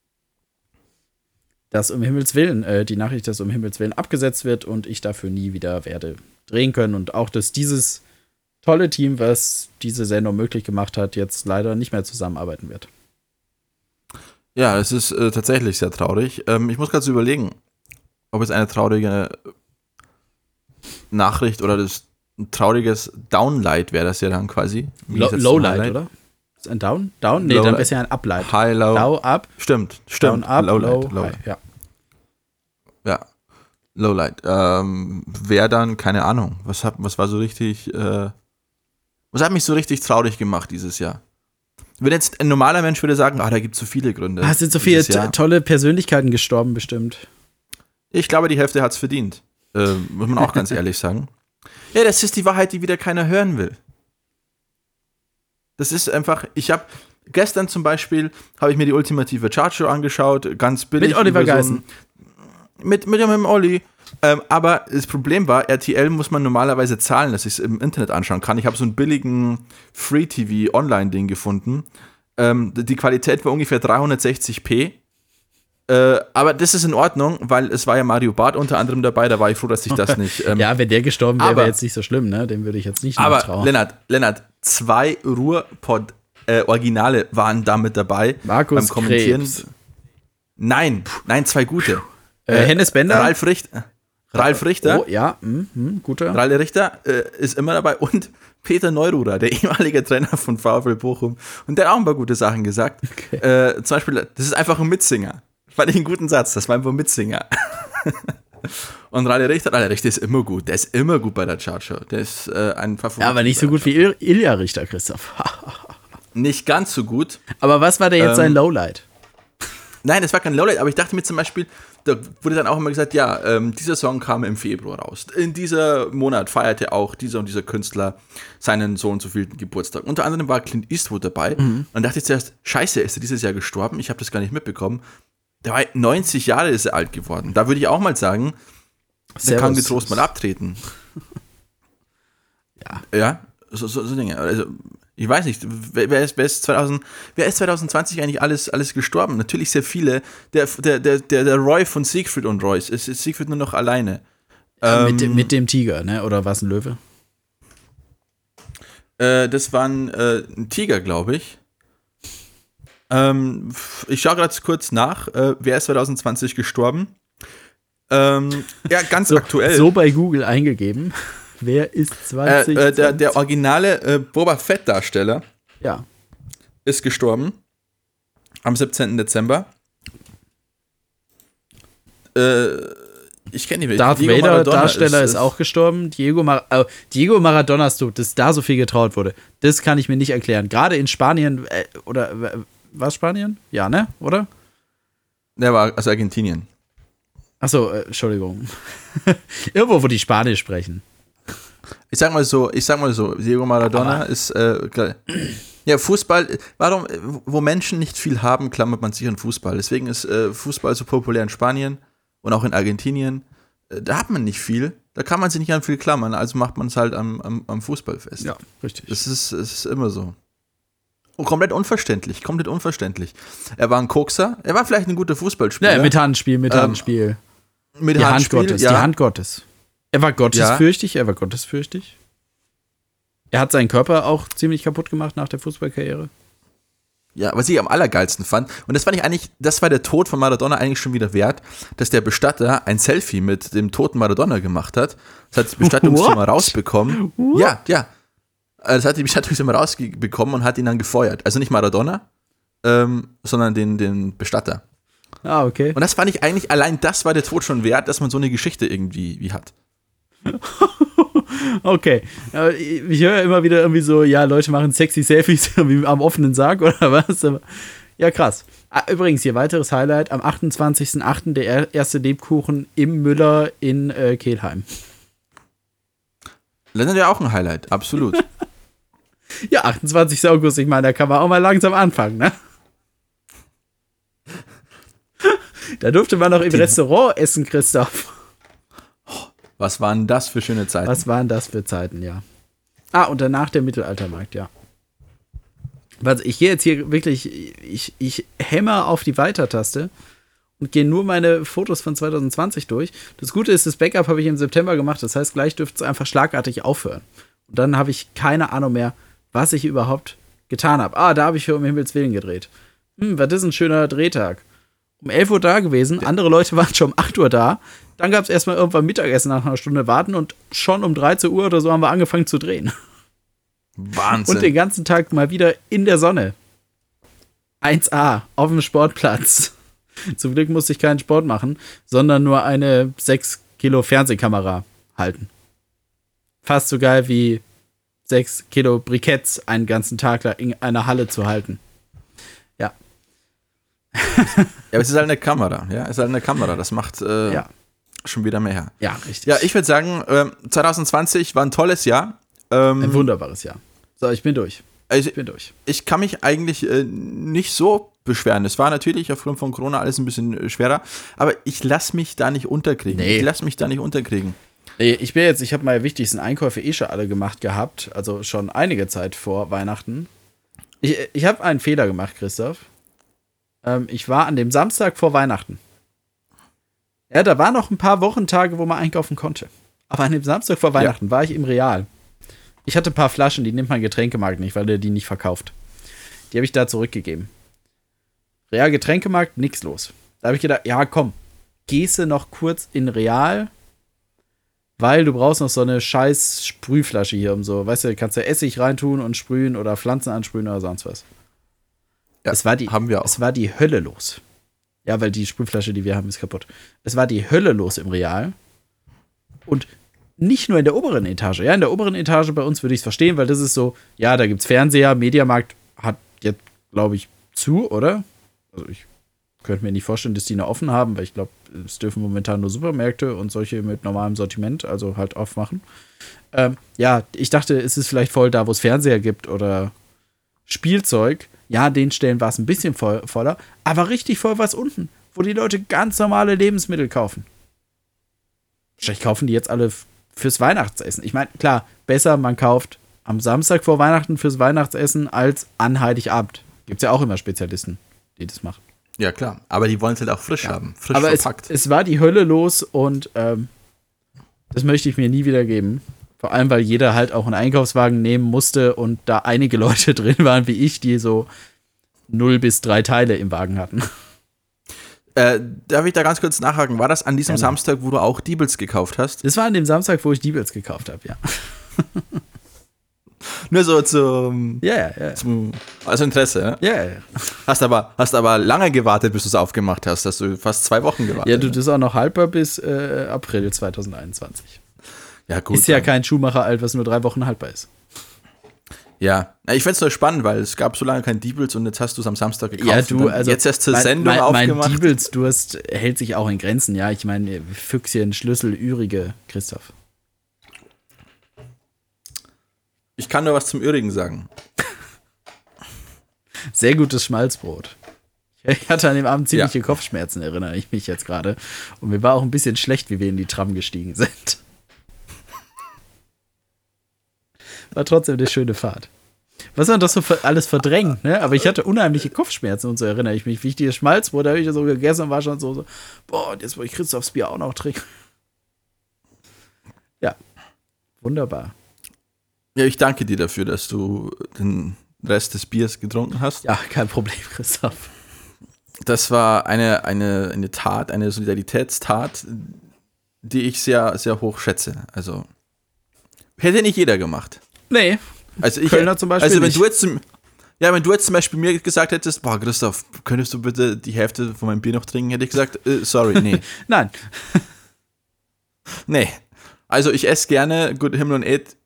dass um Himmels Willen, die Nachricht, dass um Himmels Willen abgesetzt wird und ich dafür nie wieder werde drehen können. Und auch, dass dieses tolle Team, was diese Sendung möglich gemacht hat, jetzt leider nicht mehr zusammenarbeiten wird. Ja, es ist tatsächlich sehr traurig. Ich muss gerade so überlegen, ob es eine traurige Nachricht oder das ein trauriges Downlight wäre das ja dann quasi. Lowlight, oder? Ist ein Down? Down? Nee, Lowlight. Dann wäre es ja ein Uplight. High, Low. Low, Up. Stimmt. Down, Up, Lowlight. Low, High. Ja. Ja, Lowlight. Wäre dann, keine Ahnung, was war so richtig, was hat mich so richtig traurig gemacht dieses Jahr? Wenn jetzt ein normaler Mensch würde sagen, da gibt es so viele Gründe. Es sind so viele tolle Persönlichkeiten gestorben, bestimmt. Ich glaube, die Hälfte hat es verdient. Muss man auch ganz ehrlich sagen. Ja, das ist die Wahrheit, die wieder keiner hören will. Das ist einfach, gestern zum Beispiel, habe ich mir die ultimative Chartshow angeschaut, ganz billig. Mit Oliver Geißen. Mit dem Olli. Aber das Problem war, RTL muss man normalerweise zahlen, dass ich es im Internet anschauen kann. Ich habe so einen billigen Free-TV-Online-Ding gefunden. Die Qualität war ungefähr 360p. Aber das ist in Ordnung, weil es war ja Mario Barth unter anderem dabei, da war ich froh, dass ich das nicht... ja, wenn der gestorben wäre, wäre jetzt nicht so schlimm, ne? Dem würde ich jetzt nicht nachtrauen. Aber Lennart, 2 Ruhrpott-Originale waren da mit dabei. Markus beim Kommentieren. Krebs. Nein, 2 gute. Hennes Bender. Ralf Richter. Oh, ja, guter. Ralf Richter ist immer dabei und Peter Neururer, der ehemalige Trainer von VfL Bochum. Und der hat auch ein paar gute Sachen gesagt. Okay. Zum Beispiel, das ist einfach ein Mitsinger. Fand ich einen guten Satz, das war einfach ein Mitsinger. Und Ralf Richter ist immer gut. Der ist immer gut bei der Chartshow. Der ist ein Favorit. Ja, aber nicht so gut wie Ilja Richter, Christoph. Nicht ganz so gut. Aber was war denn jetzt sein Lowlight? Nein, das war kein Lowlight, aber ich dachte mir zum Beispiel, da wurde dann auch immer gesagt, ja, dieser Song kam im Februar raus. In dieser Monat feierte auch dieser und dieser Künstler seinen so und so vielen Geburtstag. Unter anderem war Clint Eastwood dabei. Und dann dachte ich zuerst, scheiße, ist er dieses Jahr gestorben? Ich habe das gar nicht mitbekommen. Der war 90 Jahre ist er alt geworden. Da würde ich auch mal sagen, der kann getrost mal abtreten. Ja, so Dinge. Also, ich weiß nicht, wer ist 2020 eigentlich alles gestorben? Natürlich sehr viele. Der Roy von Siegfried und Royce. Es ist Siegfried nur noch alleine. Mit dem Tiger, ne? Oder war es ein Löwe? Das war ein Tiger, glaube ich. Ich schaue gerade kurz nach. Wer ist 2020 gestorben? Ja, ganz aktuell. So bei Google eingegeben. Wer ist 2020? Der originale Boba Fett-Darsteller ist gestorben am 17. Dezember. Ich kenne ihn nicht. Darth Vader, Darsteller, ist auch gestorben. Diego Maradona ist tot, dass da so viel getraut wurde. Das kann ich mir nicht erklären. Gerade in Spanien, war es Spanien? Ja, ne? Oder? Der war aus Argentinien. Achso, Entschuldigung. Irgendwo, wo die Spanisch sprechen. Ich sag mal so, Diego Maradona ist, ja, Fußball, wo Menschen nicht viel haben, klammert man sich an Fußball. Deswegen ist Fußball so populär in Spanien und auch in Argentinien. Da hat man nicht viel, da kann man sich nicht an viel klammern, also macht man es halt am Fußball fest. Ja, richtig. Das ist immer so. Und komplett unverständlich. Er war ein Kokser, er war vielleicht ein guter Fußballspieler. Ja, mit Handspiel. Mit Handspiel, Hand Gottes, ja. Die Hand Gottes. Er war gottesfürchtig. Er hat seinen Körper auch ziemlich kaputt gemacht nach der Fußballkarriere. Ja, was ich am allergeilsten fand, und das war der Tod von Maradona eigentlich schon wieder wert, dass der Bestatter ein Selfie mit dem toten Maradona gemacht hat. Das hat die Bestattungsfirma rausbekommen. What? Ja. Das hat die Bestattungsfirma rausbekommen und hat ihn dann gefeuert. Also nicht Maradona, sondern den Bestatter. Ah, okay. Und das fand ich eigentlich, allein das war der Tod schon wert, dass man so eine Geschichte irgendwie hat. Okay. Ich höre immer wieder irgendwie so, ja, Leute machen sexy Selfies am offenen Sarg oder was? Aber Ja, krass. Übrigens, hier weiteres Highlight. Am 28.08. der erste Lebkuchen im Müller in Kelheim. Das ist ja auch ein Highlight, absolut. Ja, 28. August, ich meine, da kann man auch mal langsam anfangen, ne? Da durfte man noch im Restaurant essen, Christoph. Was waren das für schöne Zeiten? Was waren das für Zeiten, ja. Und danach der Mittelaltermarkt, ja. Also ich gehe jetzt hier wirklich, ich hämmer auf die Weiter-Taste und gehe nur meine Fotos von 2020 durch. Das Gute ist, das Backup habe ich im September gemacht, das heißt, gleich dürfte es einfach schlagartig aufhören. Und dann habe ich keine Ahnung mehr, was ich überhaupt getan habe. Da habe ich für um Himmels Willen gedreht. Was ist ein schöner Drehtag. Um 11 Uhr da gewesen, andere Leute waren schon um 8 Uhr da. Dann gab es erstmal irgendwann Mittagessen nach einer Stunde warten und schon um 13 Uhr oder so haben wir angefangen zu drehen. Wahnsinn. Und den ganzen Tag mal wieder in der Sonne. 1A, auf dem Sportplatz. Zum Glück musste ich keinen Sport machen, sondern nur eine 6 Kilo Fernsehkamera halten. Fast so geil wie 6 Kilo Briketts einen ganzen Tag da in einer Halle zu halten. Ja. Ja, aber es ist halt eine Kamera, ja. Es ist halt eine Kamera. Das macht schon wieder mehr her. Ja, richtig. Ja, ich würde sagen, 2020 war ein tolles Jahr. Ein wunderbares Jahr. So, ich bin durch. Ich kann mich eigentlich nicht so beschweren. Es war natürlich aufgrund von Corona alles ein bisschen schwerer, aber ich lasse mich da nicht unterkriegen. Nee. Ich habe meine wichtigsten Einkäufe schon alle gemacht gehabt, also schon einige Zeit vor Weihnachten. Ich habe einen Fehler gemacht, Christoph. Ich war an dem Samstag vor Weihnachten. Ja, da waren noch ein paar Wochentage, wo man einkaufen konnte. Aber an dem Samstag vor Weihnachten war ich im Real. Ich hatte ein paar Flaschen, die nimmt mein Getränkemarkt nicht, weil der die nicht verkauft. Die habe ich da zurückgegeben. Real Getränkemarkt, nix los. Da habe ich gedacht, ja komm, gehst du noch kurz in Real, weil du brauchst noch so eine scheiß Sprühflasche hier, um so, weißt du, kannst du Essig reintun und sprühen oder Pflanzen ansprühen oder sonst was. Ja, haben wir auch. Es war die Hölle los. Ja, weil die Sprühflasche, die wir haben, ist kaputt. Es war die Hölle los im Real. Und nicht nur in der oberen Etage. Ja, in der oberen Etage bei uns würde ich es verstehen, weil das ist so, ja, da gibt's Fernseher, Mediamarkt hat jetzt, glaube ich, zu, oder? Also ich könnte mir nicht vorstellen, dass die noch offen haben, weil ich glaube, es dürfen momentan nur Supermärkte und solche mit normalem Sortiment, also halt aufmachen. Ja, ich dachte, es ist vielleicht voll da, wo es Fernseher gibt oder Spielzeug. Ja, den Stellen war es ein bisschen voller, aber richtig voll war es unten, wo die Leute ganz normale Lebensmittel kaufen. Wahrscheinlich kaufen die jetzt alle fürs Weihnachtsessen. Ich meine, klar, besser, man kauft am Samstag vor Weihnachten fürs Weihnachtsessen als an Heiligabend. Gibt's ja auch immer Spezialisten, die das machen. Ja, klar. Aber die wollen es halt auch frisch haben. Frisch aber verpackt. Es war die Hölle los und das möchte ich mir nie wieder geben. Vor allem, weil jeder halt auch einen Einkaufswagen nehmen musste und da einige Leute drin waren, wie ich, die so 0 bis 3 Teile im Wagen hatten. Darf ich da ganz kurz nachhaken? War das an diesem Samstag, wo du auch Diebels gekauft hast? Das war an dem Samstag, wo ich Diebels gekauft habe, ja. Nur so zum also Interesse, ja? Ja. Hast aber lange gewartet, bis du es aufgemacht hast. Hast du fast 2 Wochen gewartet. Ja, das ist auch noch haltbar bis April 2021. Ja, gut. Ist ja kein Schuhmacher-alt, was nur 3 Wochen haltbar ist. Ja, ich find's nur spannend, weil es gab so lange kein Diebels und jetzt hast du es am Samstag gekauft. Ja, du, also jetzt erst zur Sendung aufgemacht. Mein Diebelsdurst hält sich auch in Grenzen, ja. Ich meine, Füchschen, Schlüssel, Ürige, Christoph. Ich kann nur was zum Ürigen sagen. Sehr gutes Schmalzbrot. Ich hatte an dem Abend ziemliche Kopfschmerzen, erinnere ich mich jetzt gerade. Und mir war auch ein bisschen schlecht, wie wir in die Tram gestiegen sind. War trotzdem eine schöne Fahrt. Was man doch so alles verdrängt, ne? Aber ich hatte unheimliche Kopfschmerzen und so erinnere ich mich. Wie ich dieses Schmalzbrot, da habe ich so gegessen und war schon so, boah, und jetzt wollte ich Christophs Bier auch noch trinken. Ja, wunderbar. Ja, ich danke dir dafür, dass du den Rest des Biers getrunken hast. Ja, kein Problem, Christoph. Das war eine Tat, eine Solidaritätstat, die ich sehr, sehr hoch schätze. Also, hätte nicht jeder gemacht. Nee, also Kölner zum Beispiel also wenn nicht. wenn du jetzt zum Beispiel mir gesagt hättest, boah, Christoph, könntest du bitte die Hälfte von meinem Bier noch trinken, hätte ich gesagt, sorry, nee. Nein. Nee. Also ich esse gerne Good Himmel und Ed.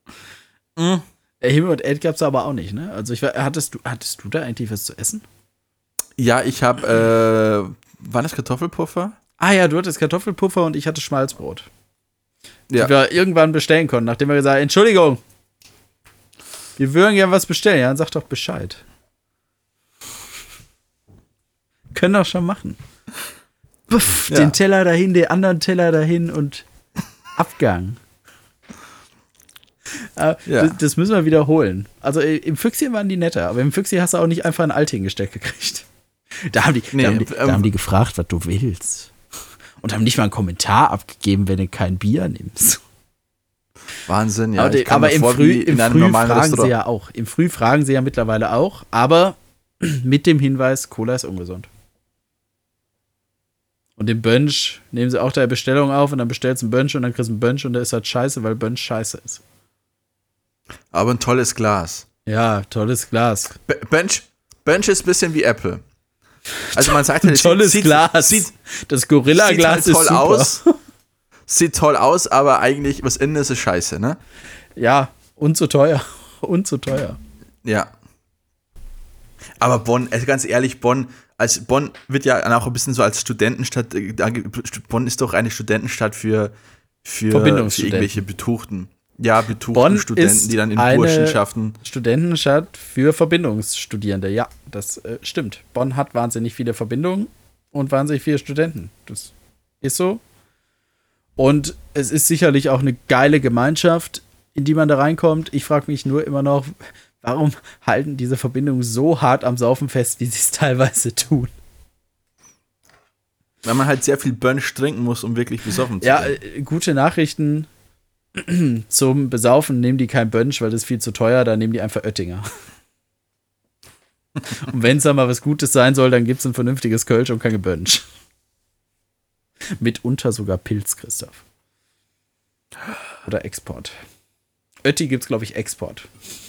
Himmel und Ed gab's aber auch nicht, ne? Also hattest du da eigentlich was zu essen? Ja, ich habe, war das Kartoffelpuffer? Ah ja, du hattest Kartoffelpuffer und ich hatte Schmalzbrot. Ja. Die wir irgendwann bestellen konnten, nachdem wir gesagt haben, Entschuldigung, wir würden gerne was bestellen. Ja, dann sag doch Bescheid. Können doch schon machen. Puff, den Teller dahin, den anderen Teller dahin und Abgang. Das müssen wir wiederholen. Also im Füchschen waren die netter, aber im Füchschen hast du auch nicht einfach ein Alt hingestellt gekriegt. Da haben die gefragt, was du willst. Und haben nicht mal einen Kommentar abgegeben, wenn du kein Bier nimmst. Wahnsinn, ja. Aber im Früh fragen sie ja auch. Im Früh fragen sie ja mittlerweile auch, aber mit dem Hinweis, Cola ist ungesund. Und im Bönsch nehmen sie auch deine Bestellung auf und dann bestellst du einen Bönsch und dann kriegst du einen Bönsch und der ist halt scheiße, weil Bönsch scheiße ist. Aber ein tolles Glas. Ja, tolles Glas. Bönsch ist ein bisschen wie Apple. Also man sagt ein tolles Glas. Das Gorilla-Glas sieht halt ist toll super. Sieht toll aus, aber eigentlich, was innen ist scheiße, ne? Ja, und zu teuer. Und zu teuer. Ja. Aber Bonn, also ganz ehrlich, Bonn wird ja auch ein bisschen so als Studentenstadt, Bonn ist doch eine Studentenstadt für irgendwelche betuchten Studenten, die dann in Burschenschaften. Studentenstadt für Verbindungsstudierende, ja, das stimmt. Bonn hat wahnsinnig viele Verbindungen und wahnsinnig viele Studenten. Das ist so. Und es ist sicherlich auch eine geile Gemeinschaft, in die man da reinkommt. Ich frage mich nur immer noch, warum halten diese Verbindungen so hart am Saufen fest, wie sie es teilweise tun? Weil man halt sehr viel Bönsch trinken muss, um wirklich besoffen zu werden. Ja, gute Nachrichten zum Besaufen nehmen die kein Bönsch, weil das ist viel zu teuer, da nehmen die einfach Oettinger. Und wenn es da mal was Gutes sein soll, dann gibt es ein vernünftiges Kölsch und kein Bönsch. Mitunter sogar Pilz, Christoph. Oder Export. Ötti gibt's, glaube ich, Export.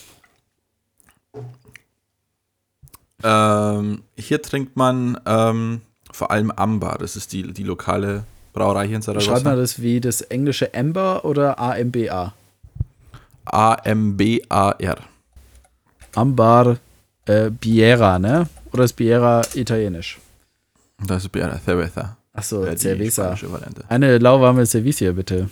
Hier trinkt man vor allem Amber. Das ist die lokale Brauerei hier in Zaragoza. Schreibt man das wie das englische Amber oder AMBA? AMBAR. Ambar Biera, ne? Oder ist Biera italienisch? Das ist Biera Cerveza. Achso, Cerveza. Eine lauwarme Cerveza, bitte.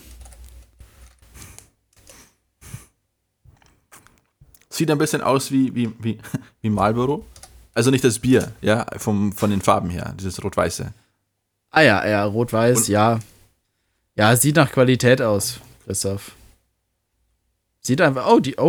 Sieht ein bisschen aus wie Marlboro. Also nicht das Bier, ja, von den Farben her, dieses Rot-Weiße. Ah ja, Rot-Weiß, ja. Ja, sieht nach Qualität aus, Christoph. Sieht einfach,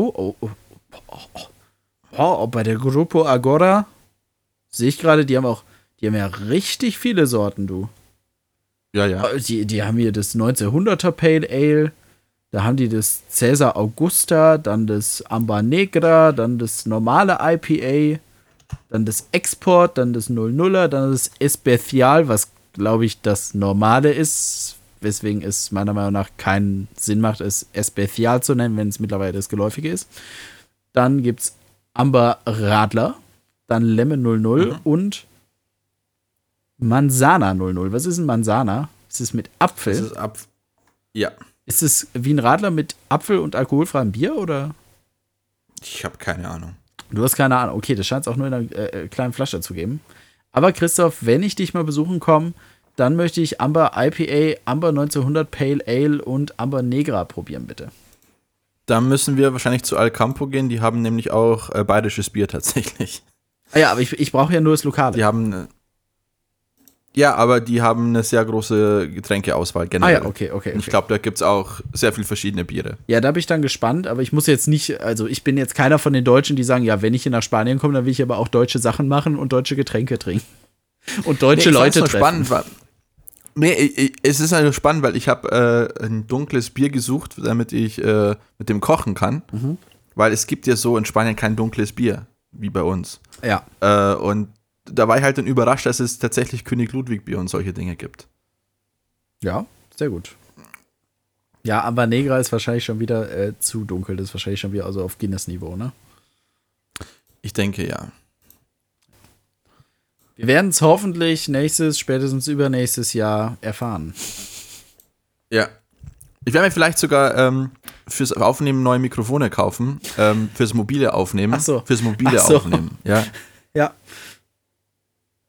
bei der Grupo Agora sehe ich gerade, die haben ja richtig viele Sorten, du. Ja. Die haben hier das 1900er Pale Ale, da haben die das Cäsar Augusta, dann das Amber Negra, dann das normale IPA, dann das Export, dann das 00er, dann das Especial, was glaube ich das Normale ist, weswegen es meiner Meinung nach keinen Sinn macht, es Especial zu nennen, wenn es mittlerweile das Geläufige ist. Dann gibt's Amber Radler, dann Lemon 00 und Manzana 00. Was ist ein Manzana? Ist es mit Apfel? Das ist ja. Ist es wie ein Radler mit Apfel und alkoholfreiem Bier, oder? Ich habe keine Ahnung. Du hast keine Ahnung. Okay, das scheint es auch nur in einer kleinen Flasche zu geben. Aber Christoph, wenn ich dich mal besuchen komme, dann möchte ich Amber IPA, Amber 1900 Pale Ale und Amber Negra probieren, bitte. Da müssen wir wahrscheinlich zu Alcampo gehen. Die haben nämlich auch bayerisches Bier tatsächlich. Ah ja, aber ich brauche ja nur das Lokale. Aber die haben eine sehr große Getränkeauswahl generell. Ah ja, okay. Ich glaube, da gibt es auch sehr viele verschiedene Biere. Ja, da bin ich dann gespannt, aber ich muss jetzt nicht, also ich bin jetzt keiner von den Deutschen, die sagen, ja, wenn ich hier nach Spanien komme, dann will ich aber auch deutsche Sachen machen und deutsche Getränke trinken. Und deutsche Leute treffen. Es ist also spannend, weil ich habe ein dunkles Bier gesucht, damit ich mit dem kochen kann. Mhm. Weil es gibt ja so in Spanien kein dunkles Bier, wie bei uns. Ja. Und da war ich halt dann überrascht, dass es tatsächlich König Ludwig Bier und solche Dinge gibt. Ja, sehr gut. Ja, aber Negra ist wahrscheinlich schon wieder zu dunkel. Das ist wahrscheinlich schon wieder also auf Guinness-Niveau, ne? Ich denke, ja. Wir werden es hoffentlich spätestens übernächstes Jahr erfahren. Ja. Ich werde mir vielleicht sogar fürs Aufnehmen neue Mikrofone kaufen. Fürs mobile Aufnehmen. Ach so. Fürs mobile Aufnehmen. Ja. Ja.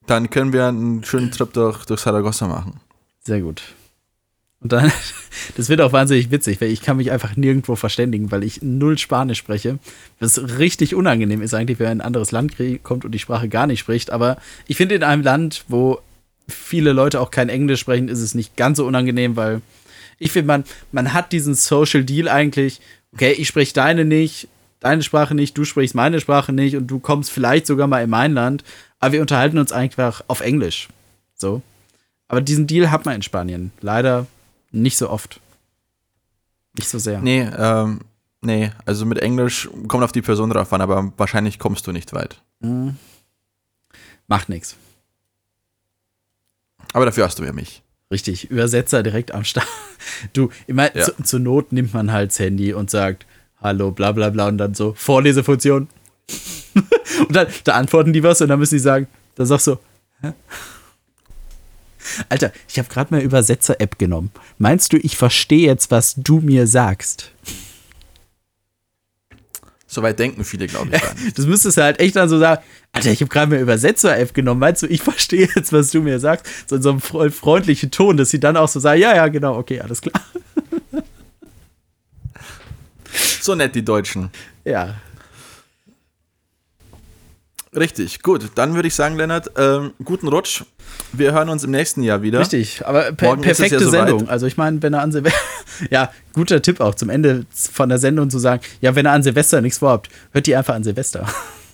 Dann können wir einen schönen Trip durch Saragossa machen. Sehr gut. Und dann, das wird auch wahnsinnig witzig, weil ich kann mich einfach nirgendwo verständigen, weil ich null Spanisch spreche. Was richtig unangenehm ist eigentlich, wenn man in ein anderes Land kommt und die Sprache gar nicht spricht. Aber ich finde, in einem Land, wo viele Leute auch kein Englisch sprechen, ist es nicht ganz so unangenehm, weil ich finde, man hat diesen Social Deal eigentlich, okay, ich spreche deine Sprache nicht, du sprichst meine Sprache nicht und du kommst vielleicht sogar mal in mein Land, aber wir unterhalten uns einfach auf Englisch. So. Aber diesen Deal hat man in Spanien. Leider nicht so oft. Nicht so sehr. Nee, also mit Englisch kommt auf die Person drauf an, aber wahrscheinlich kommst du nicht weit. Macht nichts. Aber dafür hast du ja mich. Richtig, Übersetzer direkt am Start. Du, immer Ja. zur Not nimmt man halt das Handy und sagt, hallo, bla bla bla und dann so, Vorlesefunktion. Und dann da antworten die was und dann müssen die sagen, dann sagst du, hä? Alter, ich habe gerade mal Übersetzer-App genommen. Meinst du, ich verstehe jetzt, was du mir sagst? Soweit denken viele, glaube ich, gar nicht. Das müsstest du halt echt dann so sagen, Alter, ich habe gerade mal Übersetzer-App genommen. Meinst du, ich verstehe jetzt, was du mir sagst? So in so einem freundlichen Ton, dass sie dann auch so sagen, ja, genau, okay, alles klar. So nett, die Deutschen. Ja. Richtig, gut. Dann würde ich sagen, Lennart, guten Rutsch. Wir hören uns im nächsten Jahr wieder. Richtig, aber Morgen ist es perfekte ja soweit. Sendung. Also ich meine, wenn er an Silvester, ja, guter Tipp auch zum Ende von der Sendung zu sagen, ja, wenn ihr an Silvester nichts vorhabt, hört die einfach an Silvester.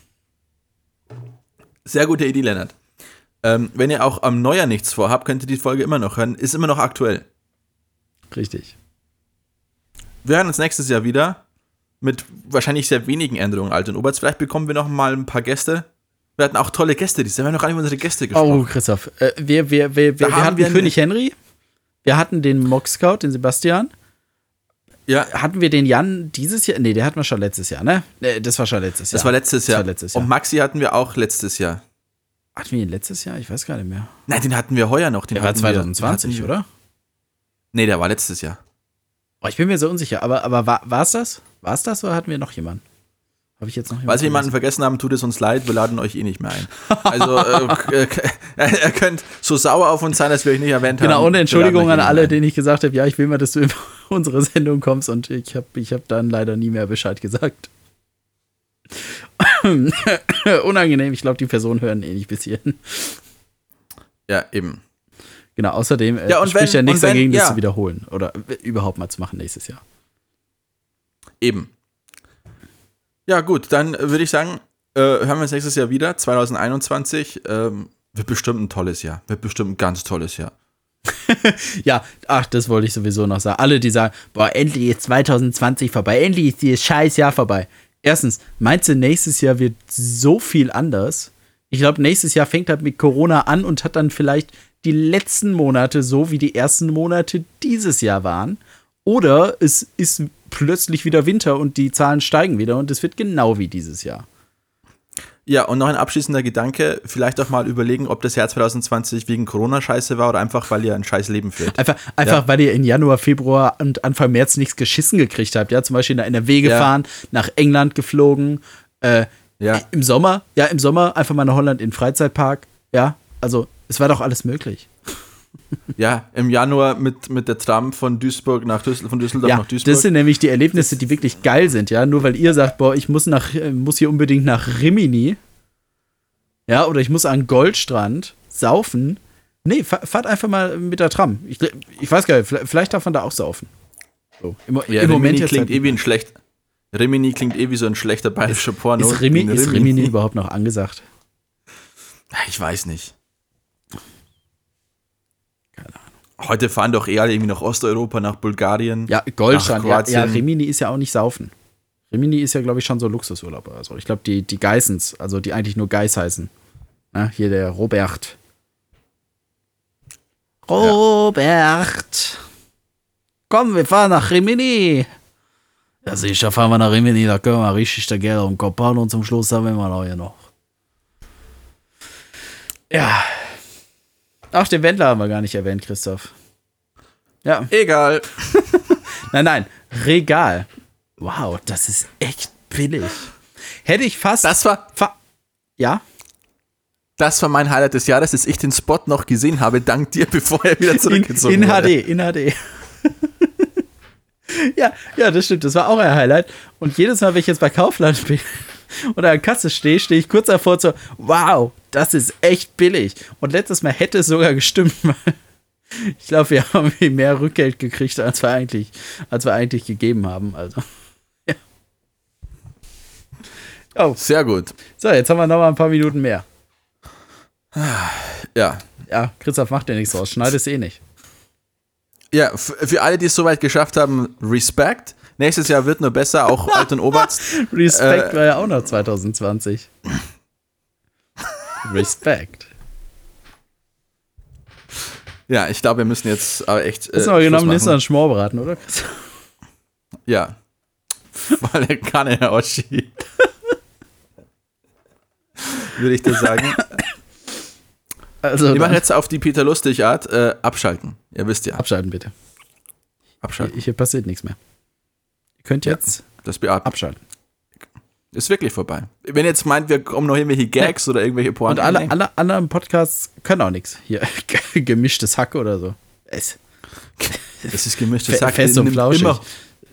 Sehr gute Idee, Lennart. Wenn ihr auch am Neujahr nichts vorhabt, könnt ihr die Folge immer noch hören. Ist immer noch aktuell. Richtig. Wir hören uns nächstes Jahr wieder mit wahrscheinlich sehr wenigen Änderungen, Alt und Oberts. Vielleicht bekommen wir noch mal ein paar Gäste. Wir hatten auch tolle Gäste. Wir haben noch gar nicht über unsere Gäste gesprochen. Oh, Christoph. Wir hatten wir König Henry. Wir hatten den Mock Scout, den Sebastian. Ja, Hatten wir den Jan dieses Jahr? Nee, den hatten wir schon letztes Jahr, ne? Nee, das war schon letztes Jahr. das war letztes Jahr. Das war letztes Jahr. Und Maxi hatten wir auch letztes Jahr. Hatten wir ihn letztes Jahr? Ich weiß gar nicht mehr. Nein, den hatten wir heuer noch. Den Der war hatten wir- 2020, den hatten wir- oder? Nee, der war letztes Jahr. Oh, ich bin mir so unsicher. Aber war es das? War es das oder hatten wir noch jemanden? Habe ich jetzt noch Falls wir jemanden vergessen haben, tut es uns leid, wir laden euch eh nicht mehr ein. Also, ihr könnt so sauer auf uns sein, dass wir euch nicht erwähnt haben. Genau, und Entschuldigung Wir laden an euch eh alle, nicht mehr denen ich gesagt habe, ja, ich will mal, dass du in unsere Sendung kommst und ich hab dann leider nie mehr Bescheid gesagt. Unangenehm, ich glaube, die Personen hören eh nicht bis hierhin. ein. Ja, eben. Genau, außerdem Ja, und spricht ja wenn- nichts und wenn- dagegen, das ja. zu wiederholen oder überhaupt mal zu machen nächstes Jahr. Eben. Ja, gut, dann würde ich sagen, hören wir uns nächstes Jahr wieder. 2021 wird bestimmt ein tolles Jahr. Wird bestimmt ein ganz tolles Jahr. Ja, ach, das wollte ich sowieso noch sagen. Alle, die sagen, boah, endlich ist 2020 vorbei, endlich ist dieses scheiß Jahr vorbei. Erstens, meinst du, nächstes Jahr wird so viel anders? Ich glaube, nächstes Jahr fängt halt mit Corona an und hat dann vielleicht die letzten Monate so, wie die ersten Monate dieses Jahr waren. Oder es ist plötzlich wieder Winter und die Zahlen steigen wieder und es wird genau wie dieses Jahr. Ja, und noch ein abschließender Gedanke, vielleicht auch mal überlegen, ob das Jahr 2020 wegen Corona scheiße war oder einfach, weil ihr ein scheiß Leben führt. Einfach Ja. weil ihr in Januar, Februar und Anfang März nichts geschissen gekriegt habt. Ja, zum Beispiel nach NRW gefahren, nach England geflogen. Ja. Im Sommer einfach mal nach Holland in den Freizeitpark. Ja, also es war doch alles möglich. Ja, im Januar mit der Tram von Duisburg nach von Düsseldorf Ja, nach Duisburg. das sind nämlich die Erlebnisse, die wirklich geil sind. Ja, nur weil ihr sagt, boah, ich muss hier unbedingt nach Rimini. Ja, oder ich muss an den Goldstrand saufen. Nee, fahrt einfach mal mit der Tram. Ich weiß gar nicht, vielleicht darf man da auch saufen. So, im Rimini Moment jetzt klingt halt wie ein schlecht. Rimini klingt wie so ein schlechter bayerischer Porno. Ist Rimini überhaupt noch angesagt? Ich weiß nicht. Keine Ahnung. Heute fahren doch eher irgendwie nach Osteuropa, nach Bulgarien. Ja, Goldstrand, Nach ja, Kroatien. Rimini ist ja auch nicht saufen. Rimini ist ja, glaube ich, schon so Luxusurlaub oder so. Ich glaube, die Geissens, also die eigentlich nur Geiss heißen. Na, hier der Robert. Robert! Komm, wir fahren nach Rimini! Ja, sicher, fahren wir nach Rimini, da können wir richtig der Geld um den Kopf hauen und zum Schluss haben wir mal hier noch. Ja. Ach, den Wendler haben wir gar nicht erwähnt, Christoph. Ja. Egal. Nein, Regal. Wow, das ist echt billig. Hätte ich fast. Das war Das war mein Highlight des Jahres, dass ich den Spot noch gesehen habe, dank dir, bevor er wieder zurückgezogen wurde. In HD. Ja, das stimmt. Das war auch ein Highlight. Und jedes Mal, wenn ich jetzt bei Kaufland bin oder an der Kasse stehe ich kurz davor so, wow, das ist echt billig. Und letztes Mal hätte es sogar gestimmt, weil ich glaube, wir haben mehr Rückgeld gekriegt, als wir eigentlich gegeben haben. Also, ja. Oh. Sehr gut. So, jetzt haben wir noch mal ein paar Minuten mehr. Ja. Ja, Christoph macht ja nichts draus. Schneid es eh nicht. Ja, für alle, die es soweit geschafft haben, Respekt. Nächstes Jahr wird nur besser, auch Alt- und Oberst. Respekt war ja auch noch 2020. Respekt. Ja, ich glaube, wir müssen jetzt aber echt. Ist aber genommen, Nissan Schmor braten, oder? Ja. Weil er kann, Herr Oschi. Würde ich dir sagen. Also wir machen jetzt auf die Peter Lustig Art abschalten. Ihr wisst ja. Abschalten, bitte. Abschalten. Hier passiert nichts mehr. Ihr könnt jetzt das beatmen. abschalten. Ist wirklich vorbei. Wenn ihr jetzt meint, wir kommen noch irgendwelche Gags oder irgendwelche Pointen. Und alle anderen Podcasts können auch nichts. Hier, gemischtes Hack oder so. Das ist gemischtes Hack. Fest und flauschig. Immer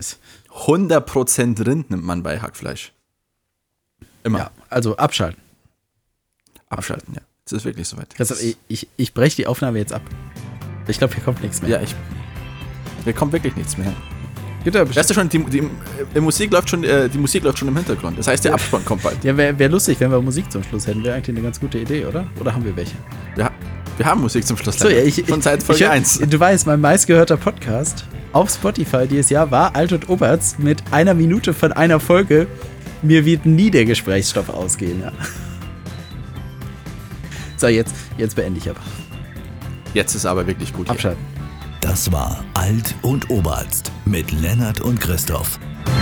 100% Rind nimmt man bei Hackfleisch. Immer. Ja, also abschalten. Abschalten, ja. Es ist wirklich soweit. Ich breche die Aufnahme jetzt ab. Ich glaube, hier kommt nichts mehr. Ja, hier kommt wirklich nichts mehr. Weißt du schon, die Musik läuft schon im Hintergrund. Das heißt, der Abspann kommt bald. Ja, wäre lustig, wenn wir Musik zum Schluss hätten. Wäre eigentlich eine ganz gute Idee, oder? Oder haben wir welche? Ja, wir haben Musik zum Schluss. So, ja, schon seit Folge 1. Du weißt, mein meistgehörter Podcast auf Spotify dieses Jahr war Alt und Oberst mit 1 Minute von einer Folge. Mir wird nie der Gesprächsstoff ausgehen, ja. So, jetzt beende ich aber. Jetzt ist aber wirklich gut. Abschalten. Das war Alt und Oberarzt mit Lennart und Christoph.